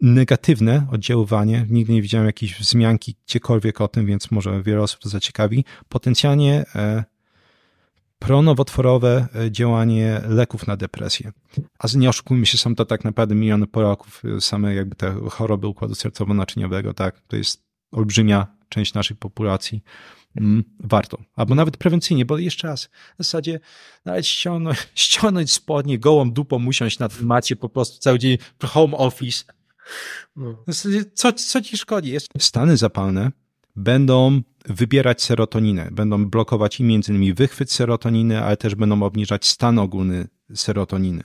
negatywne oddziaływanie, nigdy nie widziałem jakiejś wzmianki gdziekolwiek o tym, więc może wiele osób to zaciekawi, potencjalnie pronowotworowe działanie leków na depresję. A nie oszukujmy się, są to tak naprawdę miliony Polaków, same jakby te choroby układu sercowo-naczyniowego, tak, to jest olbrzymia część naszej populacji. Warto. Albo nawet prewencyjnie, bo jeszcze raz, w zasadzie nawet ściągnąć spodnie, gołą dupą usiąść na tym macie po prostu cały dzień home office. W zasadzie, co ci szkodzi? Stany zapalne będą wybierać serotoninę, będą blokować i między innymi wychwyt serotoniny, ale też będą obniżać stan ogólny serotoniny.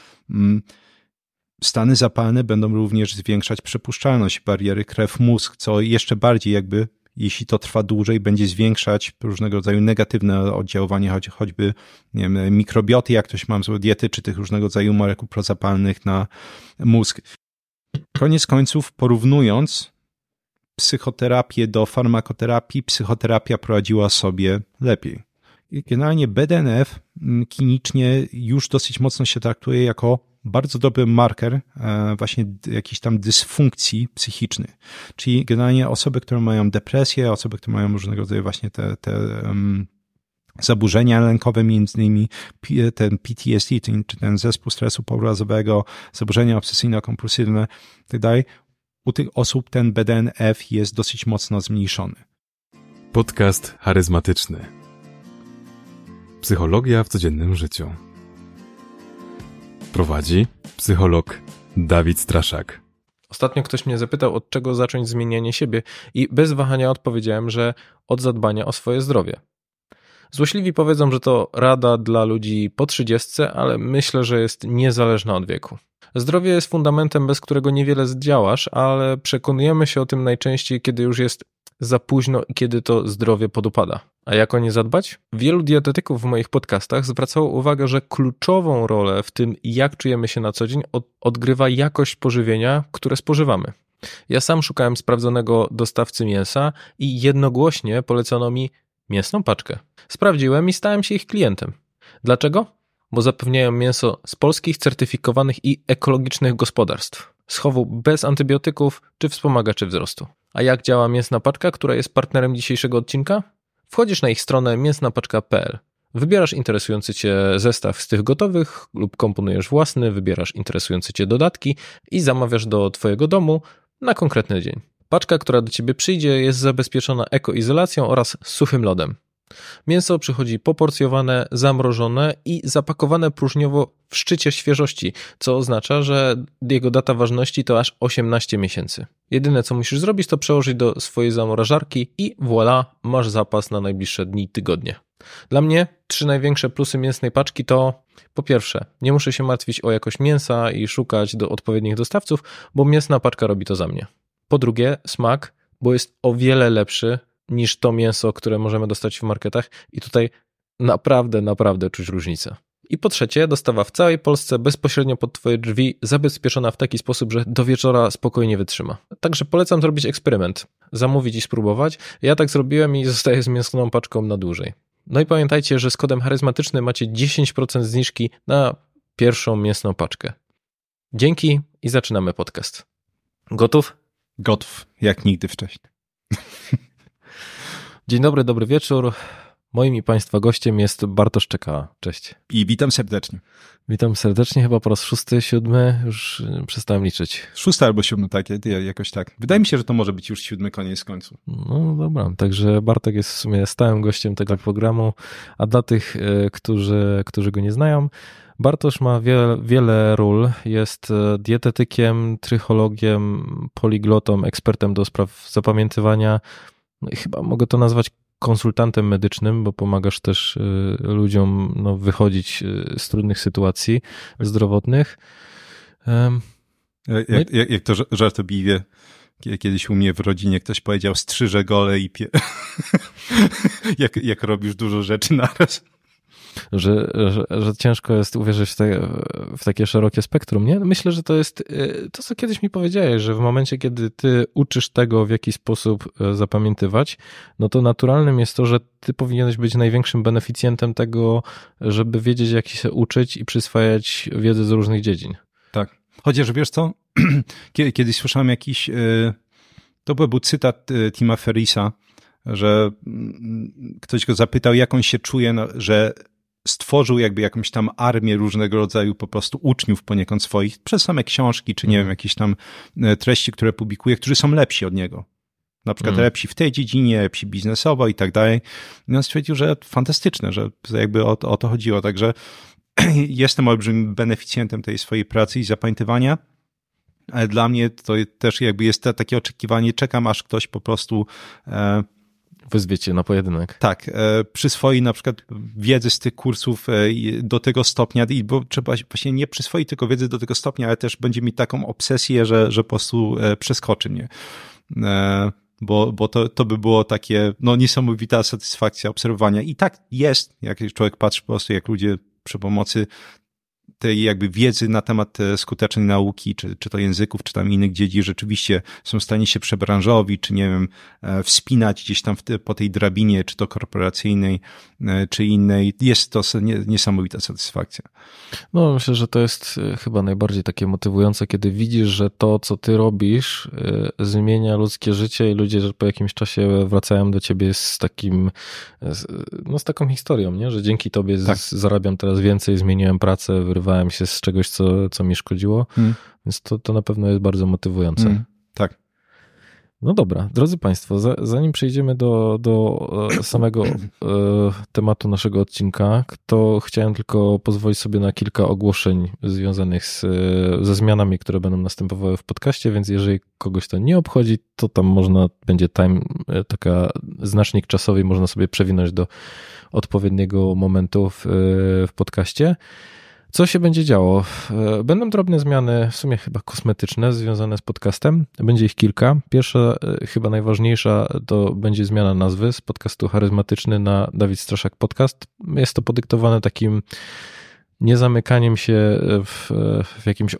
Stany zapalne będą również zwiększać przepuszczalność bariery krew-mózg, co jeszcze bardziej jakby, jeśli to trwa dłużej, będzie zwiększać różnego rodzaju negatywne oddziaływanie, choćby nie wiem, mikrobioty, jak ktoś ma złe diety, czy tych różnego rodzaju molekuł prozapalnych na mózg. Koniec końców, porównując psychoterapię do farmakoterapii, psychoterapia poradziła sobie lepiej. Generalnie BDNF klinicznie już dosyć mocno się traktuje jako bardzo dobry marker właśnie jakichś tam dysfunkcji psychicznych. Czyli generalnie osoby, które mają depresję, osoby, które mają różnego rodzaju właśnie te zaburzenia lękowe, między innymi ten PTSD, czy ten zespół stresu pourazowego, zaburzenia obsesyjno-kompulsywne itd., u tych osób ten BDNF jest dosyć mocno zmniejszony. Podcast charyzmatyczny. Psychologia w codziennym życiu. Prowadzi psycholog Dawid Straszak. Ostatnio ktoś mnie zapytał, od czego zacząć zmienianie siebie i bez wahania odpowiedziałem, że od zadbania o swoje zdrowie. Złośliwi powiedzą, że to rada dla ludzi po 30, ale myślę, że jest niezależna od wieku. Zdrowie jest fundamentem, bez którego niewiele zdziałasz, ale przekonujemy się o tym najczęściej, kiedy już jest za późno i kiedy to zdrowie podupada. A jak o nie zadbać? Wielu dietetyków w moich podcastach zwracało uwagę, że kluczową rolę w tym, jak czujemy się na co dzień, odgrywa jakość pożywienia, które spożywamy. Ja sam szukałem sprawdzonego dostawcy mięsa i jednogłośnie polecono mi mięsną paczkę. Sprawdziłem i stałem się ich klientem. Dlaczego? Bo zapewniają mięso z polskich, certyfikowanych i ekologicznych gospodarstw, z chowu bez antybiotyków czy wspomagaczy wzrostu. A jak działa mięsna paczka, która jest partnerem dzisiejszego odcinka? Wchodzisz na ich stronę mięsnapaczka.pl. Wybierasz interesujący Cię zestaw z tych gotowych lub komponujesz własny, wybierasz interesujące Cię dodatki i zamawiasz do Twojego domu na konkretny dzień. Paczka, która do Ciebie przyjdzie, jest zabezpieczona ekoizolacją oraz suchym lodem. Mięso przychodzi poporcjowane, zamrożone i zapakowane próżniowo w szczycie świeżości, co oznacza, że jego data ważności to aż 18 miesięcy. Jedyne co musisz zrobić, to przełożyć do swojej zamrażarki i voilà, masz zapas na najbliższe dni i tygodnie. Dla mnie 3 największe plusy mięsnej paczki to: po pierwsze, nie muszę się martwić o jakość mięsa i szukać do odpowiednich dostawców, bo mięsna paczka robi to za mnie. Po drugie, smak, bo jest o wiele lepszy niż to mięso, które możemy dostać w marketach i tutaj naprawdę czuć różnicę. I po trzecie, dostawa w całej Polsce bezpośrednio pod Twoje drzwi, zabezpieczona w taki sposób, że do wieczora spokojnie wytrzyma. Także polecam zrobić eksperyment, zamówić i spróbować. Ja tak zrobiłem i zostaję z mięsną paczką na dłużej. No i pamiętajcie, że z kodem charyzmatyczny macie 10% zniżki na pierwszą mięsną paczkę. Dzięki i zaczynamy podcast. Gotów? Gotów, jak nigdy wcześniej. Dzień dobry, dobry wieczór. Moim i Państwa gościem jest Bartosz Czeka. Cześć. I witam serdecznie. Witam serdecznie, chyba po raz 6, 7, już przestałem liczyć. 6 albo 7, tak, jakoś tak. Wydaje mi się, że to może być już 7 koniec końców. No dobra, także Bartek jest w sumie stałym gościem tego programu, a dla tych, którzy go nie znają, Bartosz ma wiele ról, jest dietetykiem, trychologiem, poliglotą, ekspertem do spraw zapamiętywania, no i chyba mogę to nazwać konsultantem medycznym, bo pomagasz też ludziom wychodzić z trudnych sytuacji zdrowotnych. Jak to żartobliwie kiedyś u mnie w rodzinie ktoś powiedział: strzyżę gole i jak robisz dużo rzeczy naraz. Że ciężko jest uwierzyć w takie szerokie spektrum, nie? Myślę, że to jest to, co kiedyś mi powiedziałeś, że w momencie, kiedy ty uczysz tego, w jaki sposób zapamiętywać, no to naturalnym jest to, że ty powinieneś być największym beneficjentem tego, żeby wiedzieć, jak się uczyć i przyswajać wiedzę z różnych dziedzin. Tak. Chociaż wiesz co, kiedyś słyszałem jakiś, to był cytat Tima Ferrissa, że ktoś go zapytał, jak on się czuje, że stworzył jakby jakąś tam armię różnego rodzaju po prostu uczniów poniekąd swoich, przez same książki, czy nie wiem, jakieś tam treści, które publikuje, którzy są lepsi od niego. Na przykład lepsi w tej dziedzinie, lepsi biznesowo i tak dalej. I on stwierdził, że fantastyczne, że jakby o to chodziło. Także jestem olbrzymim beneficjentem tej swojej pracy i zapamiętywania, ale dla mnie to też jakby jest takie oczekiwanie, czekam aż ktoś po prostu wyzwie cię na pojedynek. Tak, przyswoi na przykład wiedzę z tych kursów do tego stopnia, bo trzeba właśnie nie przyswoić tylko wiedzy do tego stopnia, ale też będzie mieć taką obsesję, że po prostu przeskoczy mnie. Bo to by było takie, no niesamowita satysfakcja obserwowania. I tak jest, jak człowiek patrzy po prostu, jak ludzie przy pomocy tej jakby wiedzy na temat skutecznej nauki, czy to języków, czy tam innych dziedzin rzeczywiście są w stanie się przebranżowić, czy nie wiem, wspinać gdzieś tam po tej drabinie, czy to korporacyjnej, czy innej. Jest to niesamowita satysfakcja. No myślę, że to jest chyba najbardziej takie motywujące, kiedy widzisz, że to, co ty robisz, zmienia ludzkie życie i ludzie, że po jakimś czasie wracają do ciebie z takim, no z taką historią, nie? Że dzięki tobie zarabiam teraz więcej, zmieniłem pracę, wyrwałem się z czegoś, co mi szkodziło, więc to na pewno jest bardzo motywujące. Tak. No dobra, drodzy Państwo, zanim przejdziemy do samego tematu naszego odcinka, to chciałem tylko pozwolić sobie na kilka ogłoszeń związanych ze zmianami, które będą następowały w podcaście, więc jeżeli kogoś to nie obchodzi, to tam będzie taka znacznik czasowy, można sobie przewinąć do odpowiedniego momentu w podcaście. Co się będzie działo? Będą drobne zmiany, w sumie chyba kosmetyczne, związane z podcastem. Będzie ich kilka. Pierwsza, chyba najważniejsza, to będzie zmiana nazwy z podcastu Charyzmatyczny na Dawid Straszak Podcast. Jest to podyktowane takim niezamykaniem się w jakimś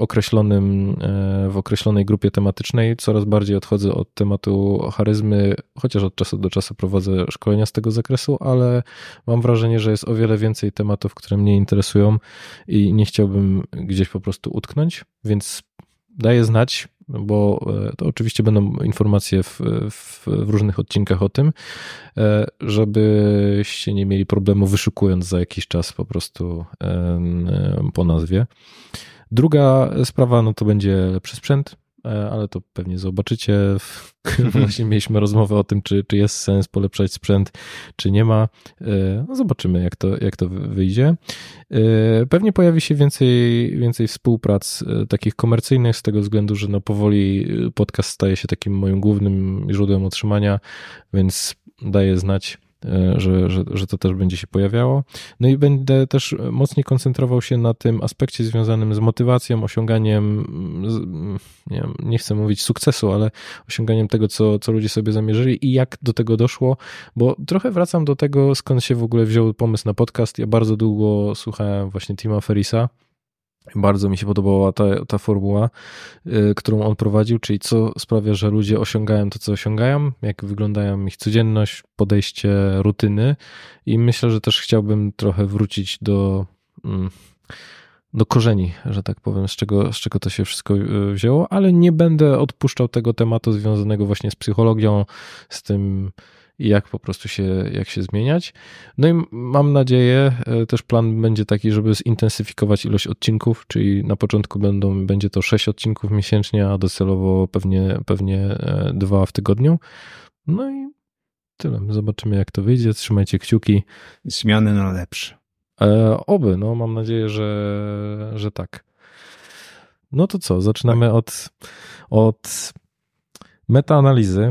w określonej grupie tematycznej. Coraz bardziej odchodzę od tematu charyzmy, chociaż od czasu do czasu prowadzę szkolenia z tego zakresu, ale mam wrażenie, że jest o wiele więcej tematów, które mnie interesują i nie chciałbym gdzieś po prostu utknąć, więc daję znać, bo to oczywiście będą informacje w różnych odcinkach o tym, żebyście nie mieli problemu wyszukując za jakiś czas po prostu po nazwie. Druga sprawa, no to będzie lepszy sprzęt, ale to pewnie zobaczycie. Właśnie mieliśmy rozmowę o tym, czy jest sens polepszać sprzęt, czy nie ma. No zobaczymy, jak to wyjdzie. Pewnie pojawi się więcej współprac takich komercyjnych z tego względu, że no powoli podcast staje się takim moim głównym źródłem utrzymania, więc daję znać, że to też będzie się pojawiało. No i będę też mocniej koncentrował się na tym aspekcie związanym z motywacją, osiąganiem, nie chcę mówić sukcesu, ale osiąganiem tego, co ludzie sobie zamierzyli i jak do tego doszło, bo trochę wracam do tego, skąd się w ogóle wziął pomysł na podcast. Ja bardzo długo słuchałem właśnie Tima Ferrissa. Bardzo mi się podobała ta formuła, którą on prowadził, czyli co sprawia, że ludzie osiągają to, co osiągają, jak wyglądają ich codzienność, podejście, rutyny i myślę, że też chciałbym trochę wrócić do korzeni, że tak powiem, z czego to się wszystko wzięło, ale nie będę odpuszczał tego tematu związanego właśnie z psychologią, z tym jak po prostu jak się zmieniać. No i mam nadzieję, też plan będzie taki, żeby zintensyfikować ilość odcinków, czyli na początku będzie to 6 odcinków miesięcznie, a docelowo pewnie 2 w tygodniu. No i tyle. Zobaczymy, jak to wyjdzie. Trzymajcie kciuki. Zmiany na lepsze. Oby, no mam nadzieję, że tak. No to co? Zaczynamy od metaanalizy,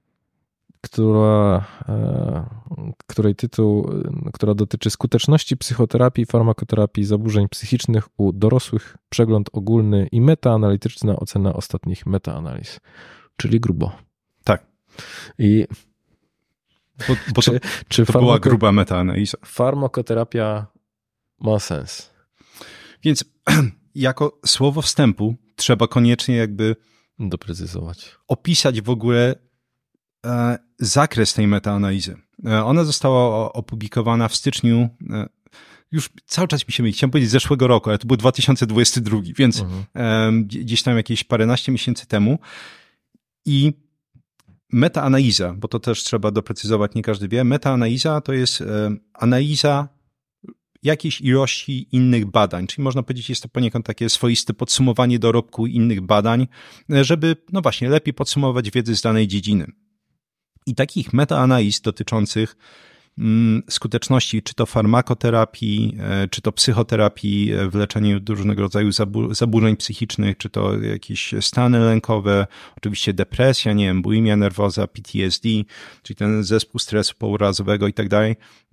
której tytuł, która dotyczy skuteczności psychoterapii, farmakoterapii, zaburzeń psychicznych u dorosłych, przegląd ogólny i metaanalityczna ocena ostatnich metaanaliz, czyli grubo. Tak. I bo czy to była gruba metaanaliza. Farmakoterapia ma sens. Więc jako słowo wstępu trzeba koniecznie jakby doprecyzować. Opisać w ogóle zakres tej metaanalizy. Ona została opublikowana w styczniu już cały czas mi się myli, chciałem powiedzieć zeszłego roku, ale to był 2022, więc gdzieś tam jakieś paręnaście miesięcy temu i metaanaliza, bo to też trzeba doprecyzować, nie każdy wie, metaanaliza to jest analiza jakiejś ilości innych badań, czyli można powiedzieć, jest to poniekąd takie swoiste podsumowanie dorobku innych badań, żeby, no właśnie, lepiej podsumować wiedzę z danej dziedziny. I takich metaanaliz dotyczących skuteczności, czy to farmakoterapii, czy to psychoterapii w leczeniu różnego rodzaju zaburzeń psychicznych, czy to jakieś stany lękowe, oczywiście depresja, nie wiem, bulimia nerwoza, PTSD, czyli ten zespół stresu pourazowego i tak dalej,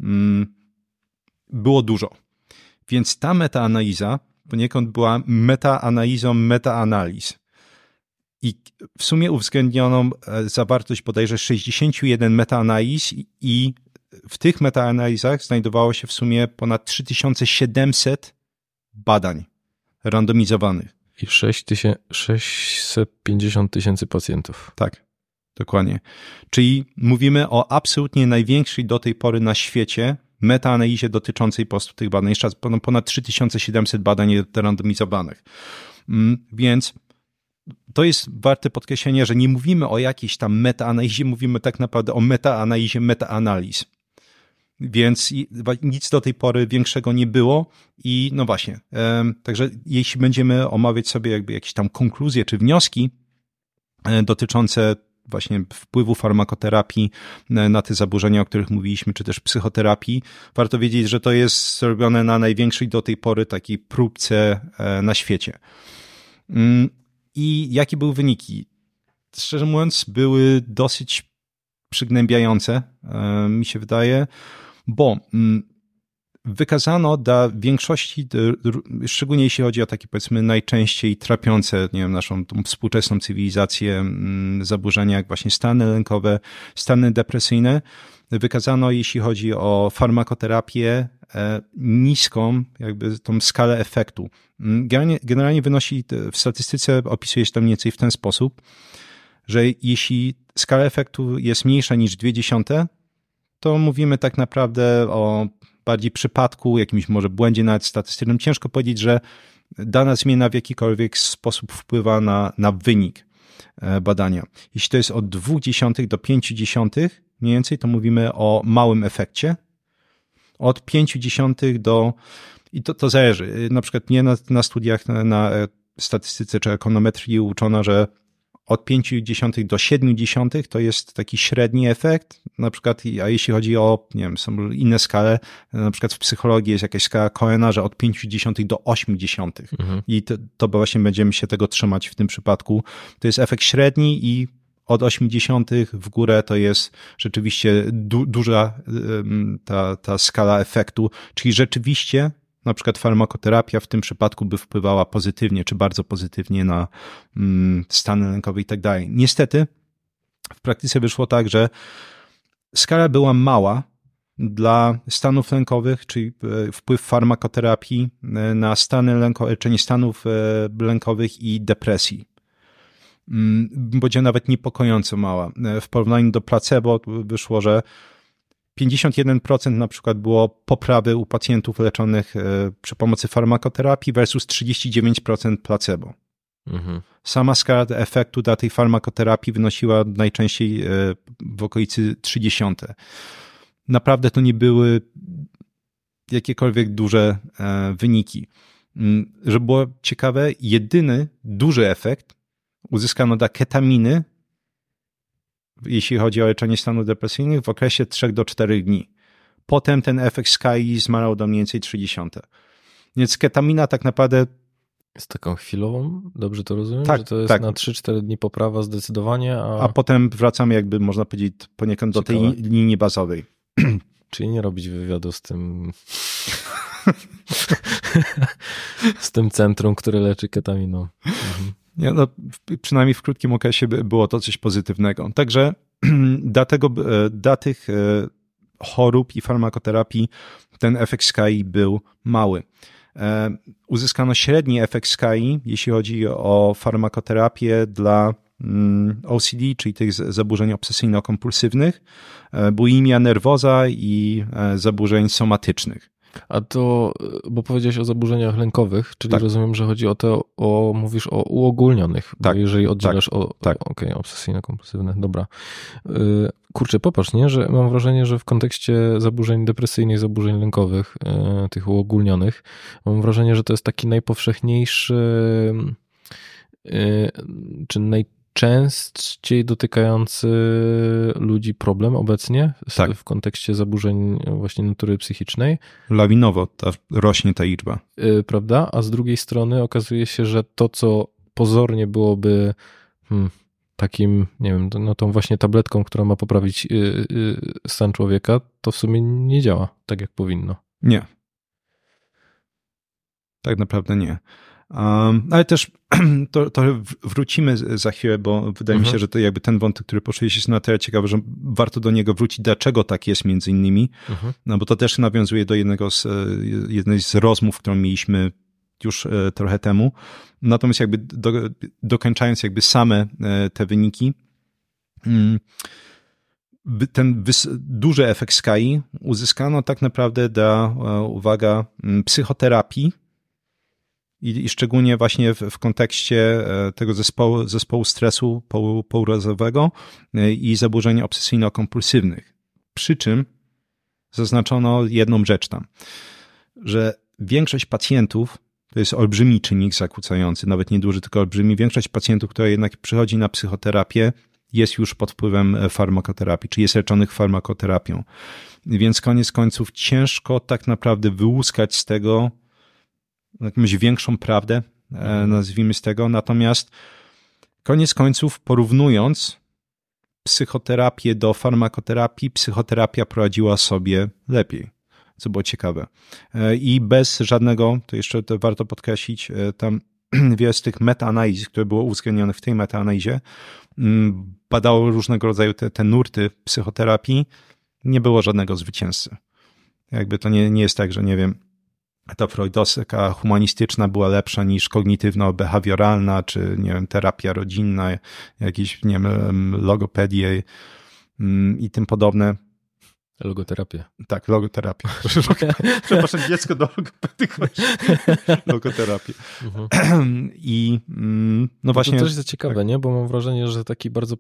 było dużo. Więc ta metaanaliza poniekąd była metaanalizą metaanaliz. I w sumie uwzględniono zawartość bodajże 61 metaanaliz i w tych metaanalizach znajdowało się w sumie ponad 3700 badań randomizowanych. I 650 tysięcy pacjentów. Tak, dokładnie. Czyli mówimy o absolutnie największej do tej pory na świecie metaanalizie dotyczącej po prostu tych badań. Jeszcze raz, ponad 3700 badań randomizowanych. Więc to jest warte podkreślenia, że nie mówimy o jakiejś tam metaanalizie, mówimy tak naprawdę o metaanalizie metaanaliz. Więc nic do tej pory większego nie było i no właśnie, także jeśli będziemy omawiać sobie jakby jakieś tam konkluzje czy wnioski dotyczące właśnie wpływu farmakoterapii na te zaburzenia, o których mówiliśmy, czy też psychoterapii, warto wiedzieć, że to jest zrobione na największej do tej pory takiej próbce na świecie. I jakie były wyniki? Szczerze mówiąc, były dosyć przygnębiające, mi się wydaje, bo wykazano dla większości, szczególnie jeśli chodzi o takie powiedzmy najczęściej trapiące, nie wiem, naszą tą współczesną cywilizację zaburzenia, jak właśnie stany lękowe, stany depresyjne, wykazano, jeśli chodzi o farmakoterapię, niską jakby tą skalę efektu. Generalnie wynosi, w statystyce opisuje się to mniej więcej w ten sposób, że jeśli skala efektu jest mniejsza niż 0,2, to mówimy tak naprawdę o bardziej przypadku, jakimś może błędzie nawet statystycznym. Ciężko powiedzieć, że dana zmiana w jakikolwiek sposób wpływa na wynik badania. Jeśli to jest od 0,2 do 0,5 mniej więcej, to mówimy o małym efekcie. Od 0,5 do... I to zależy. Na przykład mnie na studiach na statystyce czy ekonometrii uczono, że od 0,5 do 0,7 to jest taki średni efekt, na przykład, a jeśli chodzi o, nie wiem, są inne skale, na przykład w psychologii jest jakaś skala Cohena, że od 0,5 do 0,8. I to właśnie będziemy się tego trzymać w tym przypadku. To jest efekt średni i od 0,8 w górę to jest rzeczywiście duża ta skala efektu, czyli rzeczywiście na przykład farmakoterapia w tym przypadku by wpływała pozytywnie, czy bardzo pozytywnie na stany lękowe i tak dalej. Niestety w praktyce wyszło tak, że skala była mała dla stanów lękowych, czyli wpływ farmakoterapii na stany lękowe, leczenie stanów lękowych i depresji. Będzie nawet niepokojąco mała. W porównaniu do placebo wyszło, że 51% na przykład było poprawy u pacjentów leczonych przy pomocy farmakoterapii versus 39% placebo. Sama skala efektu dla tej farmakoterapii wynosiła najczęściej w okolicy 30. Naprawdę to nie były jakiekolwiek duże wyniki. Żeby było ciekawe, jedyny duży efekt uzyskano dla ketaminy, jeśli chodzi o leczenie stanów depresyjnych, w okresie 3 do 4 dni. Potem ten efekt skali zmalał do mniej więcej 30. Więc ketamina tak naprawdę... Jest taką chwilową, dobrze to rozumiem? Tak, że to jest tak. Na 3-4 dni poprawa zdecydowanie, a potem wracamy jakby, można powiedzieć, poniekąd do tej linii bazowej. Czyli nie robić wywiadu z tym z tym centrum, które leczy ketaminą. Nie, no, przynajmniej w krótkim okresie było to coś pozytywnego. Także dla tych chorób i farmakoterapii ten efekt skali był mały. Uzyskano średni efekt skali, jeśli chodzi o farmakoterapię dla OCD, czyli tych zaburzeń obsesyjno-kompulsywnych, bulimia nerwoza i zaburzeń somatycznych. A to, bo powiedziałeś o zaburzeniach lękowych, czyli tak. Rozumiem, że chodzi o to, mówisz o uogólnionych, tak, bo jeżeli oddzielasz tak. Okej, obsesyjno-kompulsywne, dobra. Kurczę, popatrz, nie, że mam wrażenie, że w kontekście zaburzeń depresyjnych, zaburzeń lękowych, tych uogólnionych, mam wrażenie, że to jest taki najpowszechniejszy, czy najczęściej dotykający ludzi problem obecnie w kontekście zaburzeń właśnie natury psychicznej. Lawinowo rośnie ta liczba. Prawda? A z drugiej strony okazuje się, że to, co pozornie byłoby takim, nie wiem, no tą właśnie tabletką, która ma poprawić stan człowieka, to w sumie nie działa tak, jak powinno. Nie. Tak naprawdę nie. Ale też to wrócimy za chwilę, bo wydaje mi się, że to jakby ten wątek, który poszedłeś, jest na tyle ciekawy, że warto do niego wrócić, dlaczego tak jest między innymi, no bo to też nawiązuje do jednej z rozmów, którą mieliśmy już trochę temu. Natomiast jakby dokończając jakby same te wyniki, ten duży efekt skali uzyskano tak naprawdę uwaga, psychoterapii i szczególnie właśnie w kontekście tego zespołu stresu pourazowego i zaburzeń obsesyjno-kompulsywnych. Przy czym zaznaczono jedną rzecz tam, że większość pacjentów, to jest olbrzymi czynnik zakłócający, nawet nieduży, tylko olbrzymi, większość pacjentów, która jednak przychodzi na psychoterapię, jest już pod wpływem farmakoterapii, czy jest leczonych farmakoterapią. Więc koniec końców ciężko tak naprawdę wyłuskać z tego jakąś większą prawdę, nazwijmy z tego. Natomiast koniec końców, porównując psychoterapię do farmakoterapii, psychoterapia poradziła sobie lepiej, co było ciekawe. I bez żadnego, to jeszcze to warto podkreślić, tam wiele z tych metaanaliz, które było uwzględnione w tej metaanalizie, badało różnego rodzaju te nurty psychoterapii, nie było żadnego zwycięzcy. Jakby to nie jest tak, że nie wiem, ta freudowska humanistyczna była lepsza niż kognitywno-behawioralna, czy nie wiem, terapia rodzinna, jakieś, nie wiem, logopedię i tym podobne. Logoterapię. Tak, logoterapię. Przepraszam, dziecko do logopedy. Logoterapię. I no właśnie. To też jest ciekawe, nie? Bo mam wrażenie, że taki bardzo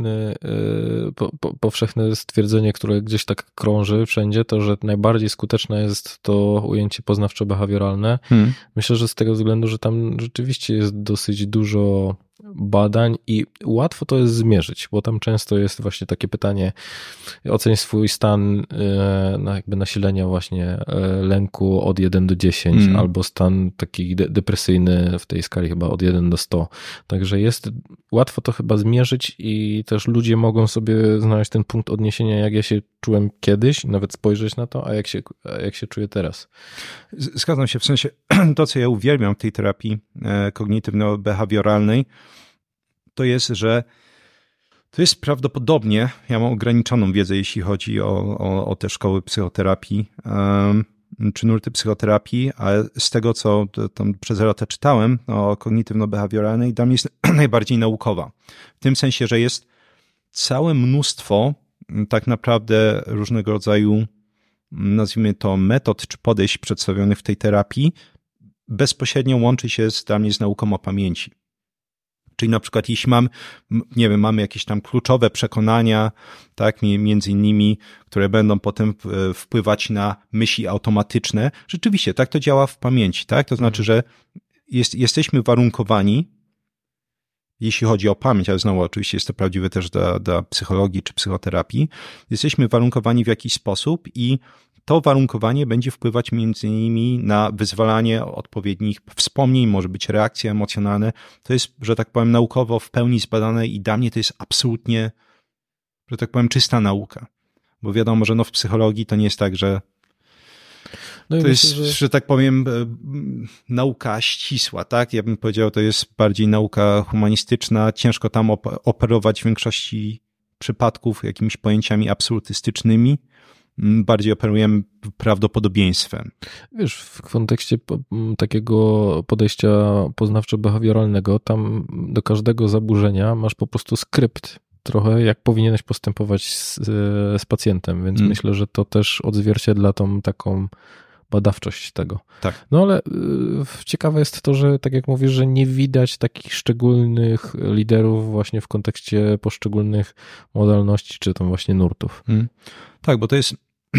powszechne stwierdzenie, które gdzieś tak krąży wszędzie, to, że najbardziej skuteczne jest to ujęcie poznawczo-behawioralne. Myślę, że z tego względu, że tam rzeczywiście jest dosyć dużo badań i łatwo to jest zmierzyć, bo tam często jest właśnie takie pytanie, oceń swój stan jakby nasilenia właśnie lęku od 1 do 10, albo stan taki depresyjny w tej skali chyba od 1 do 100. Także jest łatwo to chyba zmierzyć i też ludzie mogą sobie znaleźć ten punkt odniesienia, jak ja się czułem kiedyś, nawet spojrzeć na to, a jak się czuję teraz. Zgadzam się, w sensie to, co ja uwielbiam w tej terapii kognitywno-behawioralnej, to jest, że to jest prawdopodobnie, ja mam ograniczoną wiedzę, jeśli chodzi o te szkoły psychoterapii, czy nurty psychoterapii, ale z tego, co tam przez lata czytałem o kognitywno-behawioralnej, dla mnie jest najbardziej naukowa. W tym sensie, że jest całe mnóstwo tak naprawdę różnego rodzaju, nazwijmy to, metod czy podejść przedstawionych w tej terapii, bezpośrednio łączy się dla mnie z nauką o pamięci. Czyli na przykład jeśli mamy jakieś tam kluczowe przekonania, tak, między innymi, które będą potem wpływać na myśli automatyczne, rzeczywiście tak to działa w pamięci, tak? To znaczy, że jesteśmy warunkowani, jeśli chodzi o pamięć, ale znowu oczywiście jest to prawdziwe też dla psychologii czy psychoterapii, jesteśmy warunkowani w jakiś sposób i to warunkowanie będzie wpływać między innymi na wyzwalanie odpowiednich wspomnień, może być reakcje emocjonalne. To jest, że tak powiem, naukowo w pełni zbadane i dla mnie to jest absolutnie, że tak powiem, czysta nauka. Bo wiadomo, że w psychologii to nie jest tak, że no to jest, że tak powiem, nauka ścisła, tak? Ja bym powiedział, to jest bardziej nauka humanistyczna. Ciężko tam operować w większości przypadków jakimiś pojęciami absolutystycznymi. Bardziej operujemy prawdopodobieństwem. Wiesz, w kontekście takiego podejścia poznawczo-behawioralnego, tam do każdego zaburzenia masz po prostu skrypt, trochę jak powinieneś postępować z pacjentem, więc myślę, że to też odzwierciedla tą taką badawczość tego. Tak. No ale ciekawe jest to, że tak jak mówisz, że nie widać takich szczególnych liderów właśnie w kontekście poszczególnych modalności, czy tam właśnie nurtów. Tak, bo to jest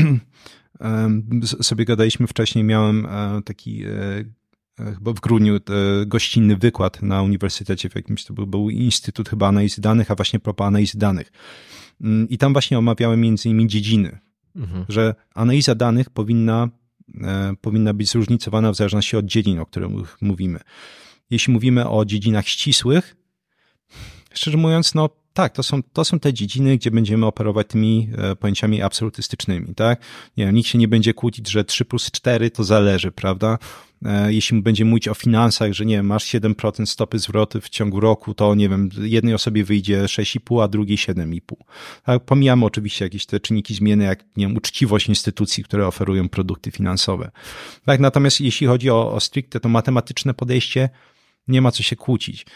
sobie gadaliśmy wcześniej, miałem taki chyba w grudniu gościnny wykład na uniwersytecie w jakimś, to był Instytut chyba Analizy Danych, a właśnie propos analizy danych. I tam właśnie omawiałem między innymi dziedziny, że analiza danych powinna być zróżnicowana w zależności od dziedzin, o których mówimy. Jeśli mówimy o dziedzinach ścisłych, szczerze mówiąc, no tak, to są te dziedziny, gdzie będziemy operować tymi pojęciami absolutystycznymi, tak? Nie wiem, nikt się nie będzie kłócić, że 3+4 to zależy, prawda? Jeśli będziemy mówić o finansach, że nie wiem, masz 7% stopy zwrotu w ciągu roku, to nie wiem, jednej osobie wyjdzie 6,5, a drugiej 7,5. Tak, pomijamy oczywiście jakieś te czynniki zmienne, jak nie wiem, uczciwość instytucji, które oferują produkty finansowe. Tak, natomiast jeśli chodzi o stricte to matematyczne podejście, nie ma co się kłócić.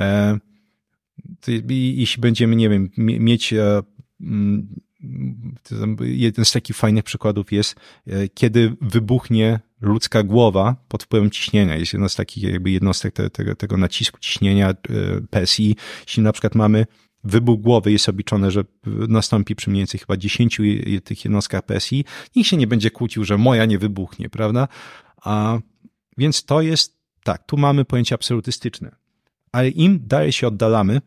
Jeśli będziemy, nie wiem, mieć jeden z takich fajnych przykładów jest, kiedy wybuchnie ludzka głowa pod wpływem ciśnienia. Jest jedna z takich jakby jednostek tego nacisku ciśnienia PSI. Jeśli na przykład mamy wybuch głowy, jest obliczone, że nastąpi przy mniej więcej chyba 10 tych jednostkach PSI, nikt się nie będzie kłócił, że moja nie wybuchnie, prawda? Więc to jest, tak, tu mamy pojęcie absolutystyczne. Ale im dalej się oddalamy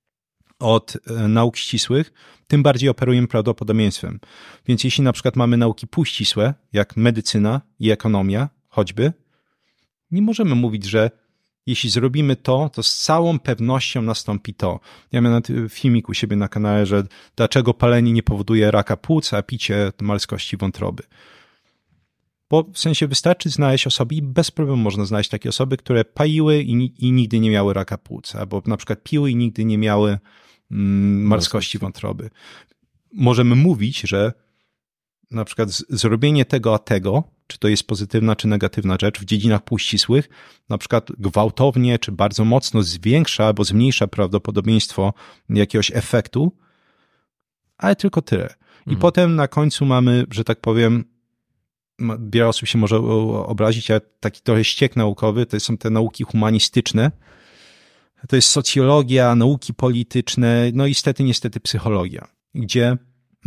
od nauk ścisłych, tym bardziej operujemy prawdopodobieństwem. Więc jeśli na przykład mamy nauki półścisłe, jak medycyna i ekonomia choćby, nie możemy mówić, że jeśli zrobimy to z całą pewnością nastąpi to. Ja miałem filmik u siebie na kanale, że dlaczego palenie nie powoduje raka płuc, a picie marskości wątroby. Bo w sensie wystarczy znaleźć osoby i bez problemu można znaleźć takie osoby, które paliły i nigdy nie miały raka płuc, albo na przykład piły i nigdy nie miały marskości wątroby. Możemy mówić, że na przykład zrobienie tego a tego, czy to jest pozytywna czy negatywna rzecz w dziedzinach półścisłych, na przykład gwałtownie czy bardzo mocno zwiększa albo zmniejsza prawdopodobieństwo jakiegoś efektu, ale tylko tyle. I potem na końcu mamy, że tak powiem, wiele osób się może obrazić, ale taki trochę ściek naukowy, to są te nauki humanistyczne, to jest socjologia, nauki polityczne, no i niestety psychologia, gdzie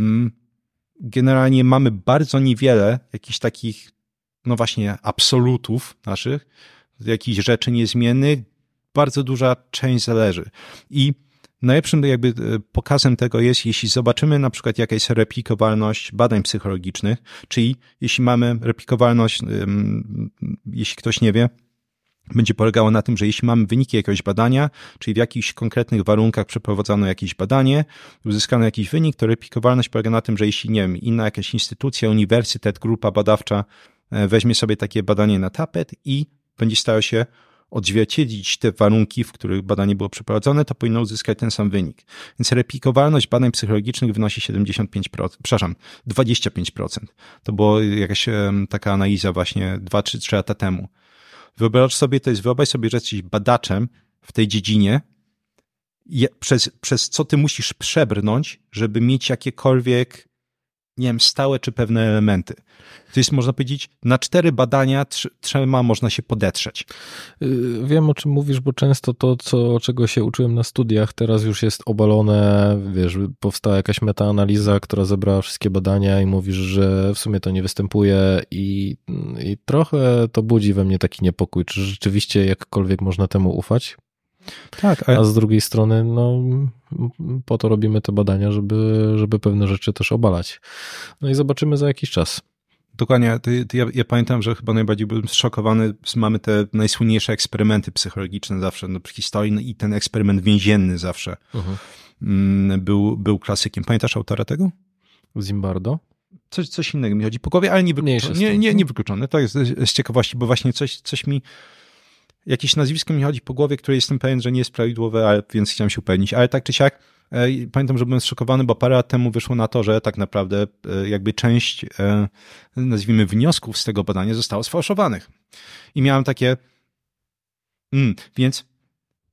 generalnie mamy bardzo niewiele jakichś takich, no właśnie, absolutów naszych, jakichś rzeczy niezmiennych, bardzo duża część zależy. I najlepszym jakby pokazem tego jest, jeśli zobaczymy na przykład jaka jest replikowalność badań psychologicznych, czyli jeśli mamy replikowalność, jeśli ktoś nie wie, będzie polegało na tym, że jeśli mamy wyniki jakiegoś badania, czyli w jakichś konkretnych warunkach przeprowadzono jakieś badanie, uzyskano jakiś wynik, to replikowalność polega na tym, że jeśli, nie wiem, inna jakaś instytucja, uniwersytet, grupa badawcza weźmie sobie takie badanie na tapet i będzie starał się odzwierciedlić te warunki, w których badanie było przeprowadzone, to powinno uzyskać ten sam wynik. Więc replikowalność badań psychologicznych wynosi 25%. To była jakaś taka analiza właśnie 2 czy 3 lata temu. Wyobraź sobie, że jesteś badaczem w tej dziedzinie, przez co ty musisz przebrnąć, żeby mieć jakiekolwiek, nie wiem, stałe czy pewne elementy. To jest, można powiedzieć, na 4 badania 3 można się podetrzeć. Wiem, o czym mówisz, bo często to, czego się uczyłem na studiach, teraz już jest obalone, wiesz, powstała jakaś metaanaliza, która zebrała wszystkie badania i mówisz, że w sumie to nie występuje i trochę to budzi we mnie taki niepokój, czy rzeczywiście jakkolwiek można temu ufać? Tak, a z drugiej strony, no, po to robimy te badania, żeby pewne rzeczy też obalać. No i zobaczymy za jakiś czas. Dokładnie. Ja pamiętam, że chyba najbardziej byłem zszokowany. Mamy te najsłynniejsze eksperymenty psychologiczne zawsze w historii i ten eksperyment więzienny zawsze był klasykiem. Pamiętasz autora tego? Zimbardo? Coś innego mi chodzi po głowie, ale nie wykluczone. To jest z ciekawości, bo właśnie coś mi... Jakieś nazwisko mi chodzi po głowie, które jestem pewien, że nie jest prawidłowe, więc chciałem się upewnić. Ale tak czy siak, pamiętam, że byłem zszokowany, bo parę lat temu wyszło na to, że tak naprawdę jakby część, nazwijmy, wniosków z tego badania zostało sfałszowanych. I miałem takie, więc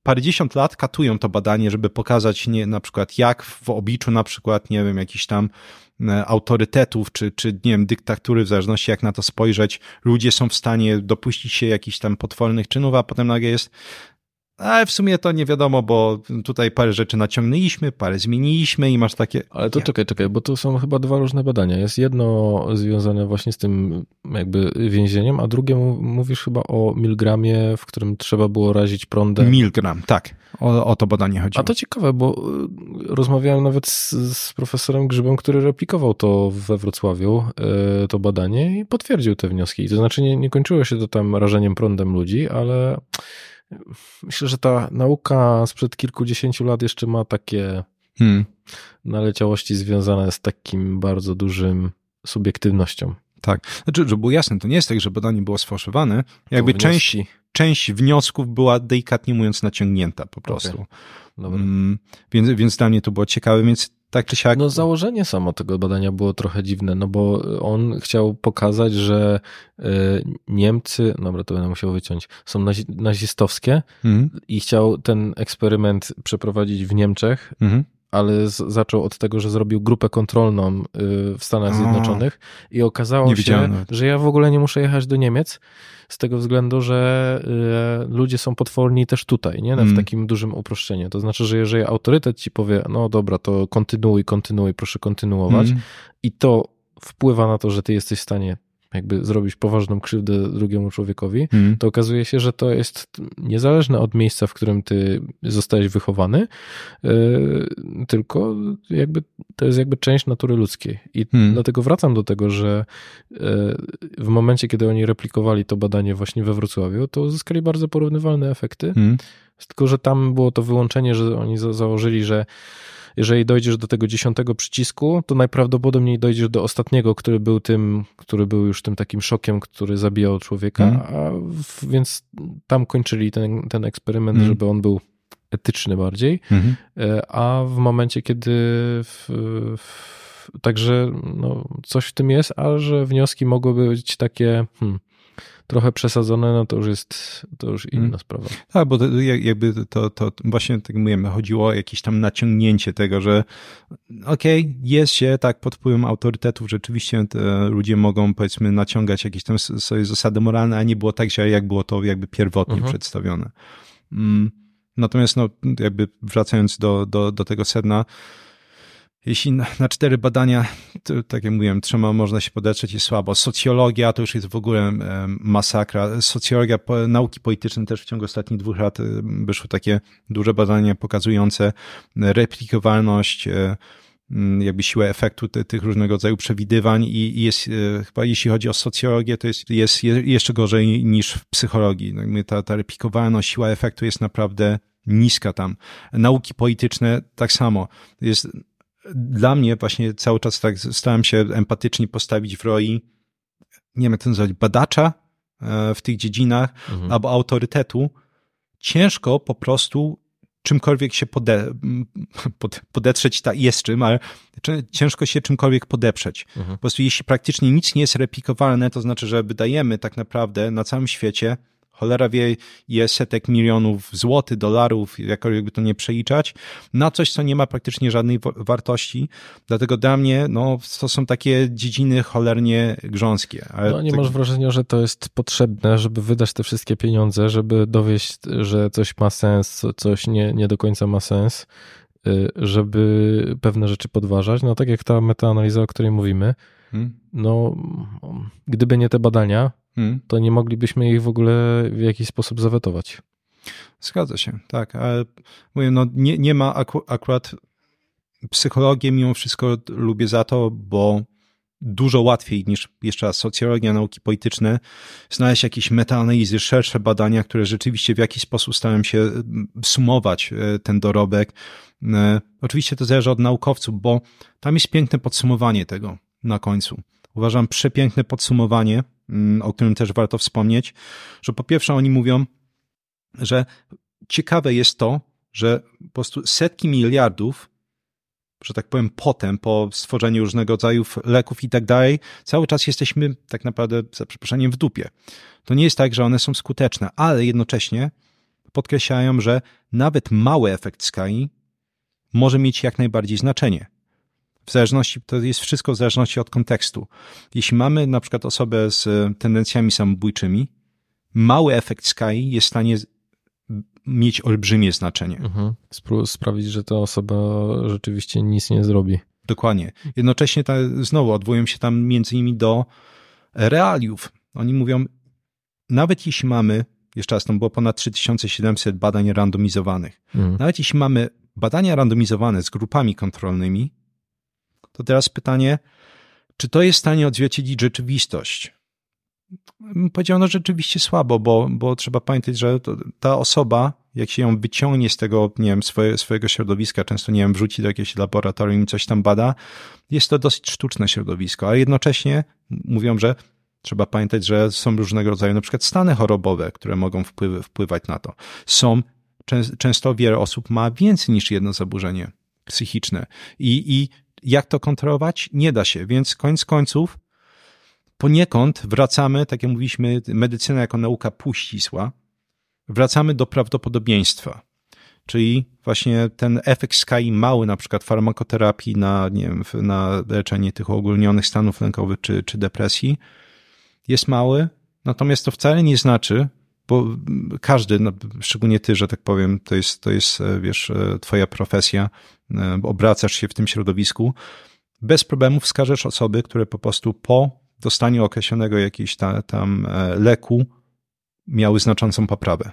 parędziesiąt lat katują to badanie, żeby pokazać na przykład jak w obliczu na przykład, nie wiem, jakichś tam autorytetów, czy nie wiem, dyktatury, w zależności jak na to spojrzeć, ludzie są w stanie dopuścić się jakichś tam potwornych czynów, a potem nagle jest ale w sumie to nie wiadomo, bo tutaj parę rzeczy naciągnęliśmy, parę zmieniliśmy i masz takie... Ale to czekaj, bo tu są chyba dwa różne badania. Jest jedno związane właśnie z tym jakby więzieniem, a drugie mówisz chyba o milgramie, w którym trzeba było razić prądem. Milgram, tak. O to badanie chodziło. A to ciekawe, bo rozmawiałem nawet z profesorem Grzybem, który replikował to we Wrocławiu, to badanie i potwierdził te wnioski. To znaczy nie kończyło się to tam rażeniem prądem ludzi, ale... Myślę, że ta nauka sprzed kilkudziesięciu lat jeszcze ma takie naleciałości związane z takim bardzo dużym subiektywnością. Tak. Znaczy, żeby było jasne, to nie jest tak, że badanie było sfałszowane. Jakby część wniosków była delikatnie mówiąc naciągnięta po prostu. Okay. Więc dla mnie to było ciekawe, więc tak czy siak... No założenie samo tego badania było trochę dziwne, no bo on chciał pokazać, że Niemcy, dobra, to będę musiał wyciąć, są nazistowskie i chciał ten eksperyment przeprowadzić w Niemczech, ale zaczął od tego, że zrobił grupę kontrolną w Stanach Zjednoczonych i okazało się, że ja w ogóle nie muszę jechać do Niemiec z tego względu, że ludzie są potworni też tutaj, nie? W takim dużym uproszczeniu. To znaczy, że jeżeli autorytet ci powie, no dobra, to kontynuuj, proszę kontynuować i to wpływa na to, że ty jesteś w stanie jakby zrobić poważną krzywdę drugiemu człowiekowi, to okazuje się, że to jest niezależne od miejsca, w którym ty zostałeś wychowany, tylko jakby to jest jakby część natury ludzkiej. I dlatego wracam do tego, że w momencie, kiedy oni replikowali to badanie właśnie we Wrocławiu, to uzyskali bardzo porównywalne efekty, tylko że tam było to wyłączenie, że oni założyli, że jeżeli dojdziesz do tego 10 przycisku, to najprawdopodobniej dojdziesz do ostatniego, który był już tym takim szokiem, który zabijał człowieka, więc tam kończyli ten eksperyment, żeby on był etyczny bardziej, a w momencie, kiedy także no, coś w tym jest, a że wnioski mogłyby być takie trochę przesadzone, no to już inna sprawa. Tak, bo jakby to właśnie tak mówimy, chodziło o jakieś tam naciągnięcie tego, że jest się tak pod wpływem autorytetów, rzeczywiście ludzie mogą powiedzmy naciągać jakieś tam swoje zasady moralne, a nie było tak, że jak było to jakby pierwotnie przedstawione. Natomiast no jakby wracając do tego sedna, jeśli na 4 badania, to, tak jak mówiłem, 3 można się podetrzeć, jest słabo. Socjologia to już jest w ogóle masakra. Socjologia, nauki polityczne też w ciągu ostatnich 2 lat wyszły takie duże badania pokazujące replikowalność, jakby siłę efektu tych różnego rodzaju przewidywań i jest chyba jeśli chodzi o socjologię, to jest jeszcze gorzej niż w psychologii. Ta replikowalność, siła efektu jest naprawdę niska tam. Nauki polityczne tak samo. Jest dla mnie właśnie cały czas tak starałem się empatycznie postawić w roli, nie wiem jak to nazwać, badacza w tych dziedzinach albo autorytetu. Ciężko po prostu czymkolwiek się podetrzeć, jest czym, ale ciężko się czymkolwiek podeprzeć. Po prostu jeśli praktycznie nic nie jest replikowalne, to znaczy, że wydajemy tak naprawdę na całym świecie, cholera wie, jest setek milionów złotych, dolarów, jakkolwiek by to nie przeliczać, na coś, co nie ma praktycznie żadnej wartości. Dlatego dla mnie, no, to są takie dziedziny cholernie grząskie. Ale no nie masz wrażenia, że to jest potrzebne, żeby wydać te wszystkie pieniądze, żeby dowieść, że coś ma sens, coś nie do końca ma sens, żeby pewne rzeczy podważać. No tak jak ta metaanaliza, o której mówimy, no gdyby nie te badania, to nie moglibyśmy ich w ogóle w jakiś sposób zawetować. Zgadza się, tak, ale mówię, no nie ma akurat psychologię mimo wszystko lubię za to, bo dużo łatwiej niż jeszcze raz socjologia, nauki polityczne, znaleźć jakieś metaanalizy, szersze badania, które rzeczywiście w jakiś sposób starałem się sumować ten dorobek. Oczywiście to zależy od naukowców, bo tam jest piękne podsumowanie tego na końcu. Uważam przepiękne podsumowanie, o którym też warto wspomnieć, że po pierwsze oni mówią, że ciekawe jest to, że po prostu setki miliardów, że tak powiem potem, po stworzeniu różnego rodzaju leków i tak dalej, cały czas jesteśmy tak naprawdę, za przeproszeniem, w dupie. To nie jest tak, że one są skuteczne, ale jednocześnie podkreślają, że nawet mały efekt skali może mieć jak najbardziej znaczenie. W zależności, to jest wszystko w zależności od kontekstu. Jeśli mamy na przykład osobę z tendencjami samobójczymi, mały efekt skali jest w stanie mieć olbrzymie znaczenie. Sprawić, że ta osoba rzeczywiście nic nie zrobi. Dokładnie. Jednocześnie znowu odwołują się tam między innymi do realiów. Oni mówią, nawet jeśli mamy, jeszcze raz, tam było ponad 3700 badań randomizowanych. Nawet jeśli mamy badania randomizowane z grupami kontrolnymi, to teraz pytanie, czy to jest w stanie odzwierciedlić rzeczywistość? Powiedziano, że rzeczywiście słabo, bo trzeba pamiętać, że ta osoba, jak się ją wyciągnie z tego, nie wiem, swojego środowiska, często, nie wiem, wrzuci do jakiegoś laboratorium i coś tam bada, jest to dosyć sztuczne środowisko, a jednocześnie mówią, że trzeba pamiętać, że są różnego rodzaju na przykład stany chorobowe, które mogą wpływać na to. Często wiele osób ma więcej niż jedno zaburzenie psychiczne i jak to kontrolować? Nie da się, więc koniec końców poniekąd wracamy, tak jak mówiliśmy, medycyna jako nauka półścisła, wracamy do prawdopodobieństwa, czyli właśnie ten efekt skali mały, na przykład farmakoterapii na, nie wiem, na leczenie tych ogólnionych stanów lękowych czy depresji jest mały, natomiast to wcale nie znaczy, bo każdy, szczególnie ty, że tak powiem, to jest, wiesz, twoja profesja, obracasz się w tym środowisku, bez problemu wskażesz osoby, które po prostu po dostaniu określonego jakiegoś tam leku miały znaczącą poprawę.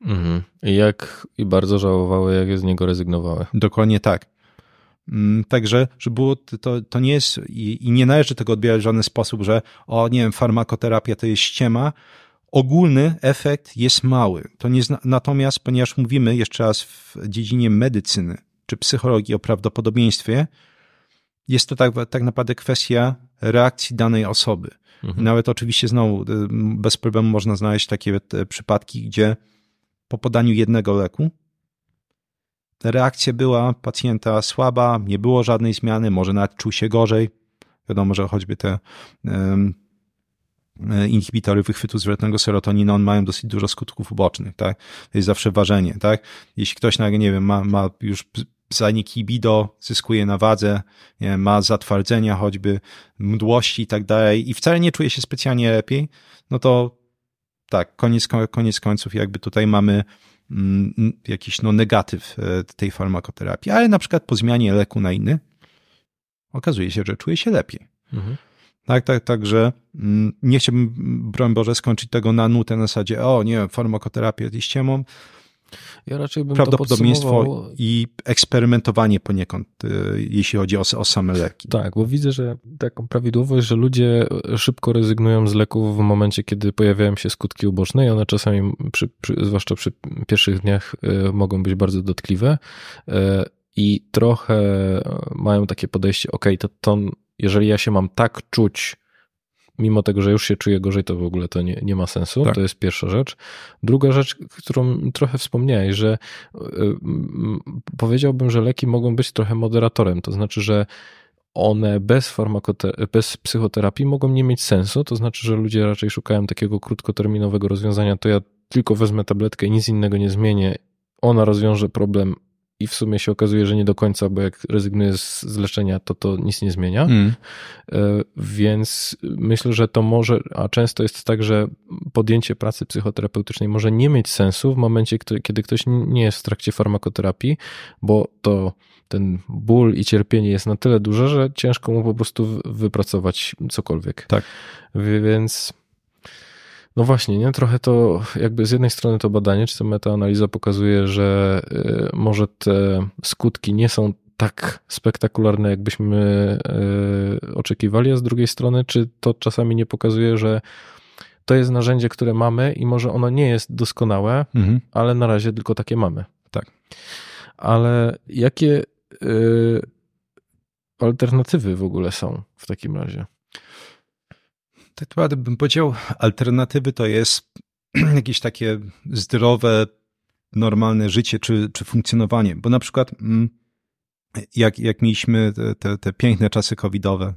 I bardzo żałowały, jak z niego rezygnowały. Dokładnie tak. Także, że było, to nie jest i nie należy tego odbierać w żaden sposób, że nie wiem, farmakoterapia to jest ściema. Ogólny efekt jest mały. Natomiast, ponieważ mówimy jeszcze raz w dziedzinie medycyny czy psychologii o prawdopodobieństwie, jest to tak naprawdę kwestia reakcji danej osoby. Nawet oczywiście znowu bez problemu można znaleźć takie przypadki, gdzie po podaniu jednego leku reakcja była pacjenta słaba, nie było żadnej zmiany, może nawet czuł się gorzej. Wiadomo, że choćby te inhibitory wychwytu zwrotnego serotoninu, mają dosyć dużo skutków ubocznych, tak? To jest zawsze ważenie, tak? Jeśli ktoś, nie wiem, ma już zanik libido, zyskuje na wadze, nie wiem, ma zatwardzenia choćby, mdłości i tak dalej i wcale nie czuje się specjalnie lepiej, no to tak, koniec końców jakby tutaj mamy jakiś negatyw tej farmakoterapii, ale na przykład po zmianie leku na inny okazuje się, że czuje się lepiej. Także nie chciałbym, broń Boże, skończyć tego na nutę na zasadzie, nie, farmakoterapia jest ściemą. Ja raczej bym prawdopodobieństwo i eksperymentowanie poniekąd, jeśli chodzi o same leki. Tak, bo widzę, że taką prawidłowość, że ludzie szybko rezygnują z leków w momencie, kiedy pojawiają się skutki uboczne i one czasami, zwłaszcza przy pierwszych dniach, mogą być bardzo dotkliwe i trochę mają takie podejście, to jeżeli ja się mam tak czuć, mimo tego, że już się czuję gorzej, to w ogóle to nie ma sensu. Tak. To jest pierwsza rzecz. Druga rzecz, którą trochę wspomniałeś, że powiedziałbym, że leki mogą być trochę moderatorem. To znaczy, że one bez psychoterapii mogą nie mieć sensu. To znaczy, że ludzie raczej szukają takiego krótkoterminowego rozwiązania. To ja tylko wezmę tabletkę i nic innego nie zmienię. Ona rozwiąże problem i w sumie się okazuje, że nie do końca, bo jak rezygnuję z leczenia, to nic nie zmienia. Więc myślę, że to może, a często jest tak, że podjęcie pracy psychoterapeutycznej może nie mieć sensu w momencie, kiedy ktoś nie jest w trakcie farmakoterapii, bo ten ból i cierpienie jest na tyle duże, że ciężko mu po prostu wypracować cokolwiek. Tak. Więc no właśnie, nie? Trochę to jakby z jednej strony to badanie, czy to metaanaliza pokazuje, że może te skutki nie są tak spektakularne, jakbyśmy oczekiwali, a z drugiej strony, czy to czasami nie pokazuje, że to jest narzędzie, które mamy i może ono nie jest doskonałe, ale na razie tylko takie mamy. Tak. Ale jakie alternatywy w ogóle są w takim razie? Tak naprawdę bym powiedział, alternatywy to jest jakieś takie zdrowe, normalne życie czy funkcjonowanie. Bo na przykład jak mieliśmy te piękne czasy covidowe,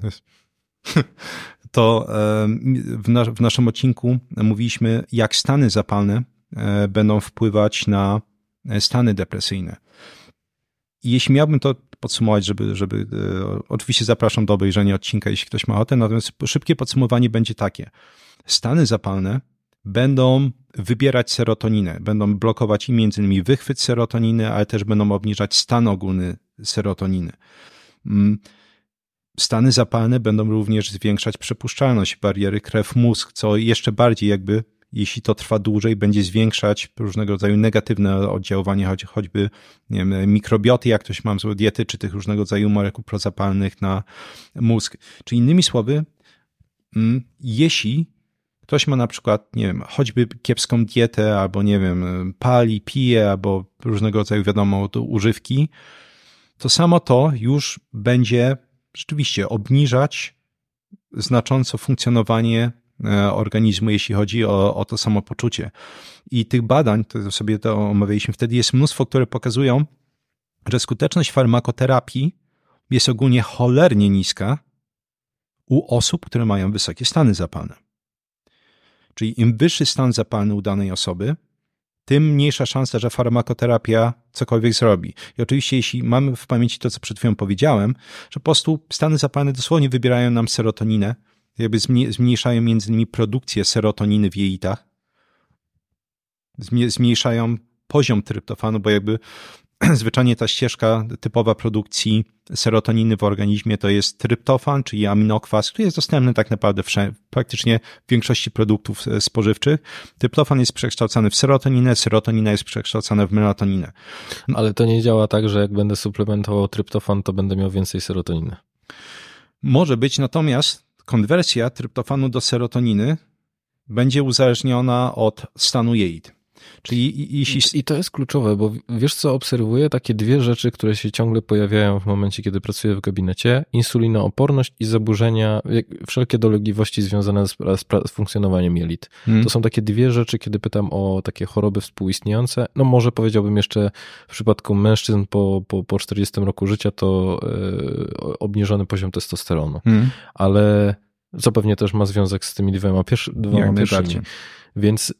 to w naszym odcinku mówiliśmy, jak stany zapalne będą wpływać na stany depresyjne. I jeśli miałbym to podsumować, żeby oczywiście zapraszam do obejrzenia odcinka, jeśli ktoś ma ochotę, natomiast szybkie podsumowanie będzie takie. Stany zapalne będą wybierać serotoninę, będą blokować i między innymi wychwyt serotoniny, ale też będą obniżać stan ogólny serotoniny. Stany zapalne będą również zwiększać przepuszczalność bariery krew-mózg, co jeszcze bardziej jeśli to trwa dłużej, będzie zwiększać różnego rodzaju negatywne oddziaływanie, choćby nie wiem, mikrobioty, jak ktoś ma złe diety, czy tych różnego rodzaju molekuł prozapalnych na mózg. Czy innymi słowy, jeśli ktoś ma na przykład, nie wiem, choćby kiepską dietę, albo nie wiem, pali, pije, albo różnego rodzaju, wiadomo, używki, to samo to już będzie rzeczywiście obniżać znacząco funkcjonowanie organizmu, jeśli chodzi o to samopoczucie. I tych badań, to sobie to omawialiśmy wtedy, jest mnóstwo, które pokazują, że skuteczność farmakoterapii jest ogólnie cholernie niska u osób, które mają wysokie stany zapalne. Czyli im wyższy stan zapalny u danej osoby, tym mniejsza szansa, że farmakoterapia cokolwiek zrobi. I oczywiście, jeśli mamy w pamięci to, co przed chwilą powiedziałem, że po prostu stany zapalne dosłownie wybierają nam serotoninę, zmniejszają między innymi produkcję serotoniny w jelitach, zmniejszają poziom tryptofanu, bo zwyczajnie ta ścieżka typowa produkcji serotoniny w organizmie to jest tryptofan, czyli aminokwas, który jest dostępny tak naprawdę praktycznie w większości produktów spożywczych. Tryptofan jest przekształcany w serotoninę, serotonina jest przekształcana w melatoninę. Ale to nie działa tak, że jak będę suplementował tryptofan, to będę miał więcej serotoniny. Może być, natomiast konwersja tryptofanu do serotoniny będzie uzależniona od stanu jelit. Czyli I to jest kluczowe, bo wiesz co obserwuję? Takie dwie rzeczy, które się ciągle pojawiają w momencie, kiedy pracuję w gabinecie. Insulinooporność i zaburzenia, wszelkie dolegliwości związane z funkcjonowaniem jelit. To są takie dwie rzeczy, kiedy pytam o takie choroby współistniejące. No może powiedziałbym jeszcze w przypadku mężczyzn po 40 roku życia to obniżony poziom testosteronu. Ale co pewnie też ma związek z tymi dwoma pierwszymi. Więc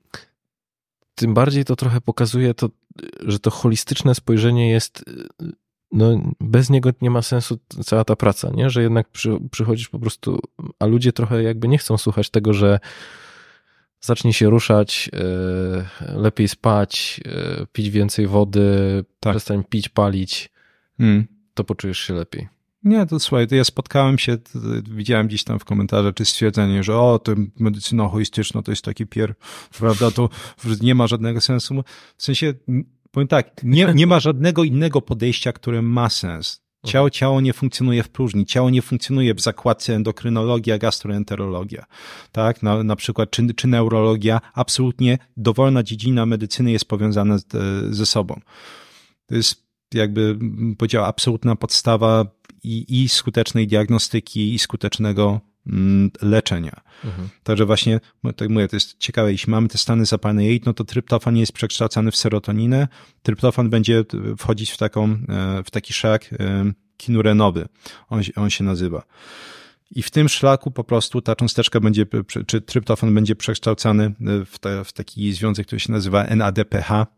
tym bardziej to trochę pokazuje to, że to holistyczne spojrzenie jest, no bez niego nie ma sensu cała ta praca, nie? Że jednak przychodzisz po prostu, a ludzie trochę jakby nie chcą słuchać tego, że zacznij się ruszać, lepiej spać, pić więcej wody, przestań pić, palić, to poczujesz się lepiej. Nie, to słuchaj, to ja spotkałem się, widziałem gdzieś tam w komentarzach, czy stwierdzenie, że to medycyna holistyczna to jest taki prawda, to nie ma żadnego sensu. W sensie, powiem tak, nie ma żadnego innego podejścia, które ma sens. Ciało nie funkcjonuje w próżni, ciało nie funkcjonuje w zakładce endokrynologia, gastroenterologia, tak, na przykład, czy neurologia, absolutnie dowolna dziedzina medycyny jest powiązana ze sobą. To jest jakby, powiedział, absolutna podstawa i skutecznej diagnostyki, i skutecznego leczenia. Także właśnie, tak mówię, to jest ciekawe, jeśli mamy te stany zapalne jelit, no to tryptofan jest przekształcany w serotoninę, tryptofan będzie wchodzić w taki szlak kinurenowy, on się nazywa. I w tym szlaku po prostu ta cząsteczka czy tryptofan będzie przekształcany w taki związek, który się nazywa NADPH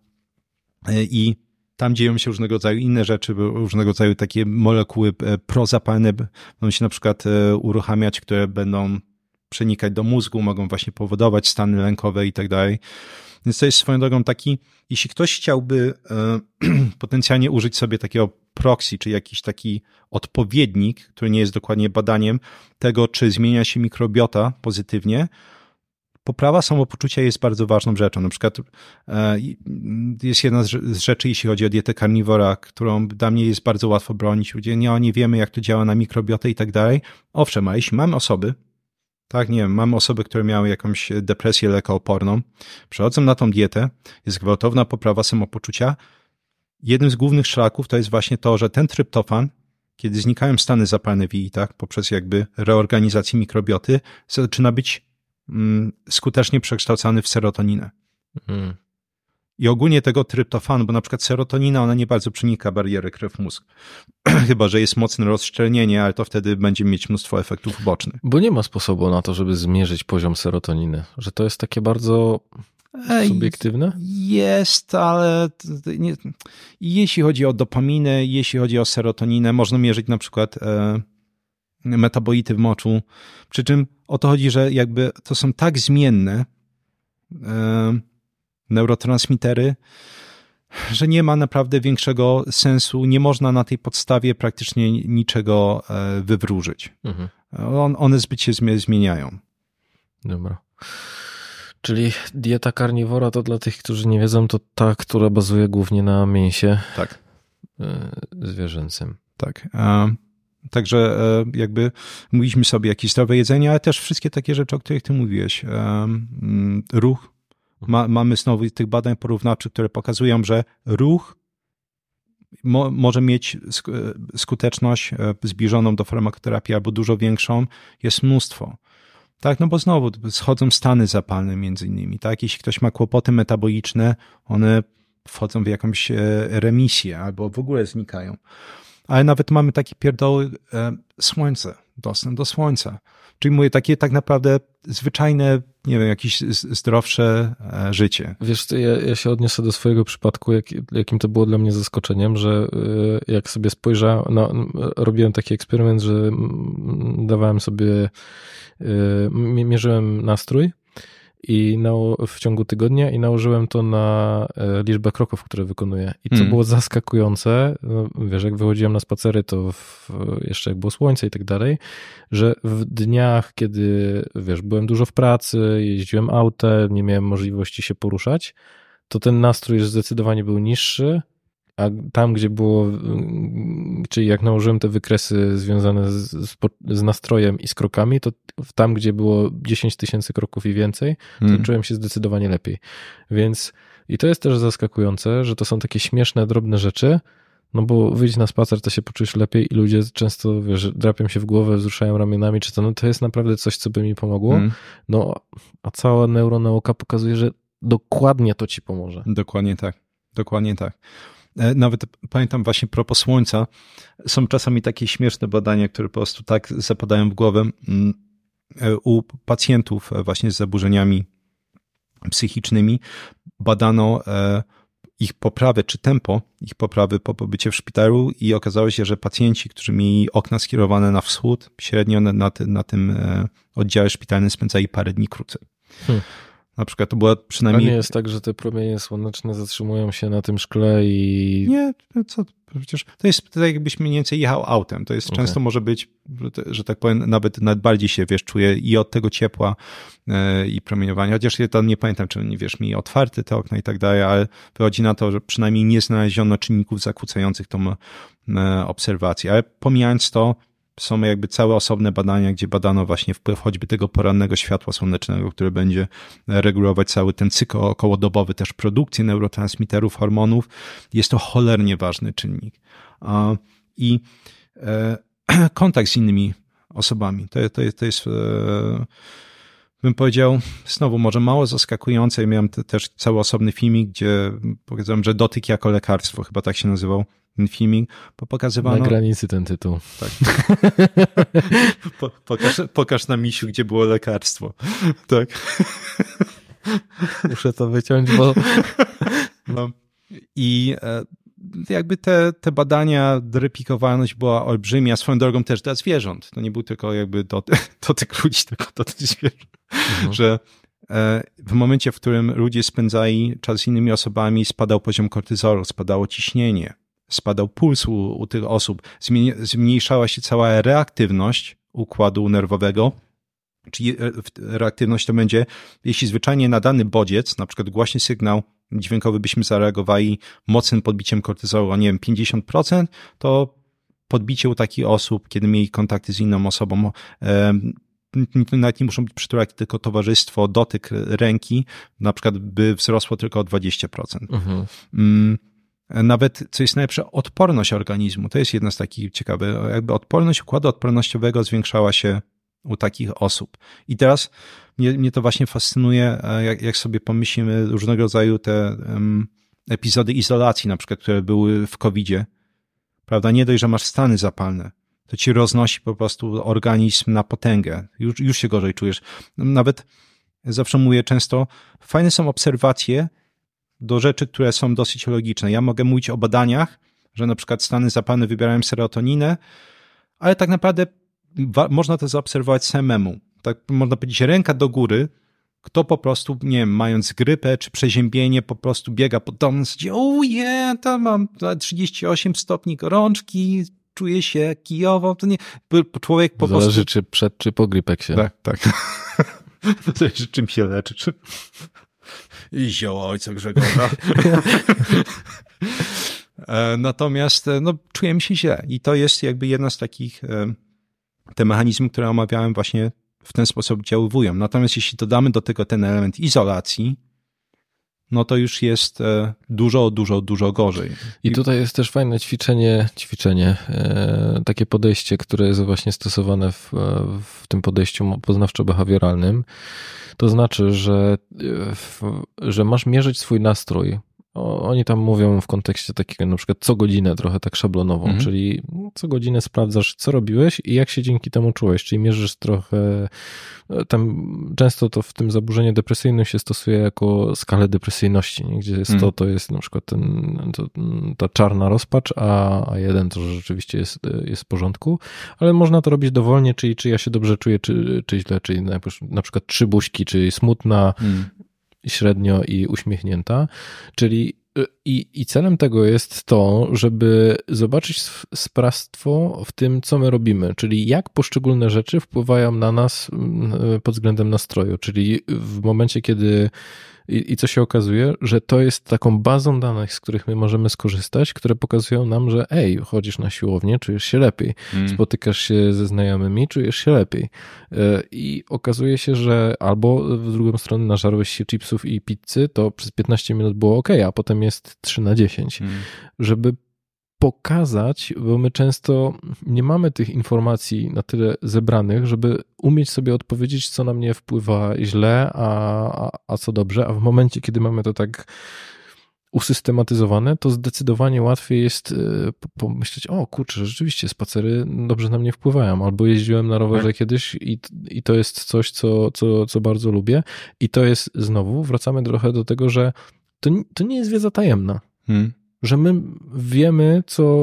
i tam dzieją się różnego rodzaju inne rzeczy, różnego rodzaju takie molekuły prozapalne będą się na przykład uruchamiać, które będą przenikać do mózgu, mogą właśnie powodować stany lękowe i tak dalej. Więc to jest swoją drogą taki, jeśli ktoś chciałby potencjalnie użyć sobie takiego proxy, czy jakiś taki odpowiednik, który nie jest dokładnie badaniem tego, czy zmienia się mikrobiota pozytywnie, poprawa samopoczucia jest bardzo ważną rzeczą. Na przykład jest jedna z rzeczy, jeśli chodzi o dietę karniwora, którą dla mnie jest bardzo łatwo bronić. Ludzie nie wiemy, jak to działa na mikrobiotę i tak dalej. Owszem, a jeśli mamy osoby, tak, nie wiem, mamy osoby, które miały jakąś depresję lekooporną, przechodzą na tą dietę, jest gwałtowna poprawa samopoczucia. Jednym z głównych szlaków to jest właśnie to, że ten tryptofan, kiedy znikają stany zapalne w jelitach poprzez jakby reorganizację mikrobioty, zaczyna być skutecznie przekształcany w serotoninę. I ogólnie tego tryptofanu, bo na przykład serotonina, ona nie bardzo przenika barierę krew-mózg. Chyba że jest mocne rozszczelnienie, ale to wtedy będzie mieć mnóstwo efektów ubocznych. Bo nie ma sposobu na to, żeby zmierzyć poziom serotoniny. Że to jest takie bardzo subiektywne? Jest, ale nie, jeśli chodzi o dopaminę, jeśli chodzi o serotoninę, można mierzyć na przykład metabolity w moczu, przy czym o to chodzi, że jakby to są tak zmienne neurotransmitery, że nie ma naprawdę większego sensu, nie można na tej podstawie praktycznie niczego wywróżyć. One zbyt się zmieniają. Dobra. Czyli dieta karniwora to dla tych, którzy nie wiedzą, to ta, która bazuje głównie na mięsie tak. Zwierzęcym. Tak. Także jakby mówiliśmy sobie jakieś zdrowe jedzenie, ale też wszystkie takie rzeczy, o których ty mówiłeś. Ruch. Mamy znowu tych badań porównawczych, które pokazują, że ruch może mieć skuteczność zbliżoną do farmakoterapii albo dużo większą. Jest mnóstwo. Tak, no bo znowu schodzą stany zapalne między innymi. Tak? Jeśli ktoś ma kłopoty metaboliczne, one wchodzą w jakąś remisję albo w ogóle znikają. Ale nawet mamy takie pierdoły słońce, dostęp do słońca. Czyli mówię, takie tak naprawdę zwyczajne, nie wiem, jakieś zdrowsze życie. Wiesz, ja się odniosę do swojego przypadku, jakim to było dla mnie zaskoczeniem, że jak sobie spojrzałem, robiłem taki eksperyment, że dawałem sobie, mierzyłem nastrój i w ciągu tygodnia i nałożyłem to na liczbę kroków, które wykonuję. I co było zaskakujące, wiesz, jak wychodziłem na spacery, to jeszcze jak było słońce i tak dalej, że w dniach, kiedy, wiesz, byłem dużo w pracy, jeździłem autem, nie miałem możliwości się poruszać, to ten nastrój zdecydowanie był niższy, a tam, gdzie było, czyli jak nałożyłem te wykresy związane z nastrojem i z krokami, to tam, gdzie było 10 000 kroków i więcej, to czułem się zdecydowanie lepiej. Więc i to jest też zaskakujące, że to są takie śmieszne, drobne rzeczy, no bo wyjść na spacer, to się poczujesz lepiej i ludzie często, wiesz, drapią się w głowę, wzruszają ramionami, czy to, no to jest naprawdę coś, co by mi pomogło. No, a cała neuronauka pokazuje, że dokładnie to ci pomoże. Dokładnie tak. Dokładnie tak. Nawet pamiętam właśnie propos słońca, są czasami takie śmieszne badania, które po prostu tak zapadają w głowę. U pacjentów właśnie z zaburzeniami psychicznymi badano ich poprawę, czy tempo ich poprawy po pobycie w szpitalu i okazało się, że pacjenci, którzy mieli okna skierowane na wschód, średnio na tym oddziale szpitalnym spędzali parę dni krócej. Na przykład to była przynajmniej... A nie jest tak, że te promienie słoneczne zatrzymują się na tym szkle i... Nie, co? Przecież to jest tak, jakbyś mniej więcej jechał autem. To jest często może być, że tak powiem, nawet bardziej się, wiesz, czuje i od tego ciepła i promieniowania. Chociaż ja tam nie pamiętam, czy nie wiesz, mieli otwarte te okna i tak dalej, ale wychodzi na to, że przynajmniej nie znaleziono czynników zakłócających tą obserwację. Ale pomijając to, są jakby całe osobne badania, gdzie badano właśnie wpływ choćby tego porannego światła słonecznego, które będzie regulować cały ten cykl okołodobowy, też produkcję neurotransmiterów, hormonów. Jest to cholernie ważny czynnik. I kontakt z innymi osobami. To jest bym powiedział, znowu może mało zaskakujące. Ja miałem też cały osobny filmik, gdzie pokazałem, że dotyk jako lekarstwo, chyba tak się nazywał ten filmik, bo pokazywano... Na granicy ten tytuł. Tak. Pokaż na misiu, gdzie było lekarstwo. Tak. Muszę to wyciąć, bo... No. I jakby te badania, replikowalność była olbrzymia, swoją drogą też dla zwierząt. To nie był tylko jakby dotyk ludzi, tylko dotyk zwierząt. Że w momencie, w którym ludzie spędzali czas z innymi osobami, spadał poziom kortyzolu, spadało ciśnienie, spadał puls u tych osób, zmniejszała się cała reaktywność układu nerwowego, czyli reaktywność to będzie, jeśli zwyczajnie na dany bodziec, na przykład głośny sygnał dźwiękowy byśmy zareagowali mocnym podbiciem kortyzolu, a nie wiem, 50%, to podbicie u takich osób, kiedy mieli kontakty z inną osobą, nawet nie muszą być przytulaki, tylko towarzystwo, dotyk ręki, na przykład by wzrosło tylko o 20%. Nawet, co jest najlepsze, odporność organizmu. To jest jedna z takich ciekawych, jakby odporność układu odpornościowego zwiększała się u takich osób. I teraz mnie to właśnie fascynuje, jak sobie pomyślimy różnego rodzaju te epizody izolacji, na przykład, które były w COVID-zie. Prawda? Nie dość, że masz stany zapalne, to ci roznosi po prostu organizm na potęgę. Już się gorzej czujesz. Nawet zawsze mówię często, fajne są obserwacje do rzeczy, które są dosyć logiczne. Ja mogę mówić o badaniach, że na przykład stany zapalne wybierają serotoninę, ale tak naprawdę można to zaobserwować samemu. Tak można powiedzieć, ręka do góry, kto po prostu, nie wiem, mając grypę czy przeziębienie, po prostu biega po domu, tam mam 38 stopni gorączki, czuję się kijowo, to nie, człowiek po prostu... Zależy czy przed, czy po grypeksie. Tak. Zależy czym się leczy, czy... Zioło ojca Grzegorza. Natomiast czujemy się źle i to jest jakby jedna z takich te mechanizmy, które omawiałem właśnie w ten sposób działywują. Natomiast jeśli dodamy do tego ten element izolacji, no to już jest dużo gorzej. I tutaj jest też fajne ćwiczenie, takie podejście, które jest właśnie stosowane w tym podejściu poznawczo-behawioralnym. To znaczy, że masz mierzyć swój nastrój. Oni tam mówią w kontekście takiego na przykład co godzinę, trochę tak szablonowo, czyli co godzinę sprawdzasz, co robiłeś i jak się dzięki temu czułeś, czyli mierzysz trochę, tam często to w tym zaburzeniu depresyjnym się stosuje jako skalę depresyjności, nie? Gdzie 100 to jest na przykład ta czarna rozpacz, a 1 to rzeczywiście jest w porządku, ale można to robić dowolnie, czyli czy ja się dobrze czuję, czy źle, czyli na przykład 3 buźki, czyli smutna, średnio i uśmiechnięta, czyli i celem tego jest to, żeby zobaczyć sprawstwo w tym, co my robimy, czyli jak poszczególne rzeczy wpływają na nas pod względem nastroju, czyli w momencie, kiedy i co się okazuje, że to jest taką bazą danych, z których my możemy skorzystać, które pokazują nam, że chodzisz na siłownię, czujesz się lepiej, spotykasz się ze znajomymi, czujesz się lepiej. I okazuje się, że albo w drugą stronę nażarłeś się chipsów i pizzy, to przez 15 minut było ok, a potem jest 3/10. Żeby pokazać, bo my często nie mamy tych informacji na tyle zebranych, żeby umieć sobie odpowiedzieć, co na mnie wpływa źle, a co dobrze, a w momencie, kiedy mamy to tak usystematyzowane, to zdecydowanie łatwiej jest pomyśleć, kurczę, rzeczywiście spacery dobrze na mnie wpływają, albo jeździłem na rowerze kiedyś i to jest coś, co bardzo lubię i to jest znowu, wracamy trochę do tego, że to nie jest wiedza tajemna. Że my wiemy,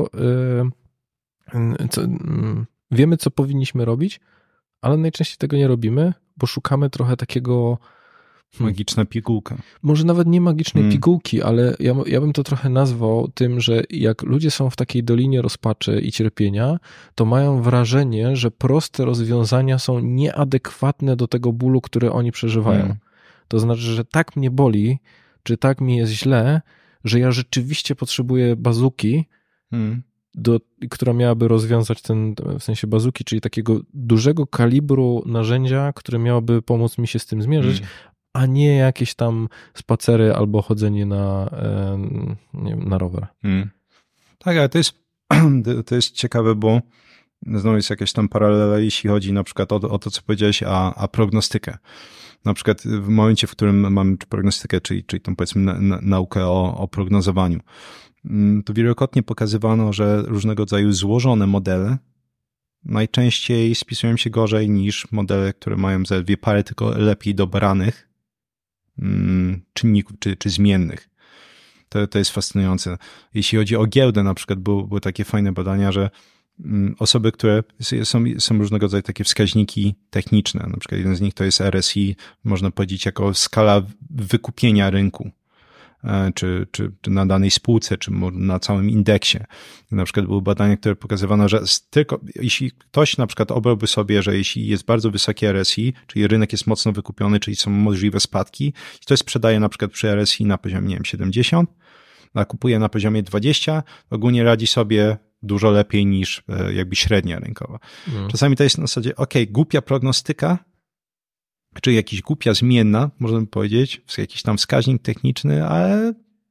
wiemy, co powinniśmy robić, ale najczęściej tego nie robimy, bo szukamy trochę takiego... Magiczna pigułka. Może nawet nie magicznej pigułki, ale ja bym to trochę nazwał tym, że jak ludzie są w takiej dolinie rozpaczy i cierpienia, to mają wrażenie, że proste rozwiązania są nieadekwatne do tego bólu, który oni przeżywają. To znaczy, że tak mnie boli, czy tak mi jest źle, że ja rzeczywiście potrzebuję bazuki, która miałaby rozwiązać w sensie bazuki, czyli takiego dużego kalibru narzędzia, które miałoby pomóc mi się z tym zmierzyć, a nie jakieś tam spacery albo chodzenie na rower. Tak, ale to jest ciekawe, bo znowu jest jakaś tam paralela, jeśli chodzi na przykład o to, co powiedziałeś, a prognostykę. Na przykład w momencie, w którym mamy prognostykę, czyli tą powiedzmy naukę o prognozowaniu, to wielokrotnie pokazywano, że różnego rodzaju złożone modele najczęściej spisują się gorzej niż modele, które mają zaledwie parę tylko lepiej dobranych czynników czy zmiennych. To jest fascynujące. Jeśli chodzi o giełdę, na przykład były takie fajne badania, że osoby, które są różnego rodzaju takie wskaźniki techniczne, na przykład jeden z nich to jest RSI, można powiedzieć jako skala wykupienia rynku, czy na danej spółce, czy na całym indeksie. Na przykład były badania, które pokazywano, że tylko jeśli ktoś na przykład obrałby sobie, że jeśli jest bardzo wysokie RSI, czyli rynek jest mocno wykupiony, czyli są możliwe spadki, ktoś sprzedaje na przykład przy RSI na poziomie, nie wiem, 70, a kupuje na poziomie 20, ogólnie radzi sobie dużo lepiej niż jakby średnia rynkowa. Czasami to jest na zasadzie, głupia prognostyka, czy jakaś głupia zmienna, można by powiedzieć, jakiś tam wskaźnik techniczny, ale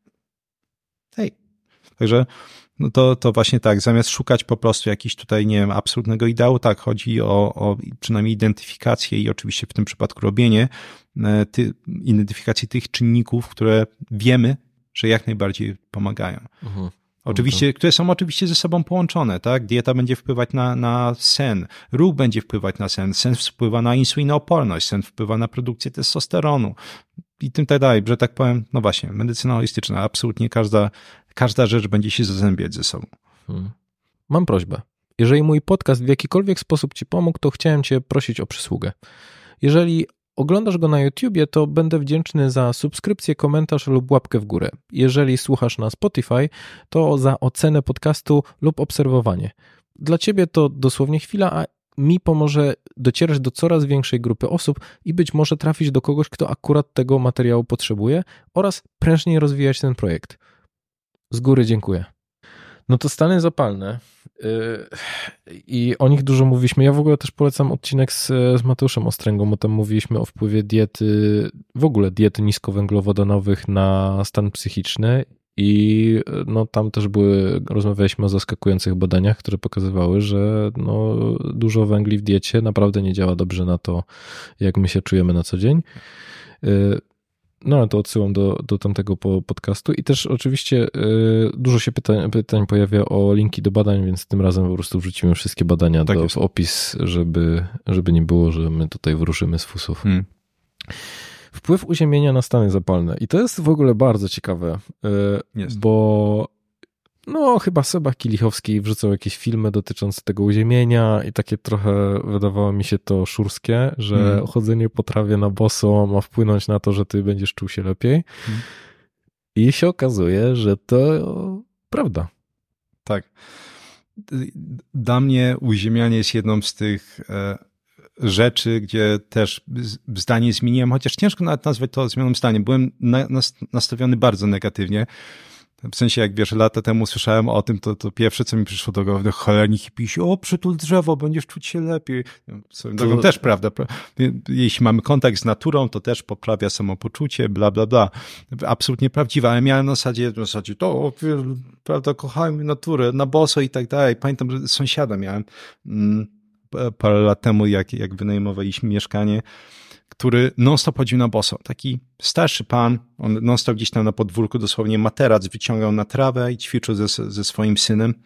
Także no to właśnie tak, zamiast szukać po prostu jakiś tutaj, nie wiem, absolutnego ideału, tak, chodzi o przynajmniej identyfikację i oczywiście w tym przypadku robienie identyfikacji tych czynników, które wiemy, że jak najbardziej pomagają. Oczywiście, które są oczywiście ze sobą połączone, tak? Dieta będzie wpływać na sen, ruch będzie wpływać na sen, sen wpływa na insulinooporność, sen wpływa na produkcję testosteronu i tym tak dalej, że tak powiem, no właśnie, medycyna holistyczna, absolutnie każda rzecz będzie się zazębiać ze sobą. Mam prośbę. Jeżeli mój podcast w jakikolwiek sposób ci pomógł, to chciałem cię prosić o przysługę. Jeżeli oglądasz go na YouTubie, to będę wdzięczny za subskrypcję, komentarz lub łapkę w górę. Jeżeli słuchasz na Spotify, to za ocenę podcastu lub obserwowanie. Dla ciebie to dosłownie chwila, a mi pomoże docierać do coraz większej grupy osób i być może trafić do kogoś, kto akurat tego materiału potrzebuje oraz prężniej rozwijać ten projekt. Z góry dziękuję. No to stany zapalne i o nich dużo mówiliśmy. Ja w ogóle też polecam odcinek z Mateuszem Ostręgą, bo tam mówiliśmy o wpływie diety, w ogóle diety niskowęglowodanowych na stan psychiczny i no tam też rozmawialiśmy o zaskakujących badaniach, które pokazywały, że no dużo węgli w diecie naprawdę nie działa dobrze na to, jak my się czujemy na co dzień. No ale to odsyłam do tamtego podcastu i też oczywiście dużo się pytań pojawia o linki do badań, więc tym razem po prostu wrzucimy wszystkie badania w opis, żeby nie było, że my tutaj wyruszymy z fusów. Wpływ uziemienia na stany zapalne i to jest w ogóle bardzo ciekawe, bo no chyba Seba Kilichowski wrzucał jakieś filmy dotyczące tego uziemienia i takie trochę wydawało mi się to szurskie, że chodzenie po trawie na boso ma wpłynąć na to, że ty będziesz czuł się lepiej. I się okazuje, że to prawda. Tak. Dla mnie uziemianie jest jedną z tych rzeczy, gdzie też zdanie zmieniłem, chociaż ciężko nawet nazwać to zmianą zdania. Byłem nastawiony bardzo negatywnie. W sensie, jak wiesz, lata temu słyszałem o tym, to pierwsze, co mi przyszło do głowy, cholerni hipisi, przytul drzewo, będziesz czuć się lepiej. Swoją drogą też prawda. Jeśli mamy kontakt z naturą, to też poprawia samopoczucie, bla, bla, bla. Absolutnie prawdziwe, ale miałem na zasadzie to, prawda, kochałem naturę, na boso i tak dalej. Pamiętam, że sąsiada miałem parę lat temu, jak wynajmowaliśmy mieszkanie, który non-stop chodził na boso. Taki starszy pan, on non-stop gdzieś tam na podwórku dosłownie materac wyciągał na trawę i ćwiczył ze swoim synem.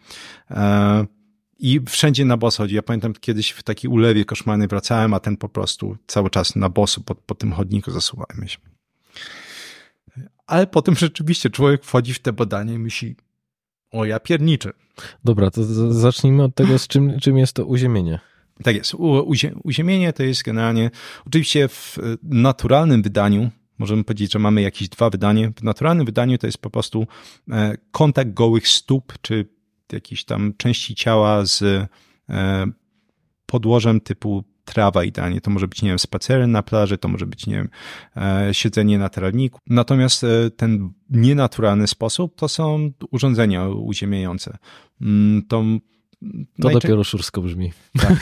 I wszędzie na boso chodzi. Ja pamiętam kiedyś w takiej ulewie koszmarnej wracałem, a ten po prostu cały czas na boso po tym chodniku zasuwałem się. Ale potem rzeczywiście człowiek wchodzi w te badania i myśli, ja pierniczę. Dobra, to zacznijmy od tego, czym jest to uziemienie. Tak jest. Uziemienie to jest generalnie, oczywiście w naturalnym wydaniu, możemy powiedzieć, że mamy jakieś dwa wydania. W naturalnym wydaniu to jest po prostu kontakt gołych stóp, czy jakiejś tam części ciała z podłożem typu trawa idealnie. To może być, nie wiem, spacery na plaży, to może być, nie wiem, siedzenie na trawniku. Natomiast ten nienaturalny sposób to są urządzenia uziemiające. To dopiero szursko brzmi. Tak.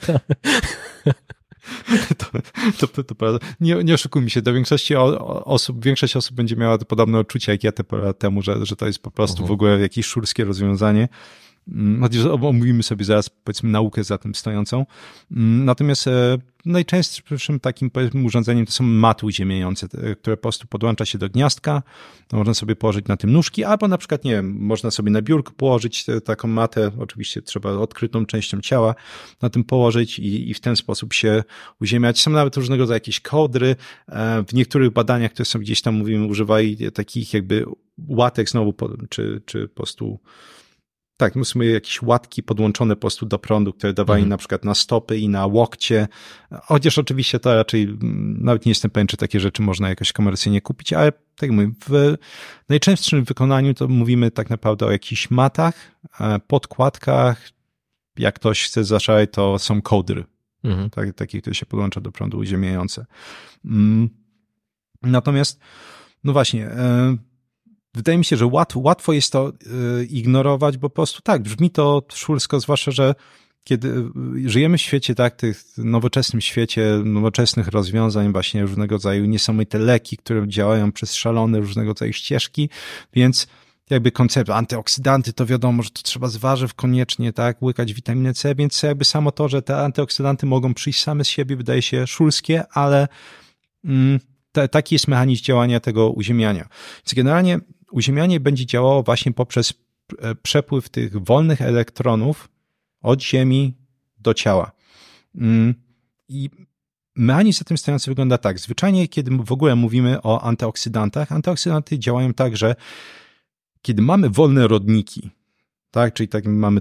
To prawda. Nie oszukujmy się, do większość osób będzie miała podobne odczucia jak ja te parę lat temu, że to jest po prostu w ogóle jakieś szurskie rozwiązanie. Chociaż omówimy sobie zaraz, powiedzmy, naukę za tym stojącą. Natomiast najczęstszym takim, powiedzmy, urządzeniem to są maty uziemiające, które po prostu podłącza się do gniazdka. Można sobie położyć na tym nóżki, albo na przykład, nie wiem, można sobie na biurku położyć taką matę, oczywiście trzeba odkrytą częścią ciała na tym położyć i w ten sposób się uziemiać. Są nawet różnego rodzaju jakieś kołdry. W niektórych badaniach, które są gdzieś tam, mówimy, używali takich jakby łatek znowu, czy po prostu tak, musimy jakieś łatki podłączone po prostu do prądu, które dawali na przykład na stopy i na łokcie. Chociaż oczywiście to raczej, nawet nie jestem pewien, czy takie rzeczy można jakoś komercyjnie kupić, ale tak jak mówię, w najczęstszym wykonaniu to mówimy tak naprawdę o jakichś matach, podkładkach. Jak ktoś chce zaszaleć, to są kołdry. Takie, które się podłącza do prądu uziemiające. Natomiast, no właśnie, wydaje mi się, że łatwo jest to ignorować, bo po prostu tak, brzmi to szursko, zwłaszcza, że kiedy żyjemy w świecie, tak, nowoczesnym świecie, nowoczesnych rozwiązań, właśnie różnego rodzaju niesamowite leki, które działają przez szalone różnego rodzaju ścieżki, więc jakby koncept antyoksydanty, to wiadomo, że to trzeba z warzyw koniecznie, tak, łykać witaminę C, więc jakby samo to, że te antyoksydanty mogą przyjść same z siebie, wydaje się szurskie, ale taki jest mechanizm działania tego uziemiania. Więc generalnie uziemianie będzie działało właśnie poprzez przepływ tych wolnych elektronów od Ziemi do ciała. I mechanizm za tym stojący wygląda tak. Zwyczajnie, kiedy w ogóle mówimy o antyoksydantach, antyoksydanty działają tak, że kiedy mamy wolne rodniki, tak, czyli tak mamy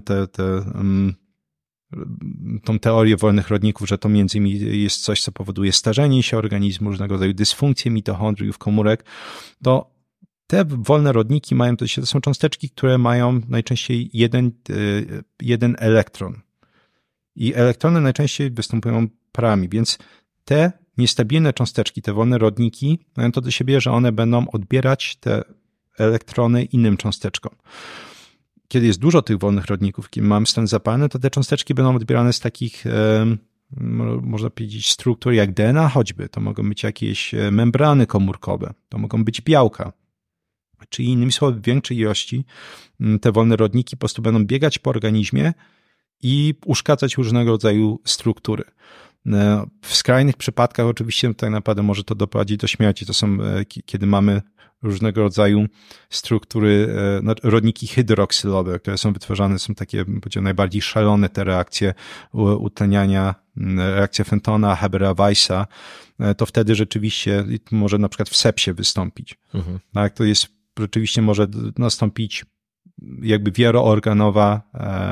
tą teorię wolnych rodników, że to między innymi jest coś, co powoduje starzenie się organizmu, różnego rodzaju dysfunkcje mitochondriów, komórek, to te wolne rodniki mają, to są cząsteczki, które mają najczęściej jeden elektron. I elektrony najczęściej występują parami, więc te niestabilne cząsteczki, te wolne rodniki mają to do siebie, że one będą odbierać te elektrony innym cząsteczkom. Kiedy jest dużo tych wolnych rodników, kiedy mamy stan zapalny, to te cząsteczki będą odbierane z takich, można powiedzieć, struktur jak DNA choćby. To mogą być jakieś membrany komórkowe, to mogą być białka. Czyli innymi słowy, w większej ilości te wolne rodniki po prostu będą biegać po organizmie i uszkadzać różnego rodzaju struktury. W skrajnych przypadkach oczywiście tak naprawdę może to doprowadzić do śmierci. To są, kiedy mamy różnego rodzaju struktury, rodniki hydroksylowe, które są wytwarzane, są takie, powiedziałbym, najbardziej szalone te reakcje utleniania, reakcja Fentona, Habera-Weissa, to wtedy rzeczywiście może na przykład w sepsie wystąpić. Tak, to jest, rzeczywiście może nastąpić jakby wieloorganowa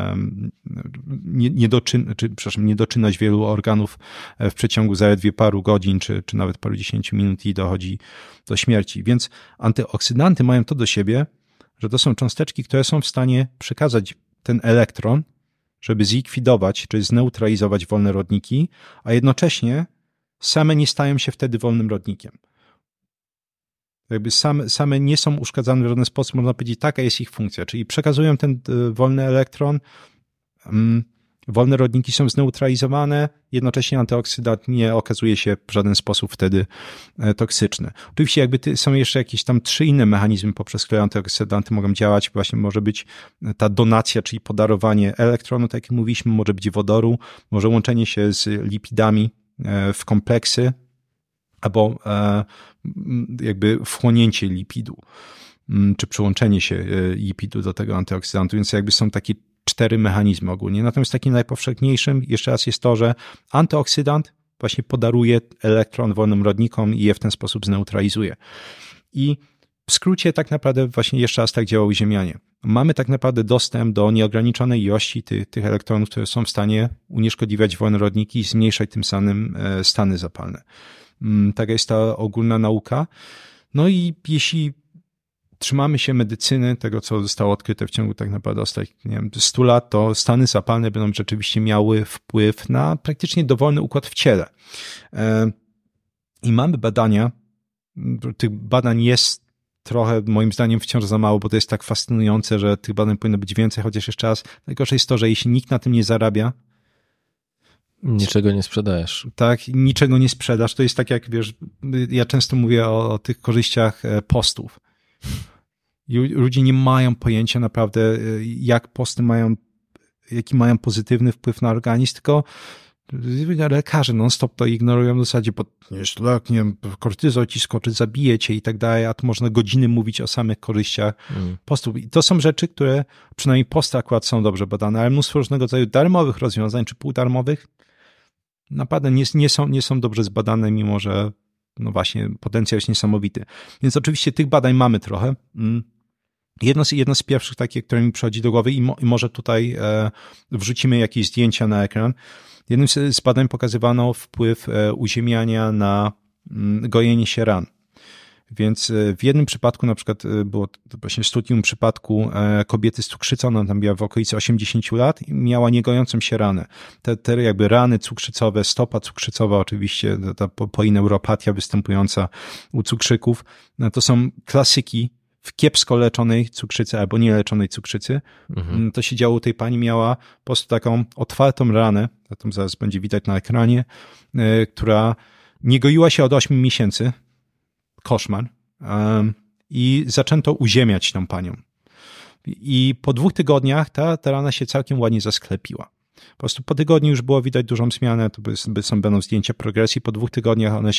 niedoczynność wielu organów w przeciągu zaledwie paru godzin, czy nawet paru 10 minut i dochodzi do śmierci. Więc antyoksydanty mają to do siebie, że to są cząsteczki, które są w stanie przekazać ten elektron, żeby zlikwidować, czy zneutralizować wolne rodniki, a jednocześnie same nie stają się wtedy wolnym rodnikiem. Jakby same nie są uszkadzane w żaden sposób, można powiedzieć, taka jest ich funkcja, czyli przekazują ten wolny elektron, wolne rodniki są zneutralizowane, jednocześnie antyoksydant nie okazuje się w żaden sposób wtedy toksyczny. Oczywiście jakby są jeszcze jakieś tam 3 inne mechanizmy, poprzez które antyoksydanty mogą działać. Właśnie może być ta donacja, czyli podarowanie elektronu, tak jak mówiliśmy, może być wodoru, może łączenie się z lipidami w kompleksy, albo jakby wchłonięcie lipidu, czy przyłączenie się lipidu do tego antyoksydantu, więc jakby są takie 4 mechanizmy ogólnie. Natomiast takim najpowszechniejszym jeszcze raz jest to, że antyoksydant właśnie podaruje elektron wolnym rodnikom i je w ten sposób zneutralizuje. I w skrócie tak naprawdę właśnie jeszcze raz tak działały ziemianie. Mamy tak naprawdę dostęp do nieograniczonej ilości tych elektronów, które są w stanie unieszkodliwiać wolne rodniki i zmniejszać tym samym stany zapalne. Taka jest ta ogólna nauka. No i jeśli trzymamy się medycyny, tego co zostało odkryte w ciągu tak naprawdę ostatnich 100 lat, to stany zapalne będą rzeczywiście miały wpływ na praktycznie dowolny układ w ciele. I mamy badania, tych badań jest trochę moim zdaniem wciąż za mało, bo to jest tak fascynujące, że tych badań powinno być więcej, chociaż jeszcze raz, najgorsze jest to, że jeśli nikt na tym nie zarabia, niczego nie sprzedajesz. Tak, niczego nie sprzedasz. To jest tak jak, wiesz, ja często mówię o tych korzyściach postów. I ludzie nie mają pojęcia naprawdę, jak posty jaki mają pozytywny wpływ na organizm, tylko lekarze non-stop to ignorują w zasadzie, bo jeśli nie wiem, kortyzol ci skoczy, zabije cię i tak dalej, a tu można godziny mówić o samych korzyściach postów. I to są rzeczy, które, przynajmniej posty akurat są dobrze badane, ale mnóstwo różnego rodzaju darmowych rozwiązań, czy półdarmowych, naprawdę nie są dobrze zbadane, mimo że no właśnie potencjał jest niesamowity. Więc oczywiście tych badań mamy trochę. Jedno z pierwszych takich, które mi przychodzi do głowy i może tutaj wrzucimy jakieś zdjęcia na ekran. Jednym z badań pokazywano wpływ uziemiania na gojenie się ran. Więc w jednym przypadku na przykład było to właśnie studium przypadku kobiety z cukrzycą, ona tam była w okolicy 80 lat i miała niegojącą się ranę. Te jakby rany cukrzycowe, stopa cukrzycowa oczywiście, ta polineuropatia występująca u cukrzyków, to są klasyki w kiepsko leczonej cukrzycy albo nieleczonej cukrzycy. To się działo u tej pani, miała po prostu taką otwartą ranę, to zaraz będzie widać na ekranie, która nie goiła się od 8 miesięcy. Koszmar. I zaczęto uziemiać tą panią. I po 2 tygodniach ta rana się całkiem ładnie zasklepiła. Po prostu po tygodniu już było widać dużą zmianę, to będą zdjęcia progresji, po 2 tygodniach one się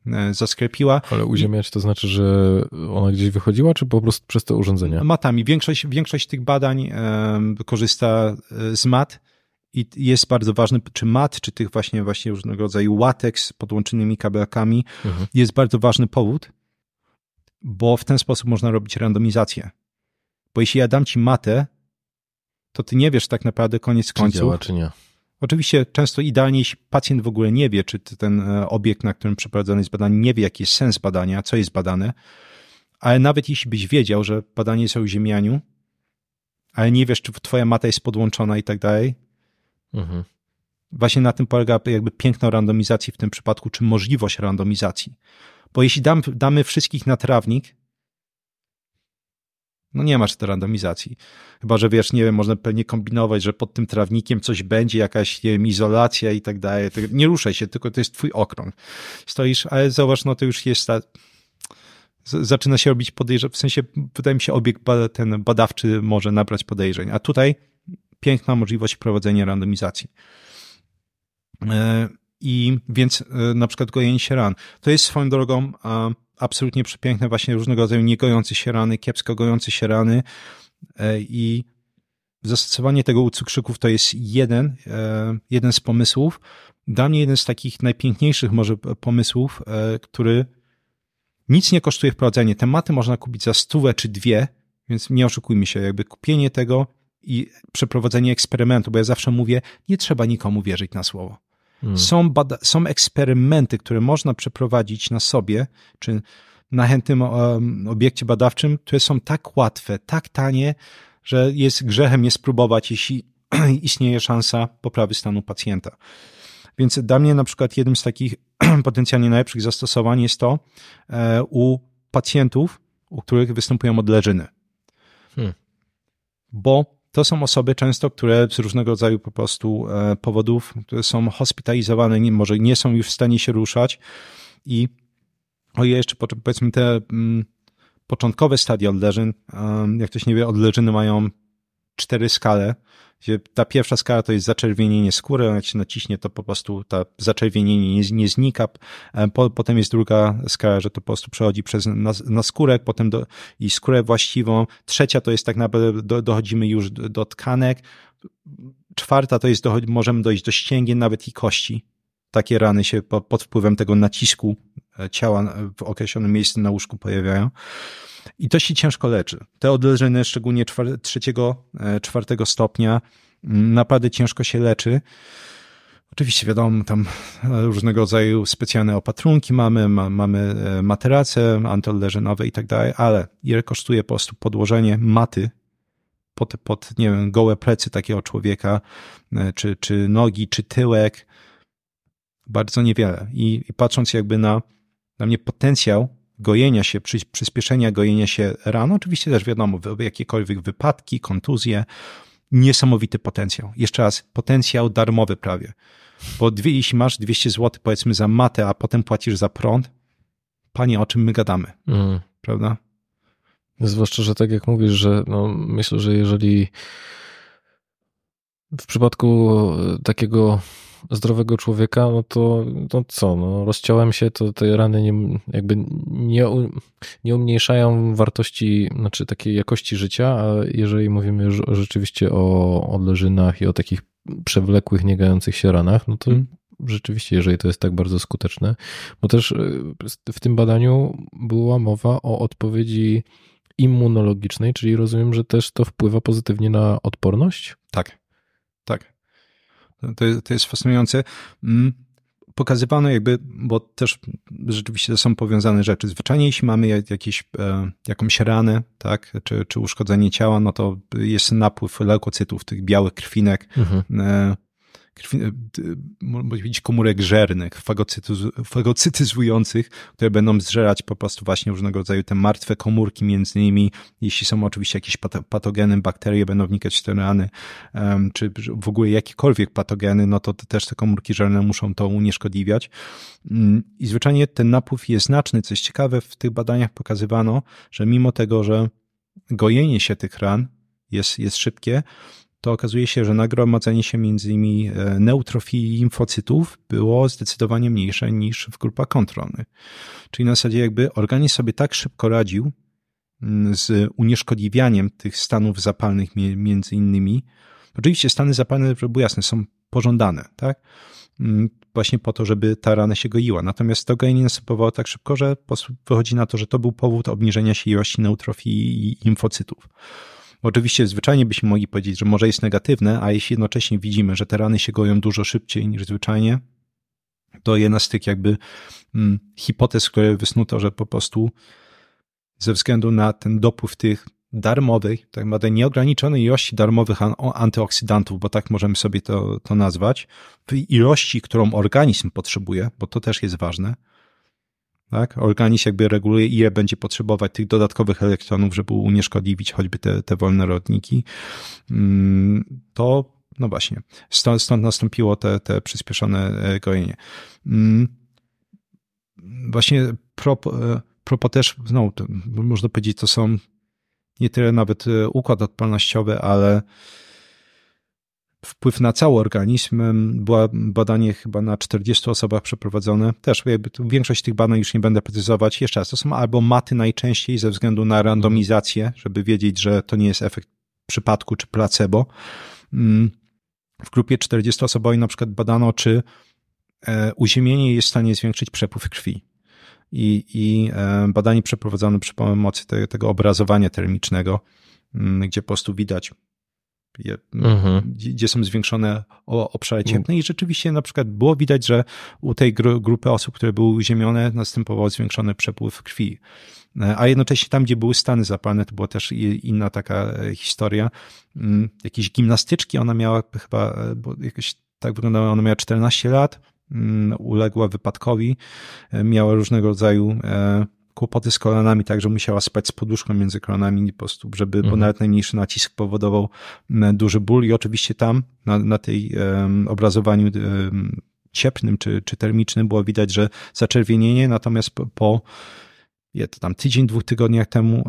zasklepiła. Ale uziemiać to znaczy, że ona gdzieś wychodziła, czy po prostu przez te urządzenia? Matami. Większość tych badań korzysta z mat i jest bardzo ważny, czy mat, czy tych właśnie różnego rodzaju łatek z podłączonymi kabelkami. Jest bardzo ważny powód, bo w ten sposób można robić randomizację. Bo jeśli ja dam ci matę, to ty nie wiesz tak naprawdę koniec końców. Czy działa, czy nie. Oczywiście często idealnie, jeśli pacjent w ogóle nie wie, czy ten obiekt, na którym przeprowadzone jest badanie, nie wie, jaki jest sens badania, co jest badane, ale nawet jeśli byś wiedział, że badanie jest o uziemianiu, ale nie wiesz, czy twoja mata jest podłączona i tak dalej, właśnie na tym polega jakby piękno randomizacji w tym przypadku, czy możliwość randomizacji. Bo jeśli damy wszystkich na trawnik, no nie masz tej randomizacji. Chyba, że wiesz, nie wiem, można pewnie kombinować, że pod tym trawnikiem coś będzie, jakaś, nie wiem, izolacja i tak dalej. Nie ruszaj się, tylko to jest twój okrąg. Stoisz, ale zauważ, no to już jest zaczyna się robić podejrzeń, w sensie, wydaje mi się, obiekt ten badawczy może nabrać podejrzeń. A tutaj piękna możliwość prowadzenia randomizacji. I więc na przykład gojenie się ran. To jest swoją drogą absolutnie przepiękne, właśnie różnego rodzaju niegojące się rany, kiepsko gojące się rany i zastosowanie tego u cukrzyków to jest jeden z pomysłów. Dla mnie jeden z takich najpiękniejszych może pomysłów, który nic nie kosztuje wprowadzenie. Te maty można kupić za 100 czy 2, więc nie oszukujmy się, jakby kupienie tego i przeprowadzenie eksperymentu, bo ja zawsze mówię, nie trzeba nikomu wierzyć na słowo. Są eksperymenty, które można przeprowadzić na sobie, czy na chętnym obiekcie badawczym, które są tak łatwe, tak tanie, że jest grzechem nie spróbować, jeśli istnieje szansa poprawy stanu pacjenta. Więc dla mnie na przykład jednym z takich potencjalnie najlepszych zastosowań jest to u pacjentów, u których występują odleżyny. Bo to są osoby często, które z różnego rodzaju po prostu powodów, które są hospitalizowane, może nie są już w stanie się ruszać i jeszcze powiedzmy te początkowe stadia odleżyn, jak ktoś nie wie, odleżyny mają 4 skale, gdzie ta pierwsza skala to jest zaczerwienienie skóry, jak się naciśnie, to po prostu ta zaczerwienienie nie znika. Potem jest druga skala, że to po prostu przechodzi na skórek, potem i skórę właściwą. Trzecia to jest tak naprawdę dochodzimy już do tkanek. Czwarta to jest możemy dojść do ścięgien, nawet i kości. Takie rany się pod wpływem tego nacisku ciała w określonym miejscu na łóżku pojawiają. I to się ciężko leczy. Te odleżyny, szczególnie 3-4 stopnia, naprawdę ciężko się leczy. Oczywiście wiadomo, tam różnego rodzaju specjalne opatrunki mamy materace antyodleżynowe i tak dalej, ale ile kosztuje po prostu podłożenie maty pod nie wiem, gołe plecy takiego człowieka, czy nogi, czy tyłek, bardzo niewiele. I patrząc jakby na mnie potencjał gojenia się, przyspieszenia gojenia się ran, oczywiście też wiadomo, jakiekolwiek wypadki, kontuzje, niesamowity potencjał. Jeszcze raz, potencjał darmowy prawie. Bo jeśli masz 200 zł powiedzmy za matę, a potem płacisz za prąd, panie, o czym my gadamy, prawda? Zwłaszcza, że tak jak mówisz, że myślę, że jeżeli w przypadku takiego zdrowego człowieka, no to co, rozciąłem się, to te rany nie umniejszają wartości, znaczy takiej jakości życia, a jeżeli mówimy już rzeczywiście o odleżynach i o takich przewlekłych, niegających się ranach, no to rzeczywiście, jeżeli to jest tak bardzo skuteczne, bo też w tym badaniu była mowa o odpowiedzi immunologicznej, czyli rozumiem, że też to wpływa pozytywnie na odporność? Tak. To jest fascynujące. Pokazywano jakby, bo też rzeczywiście to są powiązane rzeczy. Zwyczajnie jeśli mamy jakąś ranę, tak, czy uszkodzenie ciała, no to jest napływ leukocytów, tych białych krwinek, komórek żernych, fagocytyzujących, które będą zżerać po prostu właśnie różnego rodzaju te martwe komórki, między innymi, jeśli są oczywiście jakieś patogeny, bakterie będą wnikać w te rany, czy w ogóle jakiekolwiek patogeny, no to też te komórki żerne muszą to unieszkodliwiać. I zwyczajnie ten napływ jest znaczny. Co jest ciekawe, w tych badaniach pokazywano, że mimo tego, że gojenie się tych ran jest szybkie, to okazuje się, że nagromadzenie się między innymi neutrofili i limfocytów było zdecydowanie mniejsze niż w grupach kontrolnych. Czyli na zasadzie jakby organizm sobie tak szybko radził z unieszkodliwianiem tych stanów zapalnych między innymi. Oczywiście stany zapalne, żeby było jasne, są pożądane, tak? Właśnie po to, żeby ta rana się goiła. Natomiast to gojenie następowało tak szybko, że wychodzi na to, że to był powód obniżenia się ilości neutrofili i limfocytów. Oczywiście zwyczajnie byśmy mogli powiedzieć, że może jest negatywne, a jeśli jednocześnie widzimy, że te rany się goją dużo szybciej niż zwyczajnie, to jedna z tych jakby hipotez, które wysnuto, że po prostu ze względu na ten dopływ tych darmowych, tak naprawdę nieograniczonej ilości darmowych antyoksydantów, bo tak możemy sobie to nazwać, w ilości, którą organizm potrzebuje, bo to też jest ważne, tak? Organizm jakby reguluje, ile będzie potrzebować tych dodatkowych elektronów, żeby unieszkodliwić choćby te wolne rodniki, to no właśnie, stąd nastąpiło te przyspieszone gojenie. Właśnie propos też, no, można powiedzieć, to są nie tyle nawet układ odpornościowy, ale wpływ na cały organizm. Było badanie chyba na 40 osobach przeprowadzone. Też jakby większość tych badań już nie będę precyzować. Jeszcze raz, to są albo maty najczęściej ze względu na randomizację, żeby wiedzieć, że to nie jest efekt przypadku czy placebo. W grupie 40-osobowej na przykład badano, czy uziemienie jest w stanie zwiększyć przepływ krwi. I badanie przeprowadzone przy pomocy tego obrazowania termicznego, gdzie po prostu widać, gdzie są zwiększone obszary cieplne i rzeczywiście na przykład było widać, że u tej grupy osób, które były uziemione, następował zwiększony przepływ krwi. A jednocześnie tam, gdzie były stany zapalne, to była też inna taka historia. Jakieś gimnastyczki ona miała chyba, bo jakoś tak wyglądało, ona miała 14 lat, uległa wypadkowi, miała różnego rodzaju kłopoty z kolanami, także musiała spać z poduszką między kolanami po prostu, żeby, bo nawet najmniejszy nacisk powodował duży ból i oczywiście tam na tej obrazowaniu cieplnym czy termicznym było widać, że zaczerwienienie, natomiast po tam tydzień, 2 tygodniach temu,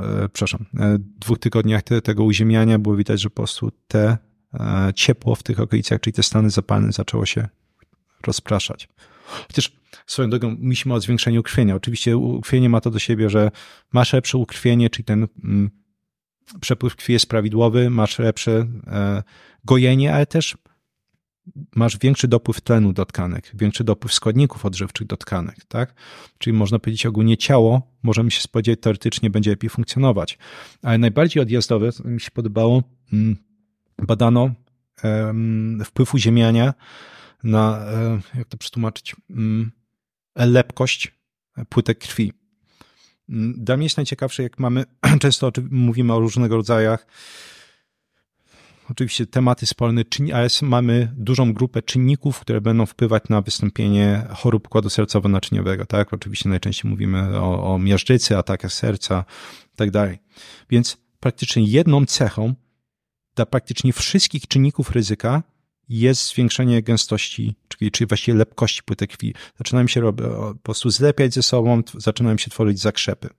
2 tygodniach tego uziemiania było widać, że po prostu te ciepło w tych okolicach, czyli te stany zapalne zaczęło się rozpraszać. Chociaż swoją drogą myślimy o zwiększeniu ukrwienia. Oczywiście ukrwienie ma to do siebie, że masz lepsze ukrwienie, czyli ten przepływ krwi jest prawidłowy, masz lepsze gojenie, ale też masz większy dopływ tlenu do tkanek, większy dopływ składników odżywczych do tkanek, tak? Czyli można powiedzieć ogólnie ciało, możemy się spodziewać, teoretycznie będzie lepiej funkcjonować. Ale najbardziej odjazdowe, co mi się podobało, badano wpływ uziemiania na, jak to przetłumaczyć, lepkość płytek krwi. Dla mnie jest najciekawsze, jak mamy, często mówimy o różnego rodzajach, oczywiście tematy sporne, ale mamy dużą grupę czynników, które będą wpływać na wystąpienie chorób układu sercowo-naczyniowego, tak? Oczywiście najczęściej mówimy o miażdżycy, atakach serca i tak dalej. Więc praktycznie jedną cechą dla praktycznie wszystkich czynników ryzyka jest zwiększenie gęstości, czyli właściwie lepkości płytek krwi. Zaczynają się po prostu zlepiać ze sobą, zaczynają się tworzyć zakrzepy.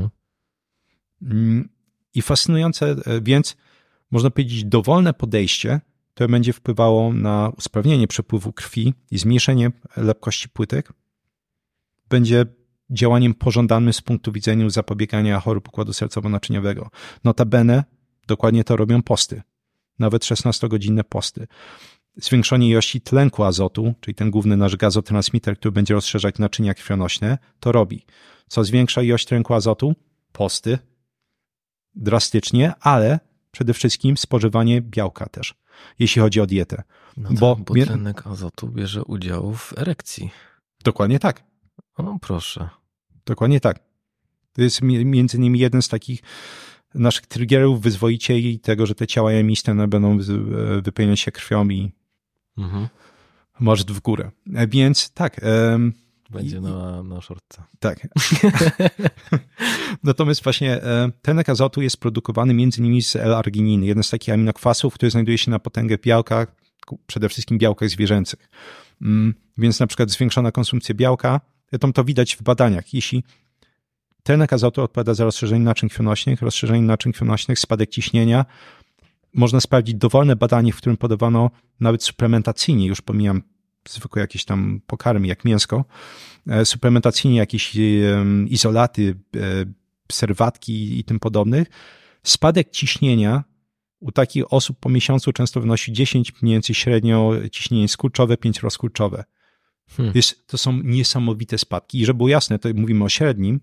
I fascynujące, więc można powiedzieć, dowolne podejście, które będzie wpływało na usprawnienie przepływu krwi i zmniejszenie lepkości płytek, będzie działaniem pożądanym z punktu widzenia zapobiegania chorób układu sercowo-naczyniowego. Notabene dokładnie to robią posty. Nawet 16-godzinne posty. Zwiększenie ilości tlenku azotu, czyli ten główny nasz gazotransmiter, który będzie rozszerzać naczynia krwionośne, to robi. Co zwiększa ilość tlenku azotu? Posty. Drastycznie, ale przede wszystkim spożywanie białka też, jeśli chodzi o dietę. No bo tlenek azotu bierze udział w erekcji. Dokładnie tak. O, proszę. Dokładnie tak. To jest między innymi jeden z takich naszych triggerów, wyzwoicieli tego, że te ciała jemiste będą wypełniać się krwią i maszt w górę. Więc tak. Będzie na szortce. Tak. Natomiast właśnie tlenek azotu jest produkowany między innymi z L-argininy, jeden z takich aminokwasów, który znajduje się na potęgę w białkach, przede wszystkim białkach zwierzęcych. Więc na przykład zwiększona konsumpcja białka, to widać w badaniach. Jeśli tlenek azotu odpowiada za rozszerzenie naczyń krwionośnych, spadek ciśnienia, można sprawdzić dowolne badanie, w którym podawano nawet suplementacyjnie, już pomijam zwykłe jakieś tam pokarmy jak mięsko, suplementacyjnie jakieś izolaty, serwatki i tym podobnych, spadek ciśnienia u takich osób po miesiącu często wynosi 10, mniej więcej średnio ciśnienie skurczowe, 5 rozkurczowe. To są niesamowite spadki. I żeby było jasne, to mówimy o średnim.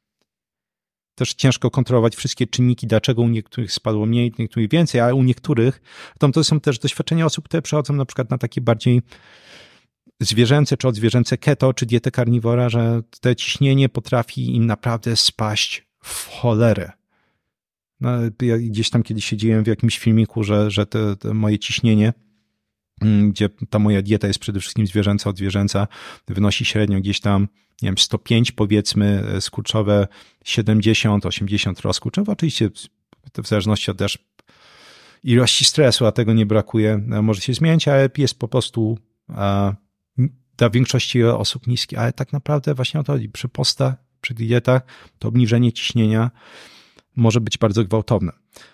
Też ciężko kontrolować wszystkie czynniki, dlaczego u niektórych spadło mniej, u niektórych więcej, ale u niektórych to są też doświadczenia osób, które przechodzą na przykład na takie bardziej zwierzęce czy odzwierzęce keto, czy dietę karniwora, że te ciśnienie potrafi im naprawdę spaść w cholerę. No, ja gdzieś tam kiedyś siedziałem w jakimś filmiku, że to moje ciśnienie, gdzie ta moja dieta jest przede wszystkim zwierzęca, odzwierzęca, wynosi średnio gdzieś tam, nie wiem, 105 powiedzmy, skurczowe 70, 80 rozkurczowe. Oczywiście to w zależności od też ilości stresu, a tego nie brakuje, może się zmieniać, ale jest po prostu dla większości osób niski, ale tak naprawdę właśnie o to chodzi. Przy postach, przy dietach to obniżenie ciśnienia może być bardzo gwałtowne.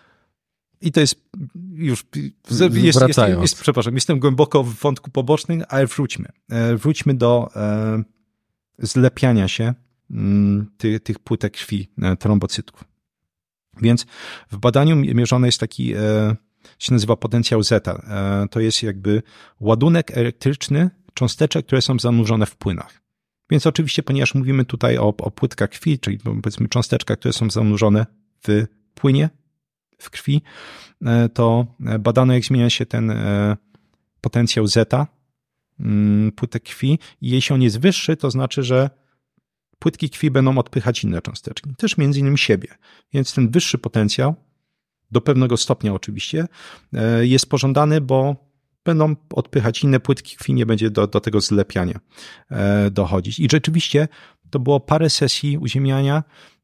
I to jest już... Przepraszam, jestem głęboko w wątku pobocznym, ale wróćmy. Wróćmy do zlepiania się tych płytek krwi, trombocytów. Więc w badaniu mierzony jest taki, się nazywa potencjał zeta. To jest jakby ładunek elektryczny cząsteczek, które są zanurzone w płynach. Więc oczywiście, ponieważ mówimy tutaj o płytkach krwi, czyli powiedzmy cząsteczkach, które są zanurzone w płynie, w krwi, to badano, jak zmienia się ten potencjał zeta płytek krwi i jeśli on jest wyższy, to znaczy, że płytki krwi będą odpychać inne cząsteczki, też między innymi siebie. Więc ten wyższy potencjał, do pewnego stopnia oczywiście, jest pożądany, bo będą odpychać inne płytki krwi, nie będzie do tego zlepiania dochodzić. I rzeczywiście to było parę sesji uziemiania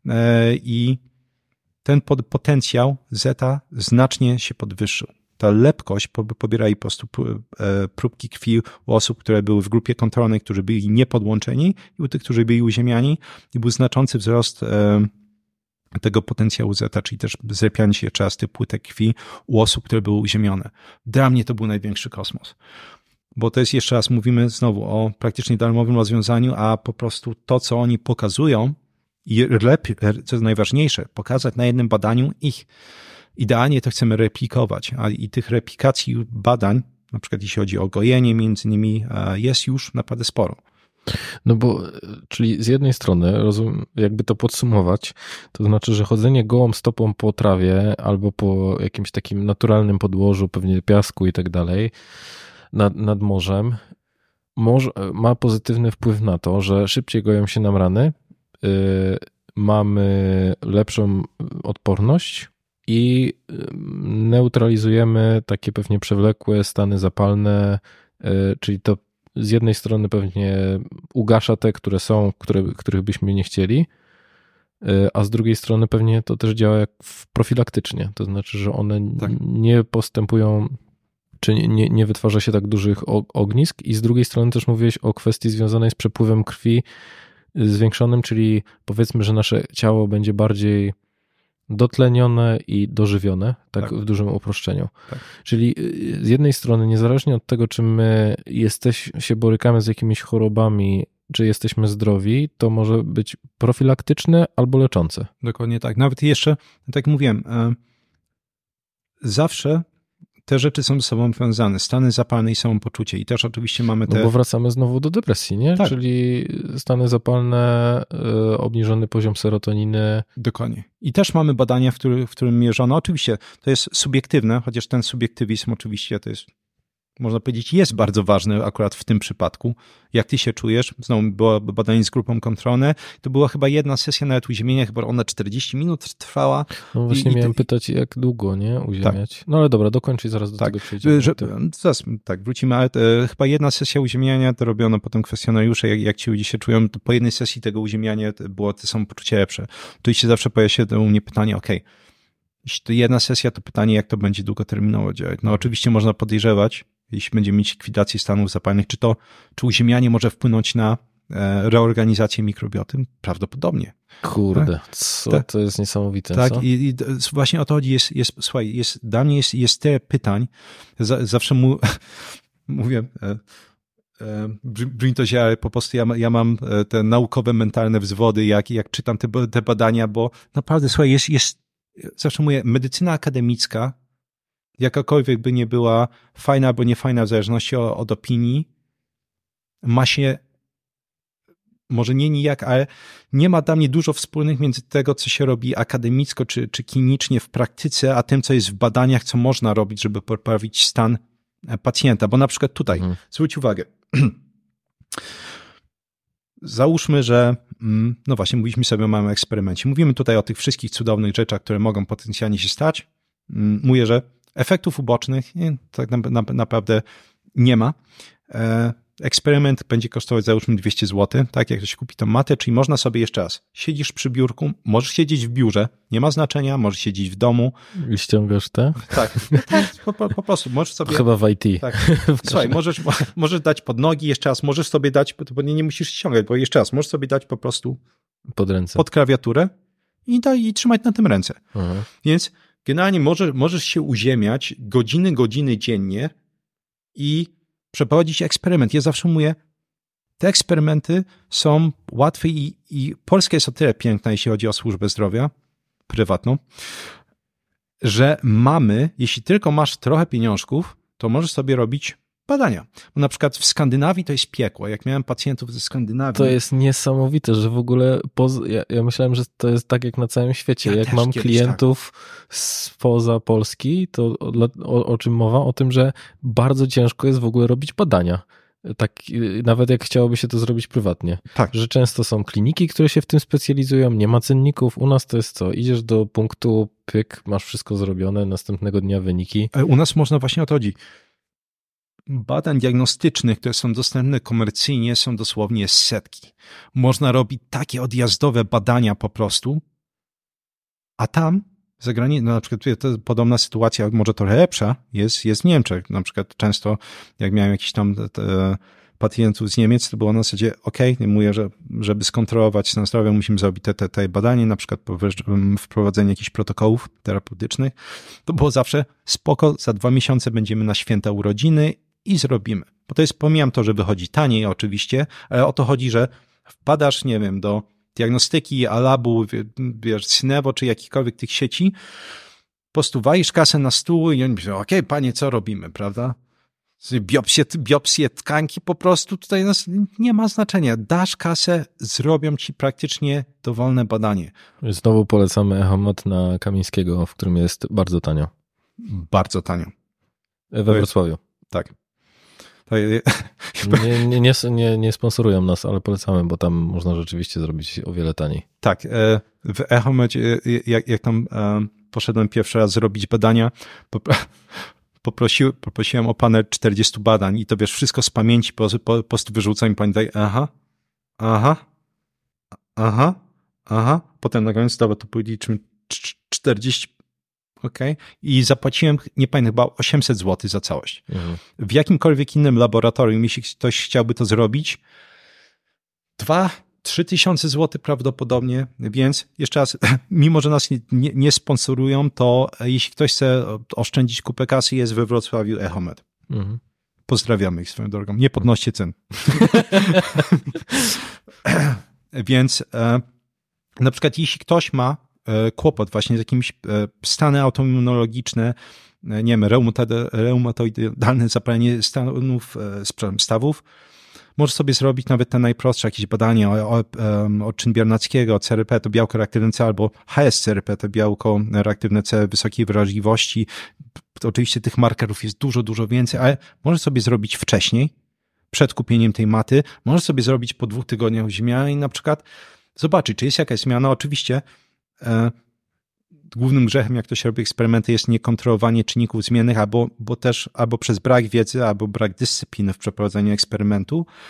i ten potencjał zeta znacznie się podwyższył. Ta lepkość, pobierali po prostu próbki krwi u osób, które były w grupie kontrolnej, którzy byli niepodłączeni i u tych, którzy byli uziemiani i był znaczący wzrost tego potencjału zeta, czyli też zlepianie się częstych płytek krwi u osób, które były uziemione. Dla mnie to był największy kosmos. Bo to jest, jeszcze raz mówimy znowu o praktycznie darmowym rozwiązaniu, a po prostu to, co oni pokazują i lepiej, co jest najważniejsze, pokazać na jednym badaniu ich. Idealnie to chcemy replikować, a i tych replikacji badań, na przykład jeśli chodzi o gojenie między innymi, jest już naprawdę sporo. No bo, czyli z jednej strony, jakby to podsumować, to znaczy, że chodzenie gołą stopą po trawie albo po jakimś takim naturalnym podłożu, pewnie piasku i tak dalej, nad morzem, ma pozytywny wpływ na to, że szybciej goją się nam rany, mamy lepszą odporność i neutralizujemy takie pewnie przewlekłe stany zapalne, czyli to z jednej strony pewnie ugasza te, które są, których byśmy nie chcieli, a z drugiej strony pewnie to też działa jak profilaktycznie, to znaczy, że one nie postępują, czy nie wytwarza się tak dużych ognisk i z drugiej strony też mówiłeś o kwestii związanej z przepływem krwi zwiększonym, czyli powiedzmy, że nasze ciało będzie bardziej dotlenione i dożywione, tak w dużym uproszczeniu. Tak. Czyli z jednej strony, niezależnie od tego, czy my się borykamy z jakimiś chorobami, czy jesteśmy zdrowi, to może być profilaktyczne albo leczące. Dokładnie tak. Nawet jeszcze, tak jak mówiłem, zawsze te rzeczy są ze sobą związane. Stany zapalne i samopoczucie. I też oczywiście mamy te... No bo wracamy znowu do depresji, nie? Tak. Czyli stany zapalne, obniżony poziom serotoniny. Dokładnie. I też mamy badania, w którym mierzono. Oczywiście to jest subiektywne, chociaż ten subiektywizm oczywiście to jest, można powiedzieć, jest bardzo ważny akurat w tym przypadku. Jak ty się czujesz? Znowu było badanie z grupą kontrolne. To była chyba jedna sesja nawet uziemienia, chyba ona 40 minut trwała. No właśnie miałem pytać, jak długo, nie? Uziemiać. Tak. No ale dobra, dokończyj, zaraz do tego przejdziemy. Zaraz, wrócimy, ale chyba jedna sesja uziemiania, to robiono potem kwestionariusze, jak ci ludzie się czują. To po jednej sesji tego uziemiania było to samopoczucie lepsze. Tu się zawsze pojawia się u mnie pytanie, jeśli to jedna sesja, to pytanie, jak to będzie długoterminowo działać. No oczywiście można podejrzewać, jeśli będziemy mieć likwidację stanów zapalnych, czy uziemianie może wpłynąć na reorganizację mikrobioty? Prawdopodobnie. Kurde, to jest niesamowite. Tak, co? i właśnie o to chodzi. Słuchaj, dla mnie jest tyle pytań. Zawsze mówię, brzmi to źle, ale po prostu ja mam te naukowe, mentalne wzwody, jak czytam te badania, bo naprawdę, słuchaj, zawsze mówię, medycyna akademicka, jakakolwiek by nie była fajna albo niefajna, w zależności od opinii, ma się, może nie nijak, ale nie ma dla mnie dużo wspólnych między tego, co się robi akademicko czy klinicznie w praktyce, a tym, co jest w badaniach, co można robić, żeby poprawić stan pacjenta. Bo na przykład tutaj, zwróć uwagę, załóżmy, że, no właśnie, mówiliśmy sobie o małym eksperymencie. Mówimy tutaj o tych wszystkich cudownych rzeczach, które mogą potencjalnie się stać. Mówię, że efektów ubocznych tak naprawdę nie ma. Eksperyment będzie kosztować, załóżmy, 200 zł, tak jak ktoś kupi tą matę, czyli można sobie jeszcze raz, siedzisz przy biurku, możesz siedzieć w biurze, nie ma znaczenia, możesz siedzieć w domu. I ściągasz te? Tak, po prostu możesz sobie... Chyba w IT. Tak. Słuchaj, możesz dać pod nogi, jeszcze raz możesz sobie dać, bo nie musisz ściągać, bo jeszcze raz możesz sobie dać po prostu pod ręce, pod klawiaturę i trzymać na tym ręce. Więc generalnie możesz się uziemiać godziny dziennie i przeprowadzić eksperyment. Ja zawsze mówię, te eksperymenty są łatwe i Polska jest o tyle piękna, jeśli chodzi o służbę zdrowia prywatną, że jeśli tylko masz trochę pieniążków, to możesz sobie robić badania. Bo na przykład w Skandynawii to jest piekło. Jak miałem pacjentów ze Skandynawii... To jest niesamowite, że w ogóle ja myślałem, że to jest tak jak na całym świecie. Jak mam klientów spoza Polski, to o czym mowa? O tym, że bardzo ciężko jest w ogóle robić badania. Tak, nawet jak chciałoby się to zrobić prywatnie. Tak. Że często są kliniki, które się w tym specjalizują, nie ma cenników. U nas to jest co? Idziesz do punktu, pyk, masz wszystko zrobione, następnego dnia wyniki. U nas można właśnie o to chodzi. Badań diagnostycznych, które są dostępne komercyjnie, są dosłownie setki. Można robić takie odjazdowe badania po prostu, a tam za granicą, no na przykład to podobna sytuacja, może trochę lepsza, jest w Niemczech. Na przykład często, jak miałem jakiś tam pacjentów z Niemiec, to było na zasadzie, mówię, że żeby skontrolować stan zdrowia, musimy zrobić te badanie, na przykład wprowadzenie jakichś protokołów terapeutycznych. To było zawsze spoko, za 2 miesiące będziemy na święta urodziny i zrobimy. Bo to jest, pomijam to, że wychodzi taniej oczywiście, ale o to chodzi, że wpadasz, nie wiem, do diagnostyki, Alabu, wiesz, Synewo, czy jakichkolwiek tych sieci, po prostu walisz kasę na stół i oni mówią, panie, co robimy, prawda? Biopsje tkanki po prostu tutaj nie ma znaczenia. Dasz kasę, zrobią ci praktycznie dowolne badanie. Znowu polecamy EchoMed na Kamińskiego, w którym jest bardzo tanio. Bardzo tanio. We Wrocławiu. Tak. Nie sponsorują nas, ale polecamy, bo tam można rzeczywiście zrobić o wiele taniej. Tak. W EchoMedzie, jak tam poszedłem pierwszy raz zrobić badania, poprosiłem o panel 40 badań i to wiesz, wszystko z pamięci po prostu wyrzucam i pani daje potem na koniec to policzymy 40 i zapłaciłem, nie pamiętam, chyba 800 zł za całość. W jakimkolwiek innym laboratorium, jeśli ktoś chciałby to zrobić, 2-3 tysiące złotych prawdopodobnie, więc jeszcze raz, mimo że nas nie sponsorują, to jeśli ktoś chce oszczędzić kupę kasy, jest we Wrocławiu EchoMed. Pozdrawiamy ich swoją drogą. Nie podnoście cen. Więc na przykład jeśli ktoś ma kłopot właśnie z jakimś stany autoimmunologiczne, nie wiem, reumatoidalne zapalenie stawów, możesz sobie zrobić nawet te najprostsze jakieś badania o czyn Biernackiego, CRP to białko reaktywne C albo HSCRP to białko reaktywne C wysokiej wrażliwości. Oczywiście tych markerów jest dużo więcej, ale możesz sobie zrobić wcześniej, przed kupieniem tej maty, możesz sobie zrobić po 2 tygodniach zmiany i na przykład zobaczyć, czy jest jakaś zmiana. Oczywiście głównym grzechem, jak to się robi eksperymenty, jest niekontrolowanie czynników zmiennych, albo przez brak wiedzy, albo brak dyscypliny w przeprowadzeniu eksperymentu,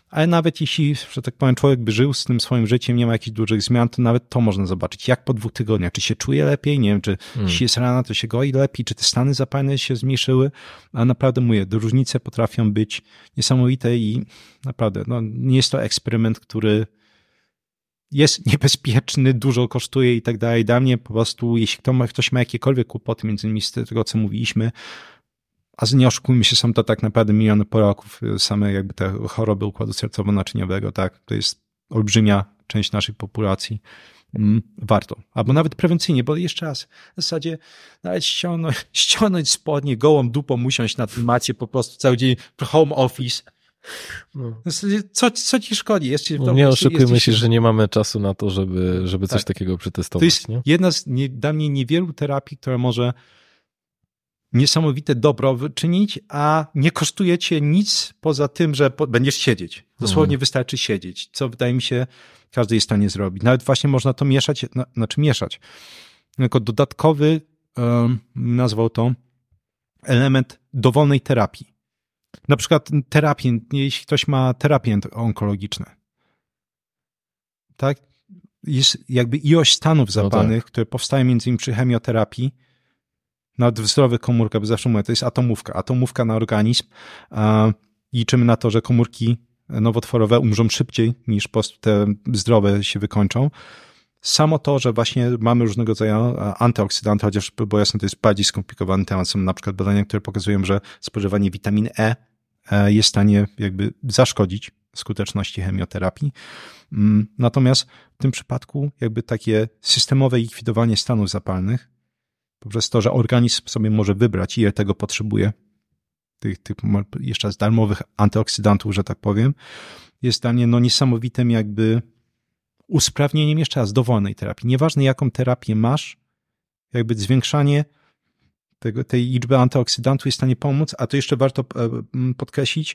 ale nawet jeśli, że tak powiem, człowiek by żył z tym swoim życiem, nie ma jakichś dużych zmian, to nawet to można zobaczyć. Jak po 2 tygodniach, czy się czuje lepiej, nie wiem, czy jeśli jest rana, to się goi lepiej, czy te stany zapalne się zmniejszyły, a naprawdę mówię, różnice potrafią być niesamowite i naprawdę, no, nie jest to eksperyment, który jest niebezpieczny, dużo kosztuje i tak dalej. Dla mnie po prostu, jeśli ktoś ma jakiekolwiek kłopoty, między innymi z tego, co mówiliśmy, a nie oszukujmy się, są to tak naprawdę miliony Polaków, same jakby te choroby układu sercowo-naczyniowego, tak, to jest olbrzymia część naszej populacji. Warto. Albo nawet prewencyjnie, bo jeszcze raz, w zasadzie nawet ściągnąć spodnie, gołą dupą, usiąść na tym macie po prostu cały dzień, home office. No. W zasadzie, co ci szkodzi? Nie oszukujmy się, że nie mamy czasu na to, żeby coś takiego przetestować. To jest nie? jedna z dla mnie niewielu terapii, która może niesamowite dobro wyczynić, a nie kosztuje cię nic poza tym, że będziesz siedzieć. Dosłownie wystarczy siedzieć, co wydaje mi się każdy jest w stanie zrobić. Nawet właśnie można to mieszać, mieszać. Jako dodatkowy, nazwał to, element dowolnej terapii. Na przykład terapię, jeśli ktoś ma terapie onkologiczne, tak? Jest jakby ilość stanów zapalnych, które powstają między innymi przy chemioterapii, nawet w zdrowych komórkach, bo zawsze mówię, to jest atomówka na organizm. Liczymy na to, że komórki nowotworowe umrzą szybciej niż po prostu te zdrowe się wykończą. Samo to, że właśnie mamy różnego rodzaju antyoksydanty, chociaż było jasne, to jest bardziej skomplikowany temat. Są na przykład badania, które pokazują, że spożywanie witaminy E jest w stanie jakby zaszkodzić skuteczności chemioterapii. Natomiast w tym przypadku jakby takie systemowe likwidowanie stanów zapalnych poprzez to, że organizm sobie może wybrać, ile tego potrzebuje, tych jeszcze raz darmowych antyoksydantów, że tak powiem, jest dla mnie niesamowitym jakby usprawnieniem jeszcze raz dowolnej terapii. Nieważne jaką terapię masz, jakby zwiększanie tej liczby antyoksydantów jest w stanie pomóc, a to jeszcze warto podkreślić,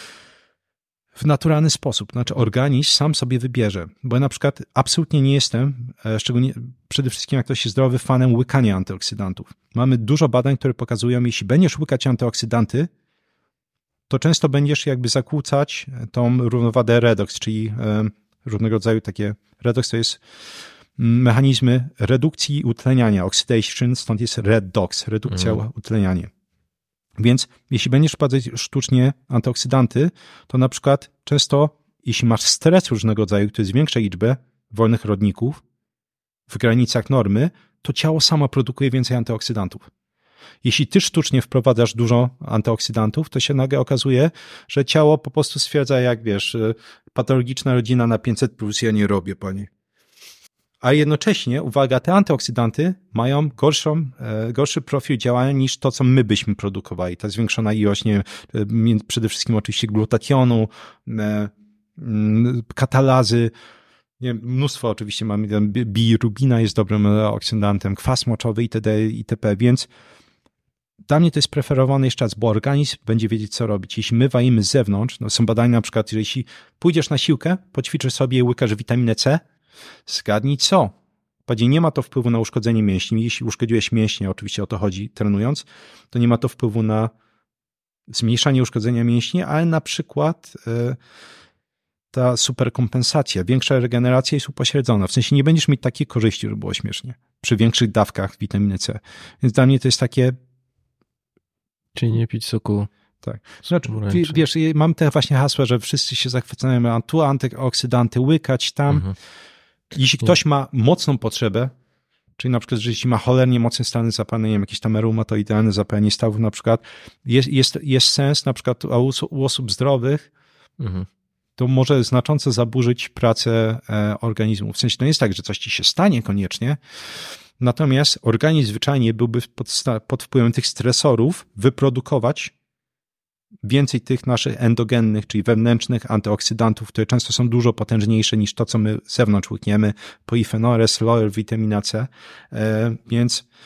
w naturalny sposób. Znaczy organizm sam sobie wybierze, bo ja na przykład absolutnie nie jestem, szczególnie przede wszystkim jak ktoś jest zdrowy, fanem łykania antyoksydantów. Mamy dużo badań, które pokazują, jeśli będziesz łykać antyoksydanty, to często będziesz jakby zakłócać tą równowagę redoks, czyli różnego rodzaju takie, redoks to jest mechanizmy redukcji i utleniania, oxidation, stąd jest redox, redukcja, utlenianie. Więc jeśli będziesz wprowadzać sztucznie antyoksydanty, to na przykład często, jeśli masz stres różnego rodzaju, który zwiększa liczbę wolnych rodników w granicach normy, to ciało samo produkuje więcej antyoksydantów. Jeśli ty sztucznie wprowadzasz dużo antyoksydantów, to się nagle okazuje, że ciało po prostu stwierdza, jak wiesz, patologiczna rodzina na 500+, ja nie robię, panie. A jednocześnie, uwaga, te antyoksydanty mają gorszy profil działania niż to, co my byśmy produkowali. Ta zwiększona ilość, nie wiem, przede wszystkim oczywiście glutationu, katalazy, nie wiem, mnóstwo oczywiście mamy, bilirubina jest dobrym oksydantem, kwas moczowy itd., itp., więc dla mnie to jest preferowane jeszcze raz, bo organizm będzie wiedzieć, co robić. Jeśli my walimy z zewnątrz, są badania na przykład, że jeśli pójdziesz na siłkę, poćwiczysz sobie i łykasz witaminę C, zgadnij co? Wprawdzie nie ma to wpływu na uszkodzenie mięśni. Jeśli uszkodziłeś mięśnie, oczywiście o to chodzi trenując, to nie ma to wpływu na zmniejszanie uszkodzenia mięśni, ale na przykład ta superkompensacja, większa regeneracja jest upośledzona. W sensie nie będziesz mieć takiej korzyści, żeby było śmiesznie, przy większych dawkach witaminy C. Więc dla mnie to jest takie... Czyli nie pić soku. Tak. Znaczy, wiesz, mam te właśnie hasła, że wszyscy się zachwycają, a tu antyoksydanty łykać tam. Jeśli ktoś ma mocną potrzebę, czyli na przykład, że jeśli ma cholernie mocne stany zapalne, nie wiem, jakieś tam reumatoidalne zapalenie stawów na przykład, jest sens na przykład u osób zdrowych, to może znacząco zaburzyć pracę organizmu. W sensie to nie jest tak, że coś ci się stanie koniecznie, natomiast organizm zwyczajnie byłby pod wpływem tych stresorów wyprodukować więcej tych naszych endogennych, czyli wewnętrznych antyoksydantów, które często są dużo potężniejsze niż to, co my z zewnątrz łykniemy, poifenole, soleol, witamina C, więc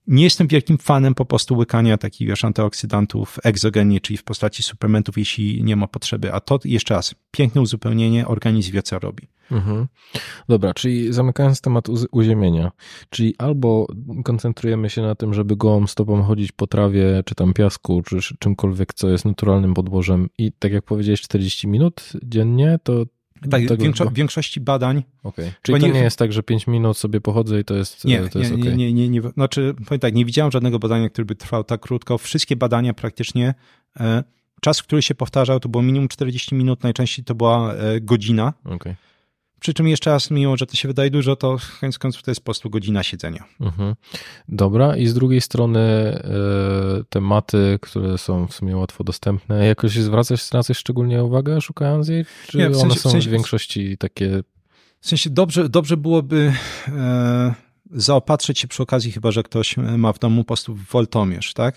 Nie jestem wielkim fanem po prostu łykania takich, wiesz, antyoksydantów egzogennie, czyli w postaci suplementów, jeśli nie ma potrzeby. A to jeszcze raz, piękne uzupełnienie, organizm wie, co robi. Mhm. Dobra, czyli zamykając temat uziemienia, czyli albo koncentrujemy się na tym, żeby gołą stopą chodzić po trawie, czy tam piasku, czy czymkolwiek, co jest naturalnym podłożem i tak jak powiedziałeś, 40 minut dziennie, to Tak, w większości badań. Okay. Czyli to nie jest tak, że 5 minut sobie pochodzę i to jest okej. Nie. Znaczy, powiem tak, nie widziałem żadnego badania, które by trwało tak krótko. Wszystkie badania praktycznie, czas, który się powtarzał, to było minimum 40 minut, najczęściej to była godzina. Okay. Przy czym jeszcze raz, mimo że to się wydaje dużo, to koniec końców to jest po prostu godzina siedzenia. Mhm. Dobra, i z drugiej strony te maty, które są w sumie łatwo dostępne, jakoś zwracasz na coś szczególnie uwagę, szukając jej? Czy nie, one są w większości takie... W sensie dobrze byłoby zaopatrzyć się przy okazji, chyba że ktoś ma w domu po prostu woltomierz, tak?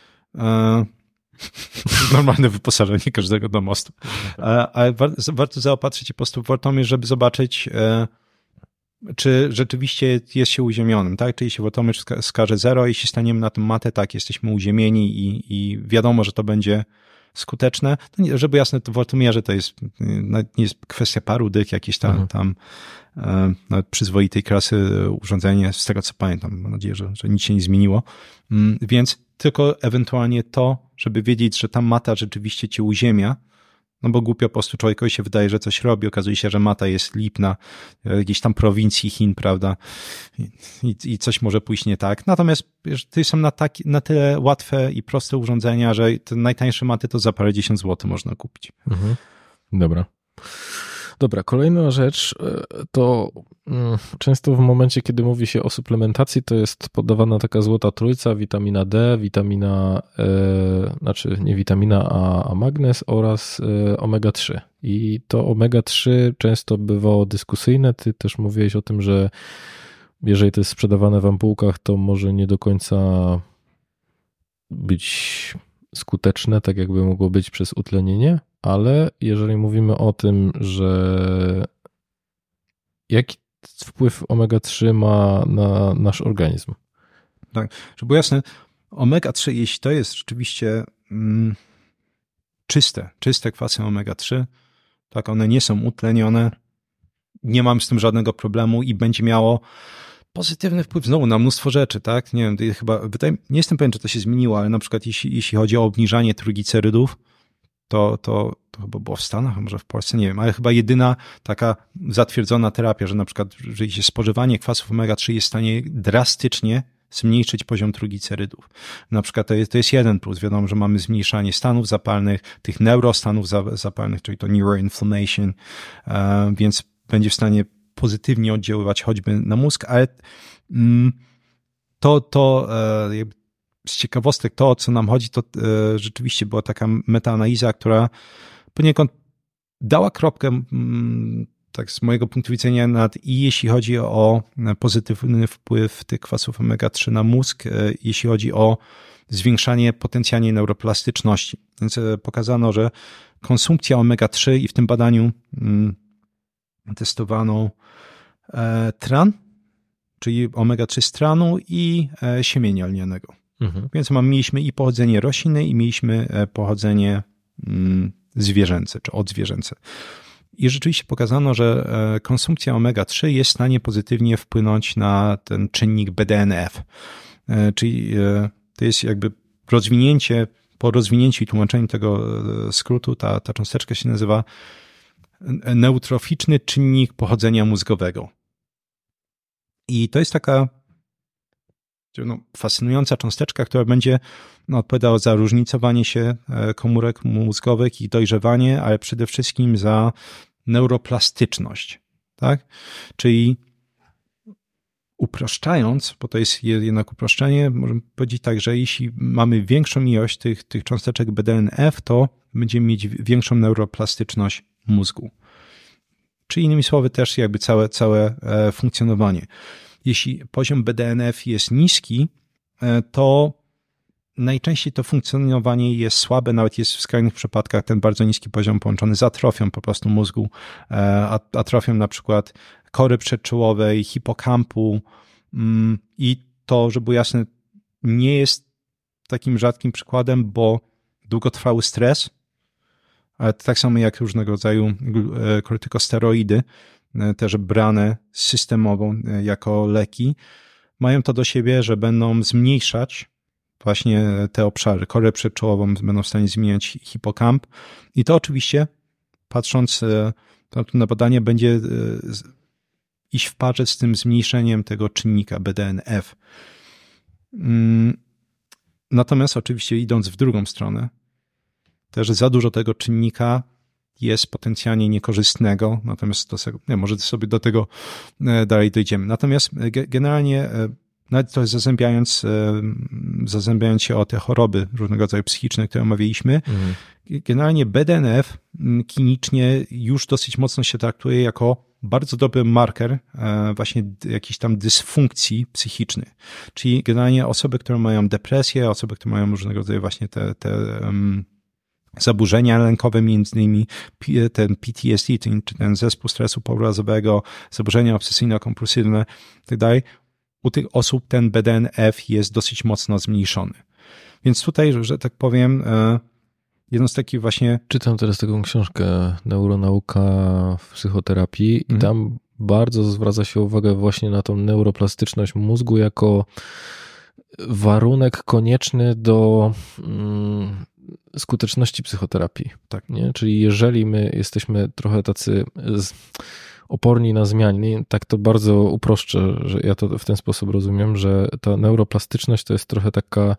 Normalne wyposażenie każdego domostu. Ale warto zaopatrzyć się po prostu w woltomierz, żeby zobaczyć, czy rzeczywiście jest się uziemionym, tak? Czyli jeśli woltomierz wskaże 0, jeśli staniemy na tym matę, tak, jesteśmy uziemieni i wiadomo, że to będzie skuteczne. To nie, żeby jasne, to woltomierze to jest, nie jest kwestia paru dych, jakieś tam nawet przyzwoitej klasy urządzenie, z tego co pamiętam, mam nadzieję, że nic się nie zmieniło. Więc tylko ewentualnie to, żeby wiedzieć, że ta mata rzeczywiście cię uziemia, no bo głupio po prostu człowiekowi się wydaje, że coś robi, okazuje się, że mata jest lipna, gdzieś tam prowincji Chin, prawda, i coś może pójść nie tak. Natomiast to są na tyle łatwe i proste urządzenia, że te najtańsze maty to za parę 10 złotych można kupić. Mhm. Dobra, kolejna rzecz to często w momencie, kiedy mówi się o suplementacji, to jest podawana taka złota trójca, witamina D, nie witamina, a magnez oraz omega-3. I to omega-3 często bywało dyskusyjne. Ty też mówiłeś o tym, że jeżeli to jest sprzedawane w ampułkach, to może nie do końca być skuteczne, tak jakby mogło być przez utlenienie, ale jeżeli mówimy o tym, że jaki wpływ omega-3 ma na nasz organizm? Tak, żeby było jasne, omega-3, jeśli to jest rzeczywiście czyste kwasy omega-3, tak, one nie są utlenione, nie mam z tym żadnego problemu i będzie miało pozytywny wpływ znowu na mnóstwo rzeczy, tak? Nie wiem, nie jestem pewien, czy to się zmieniło, ale na przykład jeśli chodzi o obniżanie triglicerydów, to chyba było w Stanach, a może w Polsce, nie wiem, ale chyba jedyna taka zatwierdzona terapia, że na przykład że spożywanie kwasów omega-3 jest w stanie drastycznie zmniejszyć poziom triglicerydów. Na przykład to jest jeden plus. Wiadomo, że mamy zmniejszanie stanów zapalnych, tych neurostanów zapalnych, czyli to neuroinflammation, więc będzie w stanie pozytywnie oddziaływać choćby na mózg, ale z ciekawostek to, o co nam chodzi, to rzeczywiście była taka metaanaliza, która poniekąd dała kropkę, tak z mojego punktu widzenia, i jeśli chodzi o pozytywny wpływ tych kwasów omega-3 na mózg, jeśli chodzi o zwiększanie potencjalnie neuroplastyczności. Więc pokazano, że konsumpcja omega-3 i w tym badaniu testowano tran, czyli omega-3 z tranu i siemienia lnianego. Więc mieliśmy i pochodzenie roślinne, i mieliśmy pochodzenie zwierzęce, czy odzwierzęce. I rzeczywiście pokazano, że konsumpcja omega-3 jest w stanie pozytywnie wpłynąć na ten czynnik BDNF. Czyli to jest jakby po rozwinięciu i tłumaczeniu tego skrótu, ta cząsteczka się nazywa neutroficzny czynnik pochodzenia mózgowego. I to jest taka fascynująca cząsteczka, która będzie odpowiadała za różnicowanie się komórek mózgowych, ich dojrzewanie, ale przede wszystkim za neuroplastyczność. Tak? Czyli upraszczając, bo to jest jednak uproszczenie, możemy powiedzieć tak, że jeśli mamy większą ilość tych cząsteczek BDNF, to będziemy mieć większą neuroplastyczność mózgu. Czyli innymi słowy też jakby całe funkcjonowanie. Jeśli poziom BDNF jest niski, to najczęściej to funkcjonowanie jest słabe, nawet jest w skrajnych przypadkach ten bardzo niski poziom połączony z atrofią po prostu mózgu, atrofią na przykład kory przedczołowej, hipokampu i to, żeby było jasne, nie jest takim rzadkim przykładem, bo długotrwały stres, ale tak samo jak różnego rodzaju kortykosteroidy, też brane systemowo jako leki, mają to do siebie, że będą zmniejszać właśnie te obszary. Korę przedczołową będą w stanie zmieniać hipokamp i to oczywiście, patrząc na badania, będzie iść w parze z tym zmniejszeniem tego czynnika BDNF. Natomiast oczywiście idąc w drugą stronę, też za dużo tego czynnika jest potencjalnie niekorzystnego, natomiast może sobie do tego dalej dojdziemy. Natomiast generalnie, nawet to zazębiając się o te choroby różnego rodzaju psychiczne, które omawialiśmy, generalnie BDNF klinicznie już dosyć mocno się traktuje jako bardzo dobry marker właśnie jakichś tam dysfunkcji psychicznych. Czyli generalnie osoby, które mają depresję, osoby, które mają różnego rodzaju właśnie te zaburzenia lękowe, między innymi ten PTSD, czy ten zespół stresu pourazowego, zaburzenia obsesyjno-kompulsywne i tak dalej, u tych osób ten BDNF jest dosyć mocno zmniejszony. Więc tutaj, że tak powiem, jedną z takich właśnie... Czytam teraz taką książkę Neuronauka w psychoterapii i tam bardzo zwraca się uwagę właśnie na tą neuroplastyczność mózgu jako warunek konieczny do skuteczności psychoterapii. Tak. Nie? Czyli jeżeli my jesteśmy trochę tacy oporni na zmiany, tak to bardzo uproszczę, że ja to w ten sposób rozumiem, że ta neuroplastyczność to jest trochę taka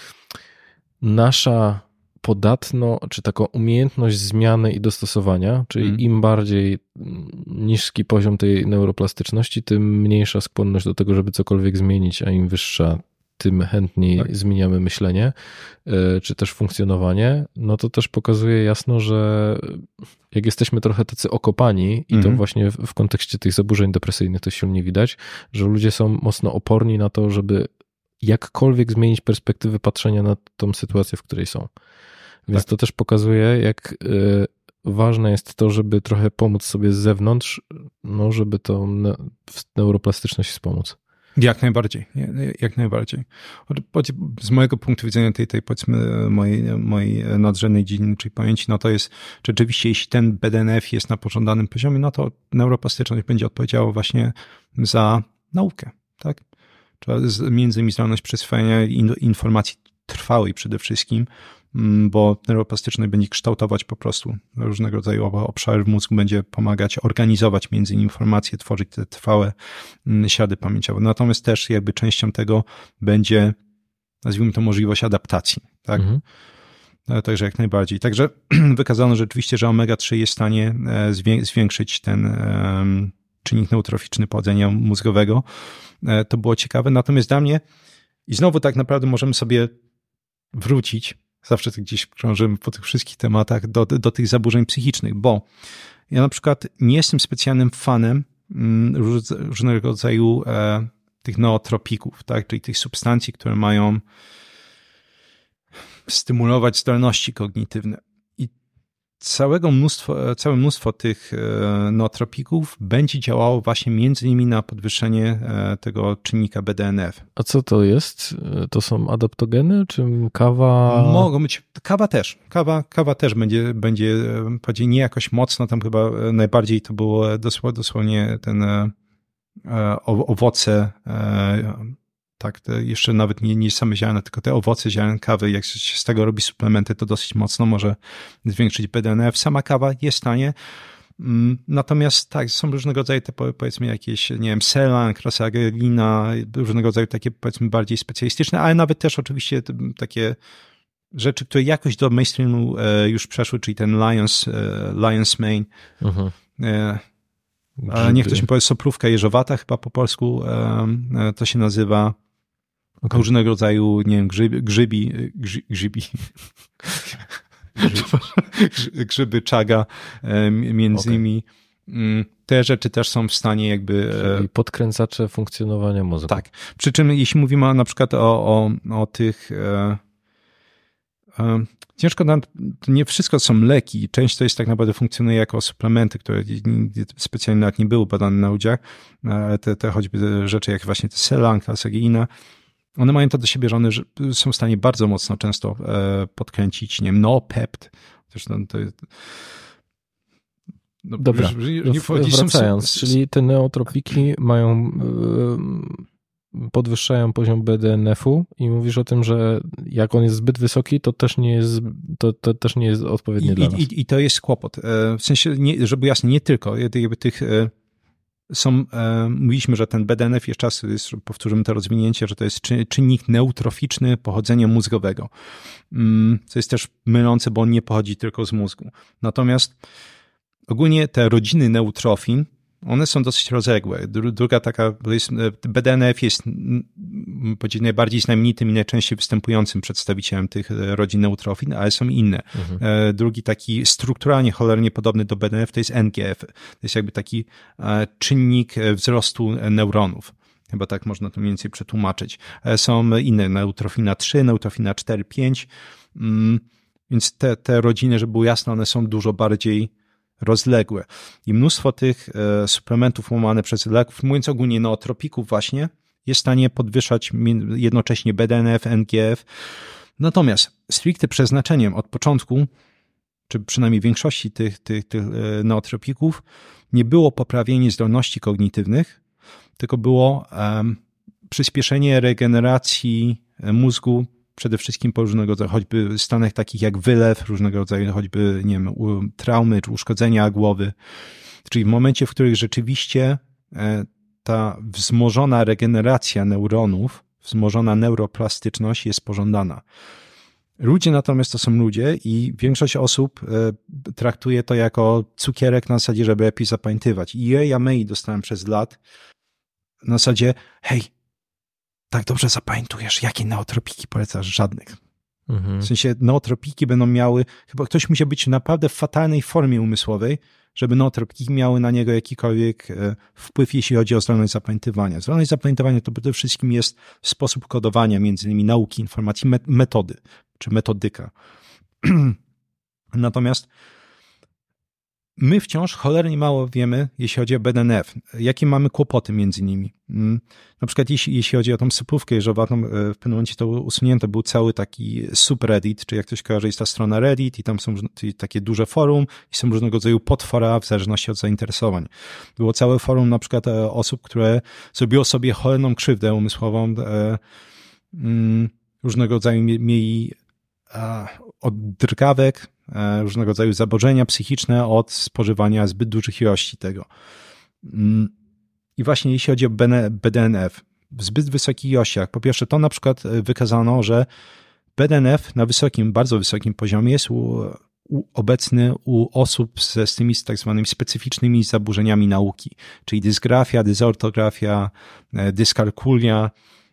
nasza czy taką umiejętność zmiany i dostosowania, czyli im bardziej niski poziom tej neuroplastyczności, tym mniejsza skłonność do tego, żeby cokolwiek zmienić, a im wyższa, tym chętniej zmieniamy myślenie, czy też funkcjonowanie, no to też pokazuje jasno, że jak jesteśmy trochę tacy okopani i to właśnie w kontekście tych zaburzeń depresyjnych to silnie widać, że ludzie są mocno oporni na to, żeby jakkolwiek zmienić perspektywę patrzenia na tą sytuację, w której są. Więc to też pokazuje, jak ważne jest to, żeby trochę pomóc sobie z zewnątrz, no żeby tą neuroplastyczność wspomóc. Jak najbardziej, jak najbardziej. Z mojego punktu widzenia tej powiedzmy mojej nadrzędnej dziedziny, czyli pamięci, no to jest rzeczywiście, jeśli ten BDNF jest na pożądanym poziomie, no to neuroplastyczność będzie odpowiedziała właśnie za naukę, tak? Między innymi zdolność przyswajania informacji trwałej przede wszystkim, bo neuroplastyczność będzie kształtować po prostu różnego rodzaju obszary w mózgu, będzie pomagać organizować między innymi informacje, tworzyć te trwałe ślady pamięciowe. Natomiast też jakby częścią tego będzie, nazwijmy to, możliwość adaptacji, tak? Także jak najbardziej. Także wykazano rzeczywiście, że omega-3 jest w stanie zwiększyć ten czynnik neutroficzny pochodzenia mózgowego. To było ciekawe. Natomiast dla mnie, i znowu tak naprawdę możemy sobie wrócić, zawsze gdzieś krążymy po tych wszystkich tematach, do tych zaburzeń psychicznych, bo ja na przykład nie jestem specjalnym fanem różnego rodzaju tych nootropików, tak? Czyli tych substancji, które mają stymulować zdolności kognitywne. I całe mnóstwo tych nootropików będzie działało właśnie między innymi na podwyższenie tego czynnika BDNF. A co to jest? To są adaptogeny, czy kawa? Mogą być. Kawa też będzie nie jakoś mocno, tam chyba najbardziej to było dosłownie ten owoce, tak, jeszcze nawet nie same ziarna, tylko te owoce ziaren kawy, jak się z tego robi suplementy, to dosyć mocno może zwiększyć BDNF. Sama kawa jest w stanie, natomiast tak, są różnego rodzaju te, powiedzmy, jakieś, nie wiem, selang, rosagrelina, różnego rodzaju takie, powiedzmy, bardziej specjalistyczne, ale nawet też oczywiście takie rzeczy, które jakoś do mainstreamu już przeszły, czyli ten Lion's Mane. Niech ktoś mi powie, soplówka jeżowata, chyba po polsku to się nazywa. Różnego rodzaju, nie wiem, grzyby czaga, między innymi. Te rzeczy też są w stanie jakby... Czyli podkręcacze funkcjonowania mózgu. Tak. Przy czym jeśli mówimy na przykład o tych... Ciężko nam, to nie wszystko są leki. Część to jest tak naprawdę funkcjonuje jako suplementy, które specjalnie nawet nie były badane na ludziach. Te choćby rzeczy jak właśnie te selang, klasageina, one mają to do siebie, że one są w stanie bardzo mocno często podkręcić, nie wiem, pept. Zresztą to jest... Dobra, wracając, czyli te neotropiki podwyższają poziom BDNF-u i mówisz o tym, że jak on jest zbyt wysoki, to też nie jest odpowiednie dla nas. I to jest kłopot. W sensie, żeby jasne, nie tylko. Jakby tych mówiliśmy, że ten BDNF jeszcze raz, powtórzymy to rozwinięcie, że to jest czynnik neutroficzny pochodzenia mózgowego. Co jest też mylące, bo on nie pochodzi tylko z mózgu. Natomiast ogólnie te rodziny neutrofin, one są dosyć rozległe. Druga taka, BDNF jest najbardziej znamienitym i najczęściej występującym przedstawicielem tych rodzin neutrofin, ale są inne. Drugi taki strukturalnie cholernie podobny do BDNF to jest NGF. To jest jakby taki czynnik wzrostu neuronów. Chyba tak można to mniej więcej przetłumaczyć. Są inne, neutrofina 3, neutrofina 4, 5. Więc te rodziny, żeby było jasne, one są dużo bardziej rozległe. I mnóstwo tych suplementów łamane przez leków, mówiąc ogólnie nootropików właśnie, jest w stanie podwyższać jednocześnie BDNF, NGF. Natomiast stricte przeznaczeniem od początku, czy przynajmniej większości tych nootropików, nie było poprawienie zdolności kognitywnych, tylko było przyspieszenie regeneracji mózgu, przede wszystkim po różnego rodzaju, choćby stanach takich jak wylew, różnego rodzaju, choćby, nie wiem, traumy czy uszkodzenia głowy. Czyli w momencie, w którym rzeczywiście ta wzmożona regeneracja neuronów, wzmożona neuroplastyczność jest pożądana. Ludzie natomiast to są ludzie i większość osób traktuje to jako cukierek na zasadzie, żeby lepiej zapamiętywać. I ja maili dostałem przez lat na zasadzie, hej, tak dobrze zapamiętujesz, jakie neotropiki polecasz? Żadnych. W sensie neotropiki będą miały, chyba ktoś musiał być naprawdę w fatalnej formie umysłowej, żeby neotropiki miały na niego jakikolwiek wpływ, jeśli chodzi o zdolność zapamiętywania. Zdolność zapamiętywania to przede wszystkim jest sposób kodowania, między innymi nauki, informacji, metody, czy metodyka. Natomiast my wciąż cholernie mało wiemy, jeśli chodzi o BDNF. Jakie mamy kłopoty między nimi? Na przykład jeśli chodzi o tą sypówkę jeżowatą, w pewnym momencie to usunięte, był cały taki subreddit, czy jak ktoś kojarzy, jest ta strona Reddit i tam są takie duże forum i są różnego rodzaju podfora w zależności od zainteresowań. Było całe forum na przykład osób, które zrobiło sobie cholerną krzywdę umysłową, różnego rodzaju mieli od drgawek, różnego rodzaju zaburzenia psychiczne od spożywania zbyt dużych ilości tego. I właśnie jeśli chodzi o BDNF, w zbyt wysokich ilościach, po pierwsze to na przykład wykazano, że BDNF na wysokim, bardzo wysokim poziomie jest obecny u osób z tymi tak zwanymi specyficznymi zaburzeniami nauki, czyli dysgrafia, dysortografia, dyskalkulia.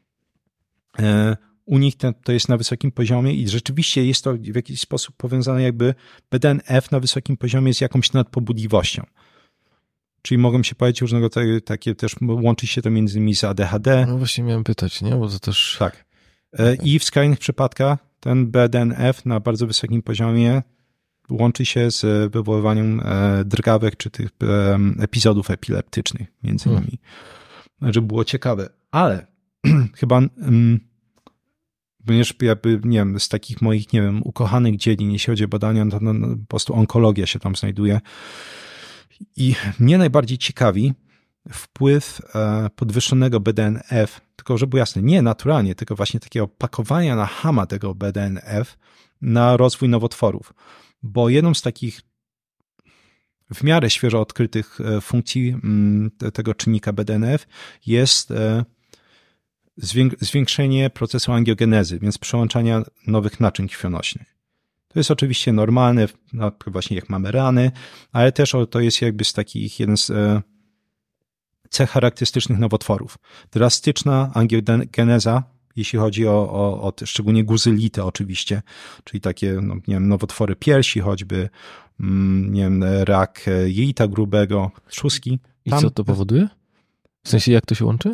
U nich to jest na wysokim poziomie i rzeczywiście jest to w jakiś sposób powiązane jakby BDNF na wysokim poziomie z jakąś nadpobudliwością. Czyli mogą się pojawić różnego rodzaju takie też, łączy się to między innymi z ADHD. No właśnie miałem pytać, nie? Bo to też... Tak. I w skrajnych przypadkach ten BDNF na bardzo wysokim poziomie łączy się z wywoływaniem drgawek czy tych epizodów epileptycznych między innymi. Żeby było ciekawe. Ale chyba... Ponieważ jakby, nie wiem, z takich moich, nie wiem, ukochanych dziedzin, jeśli chodzi o badania, to po prostu onkologia się tam znajduje. I mnie najbardziej ciekawi wpływ podwyższonego BDNF, tylko żeby było jasne, nie naturalnie, tylko właśnie takiego pakowania na chama tego BDNF na rozwój nowotworów. Bo jedną z takich w miarę świeżo odkrytych funkcji tego czynnika BDNF jest zwiększenie procesu angiogenezy, więc przełączania nowych naczyń krwionośnych. To jest oczywiście normalne, właśnie jak mamy rany, ale też to jest jakby z takich jeden z cech charakterystycznych nowotworów. Drastyczna angiogeneza, jeśli chodzi o szczególnie guzylitę oczywiście, czyli takie, no, nie wiem, nowotwory piersi choćby, nie wiem, rak jelita grubego, trzustki. I co to powoduje? W sensie jak to się łączy?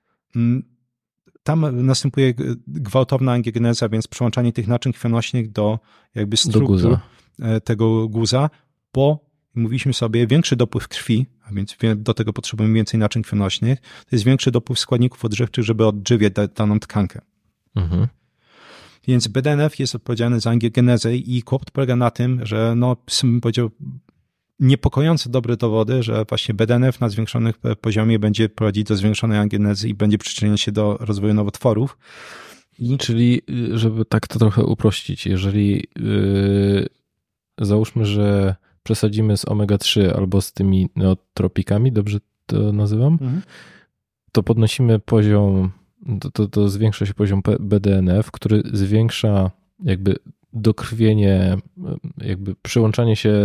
Tam następuje gwałtowna angiogeneza, więc przełączanie tych naczyń krwionośnych do jakby struktur tego guza, bo mówiliśmy sobie, większy dopływ krwi, a więc do tego potrzebujemy więcej naczyń krwionośnych, to jest większy dopływ składników odżywczych, żeby odżywiać daną tkankę. Więc BDNF jest odpowiedzialny za angiogenezę i kłopot polega na tym, że bym powiedział, niepokojąco dobre dowody, że właśnie BDNF na zwiększonym poziomie będzie prowadzić do zwiększonej angiogenezy i będzie przyczyniać się do rozwoju nowotworów. Czyli, żeby tak to trochę uprościć, jeżeli załóżmy, że przesadzimy z omega-3 albo z tymi neotropikami, dobrze to nazywam, to podnosimy poziom, to zwiększa się poziom BDNF, który zwiększa jakby dokrwienie, jakby przyłączanie się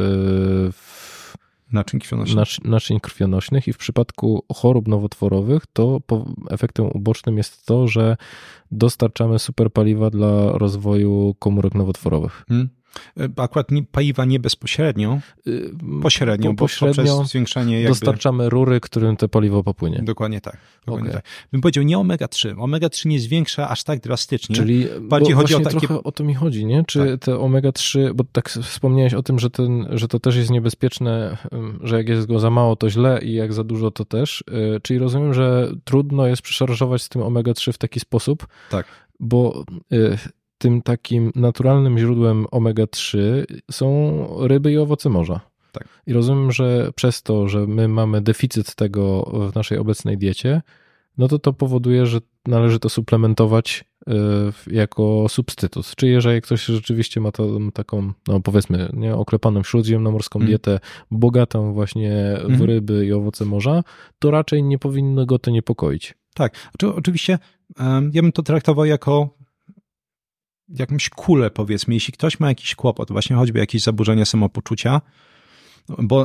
naczyń krwionośnych i w przypadku chorób nowotworowych to efektem ubocznym jest to, że dostarczamy superpaliwa dla rozwoju komórek nowotworowych. Akurat paliwa nie bezpośrednio, pośrednio, bo poprzez zwiększenie dostarczamy rury, którym to paliwo popłynie. Dokładnie tak. Tak. Bym powiedział nie omega-3. Omega-3 nie zwiększa aż tak drastycznie. Czyli bardziej chodzi o takie... trochę o to mi chodzi, nie? Czy te omega-3, bo tak wspomniałeś o tym, że to też jest niebezpieczne, że jak jest go za mało, to źle i jak za dużo, to też. Czyli rozumiem, że trudno jest przeszarżować z tym omega-3 w taki sposób, bo tym takim naturalnym źródłem omega-3 są ryby i owoce morza. Tak. I rozumiem, że przez to, że my mamy deficyt tego w naszej obecnej diecie, no to powoduje, że należy to suplementować jako substytut. Czyli jeżeli ktoś rzeczywiście ma taką, powiedzmy, nie, oklepaną śródziemnomorską dietę, bogatą właśnie w ryby i owoce morza, to raczej nie powinno go to niepokoić. Tak. Oczywiście ja bym to traktował jako jakąś kulę, powiedzmy, jeśli ktoś ma jakiś kłopot, właśnie choćby jakieś zaburzenia samopoczucia, bo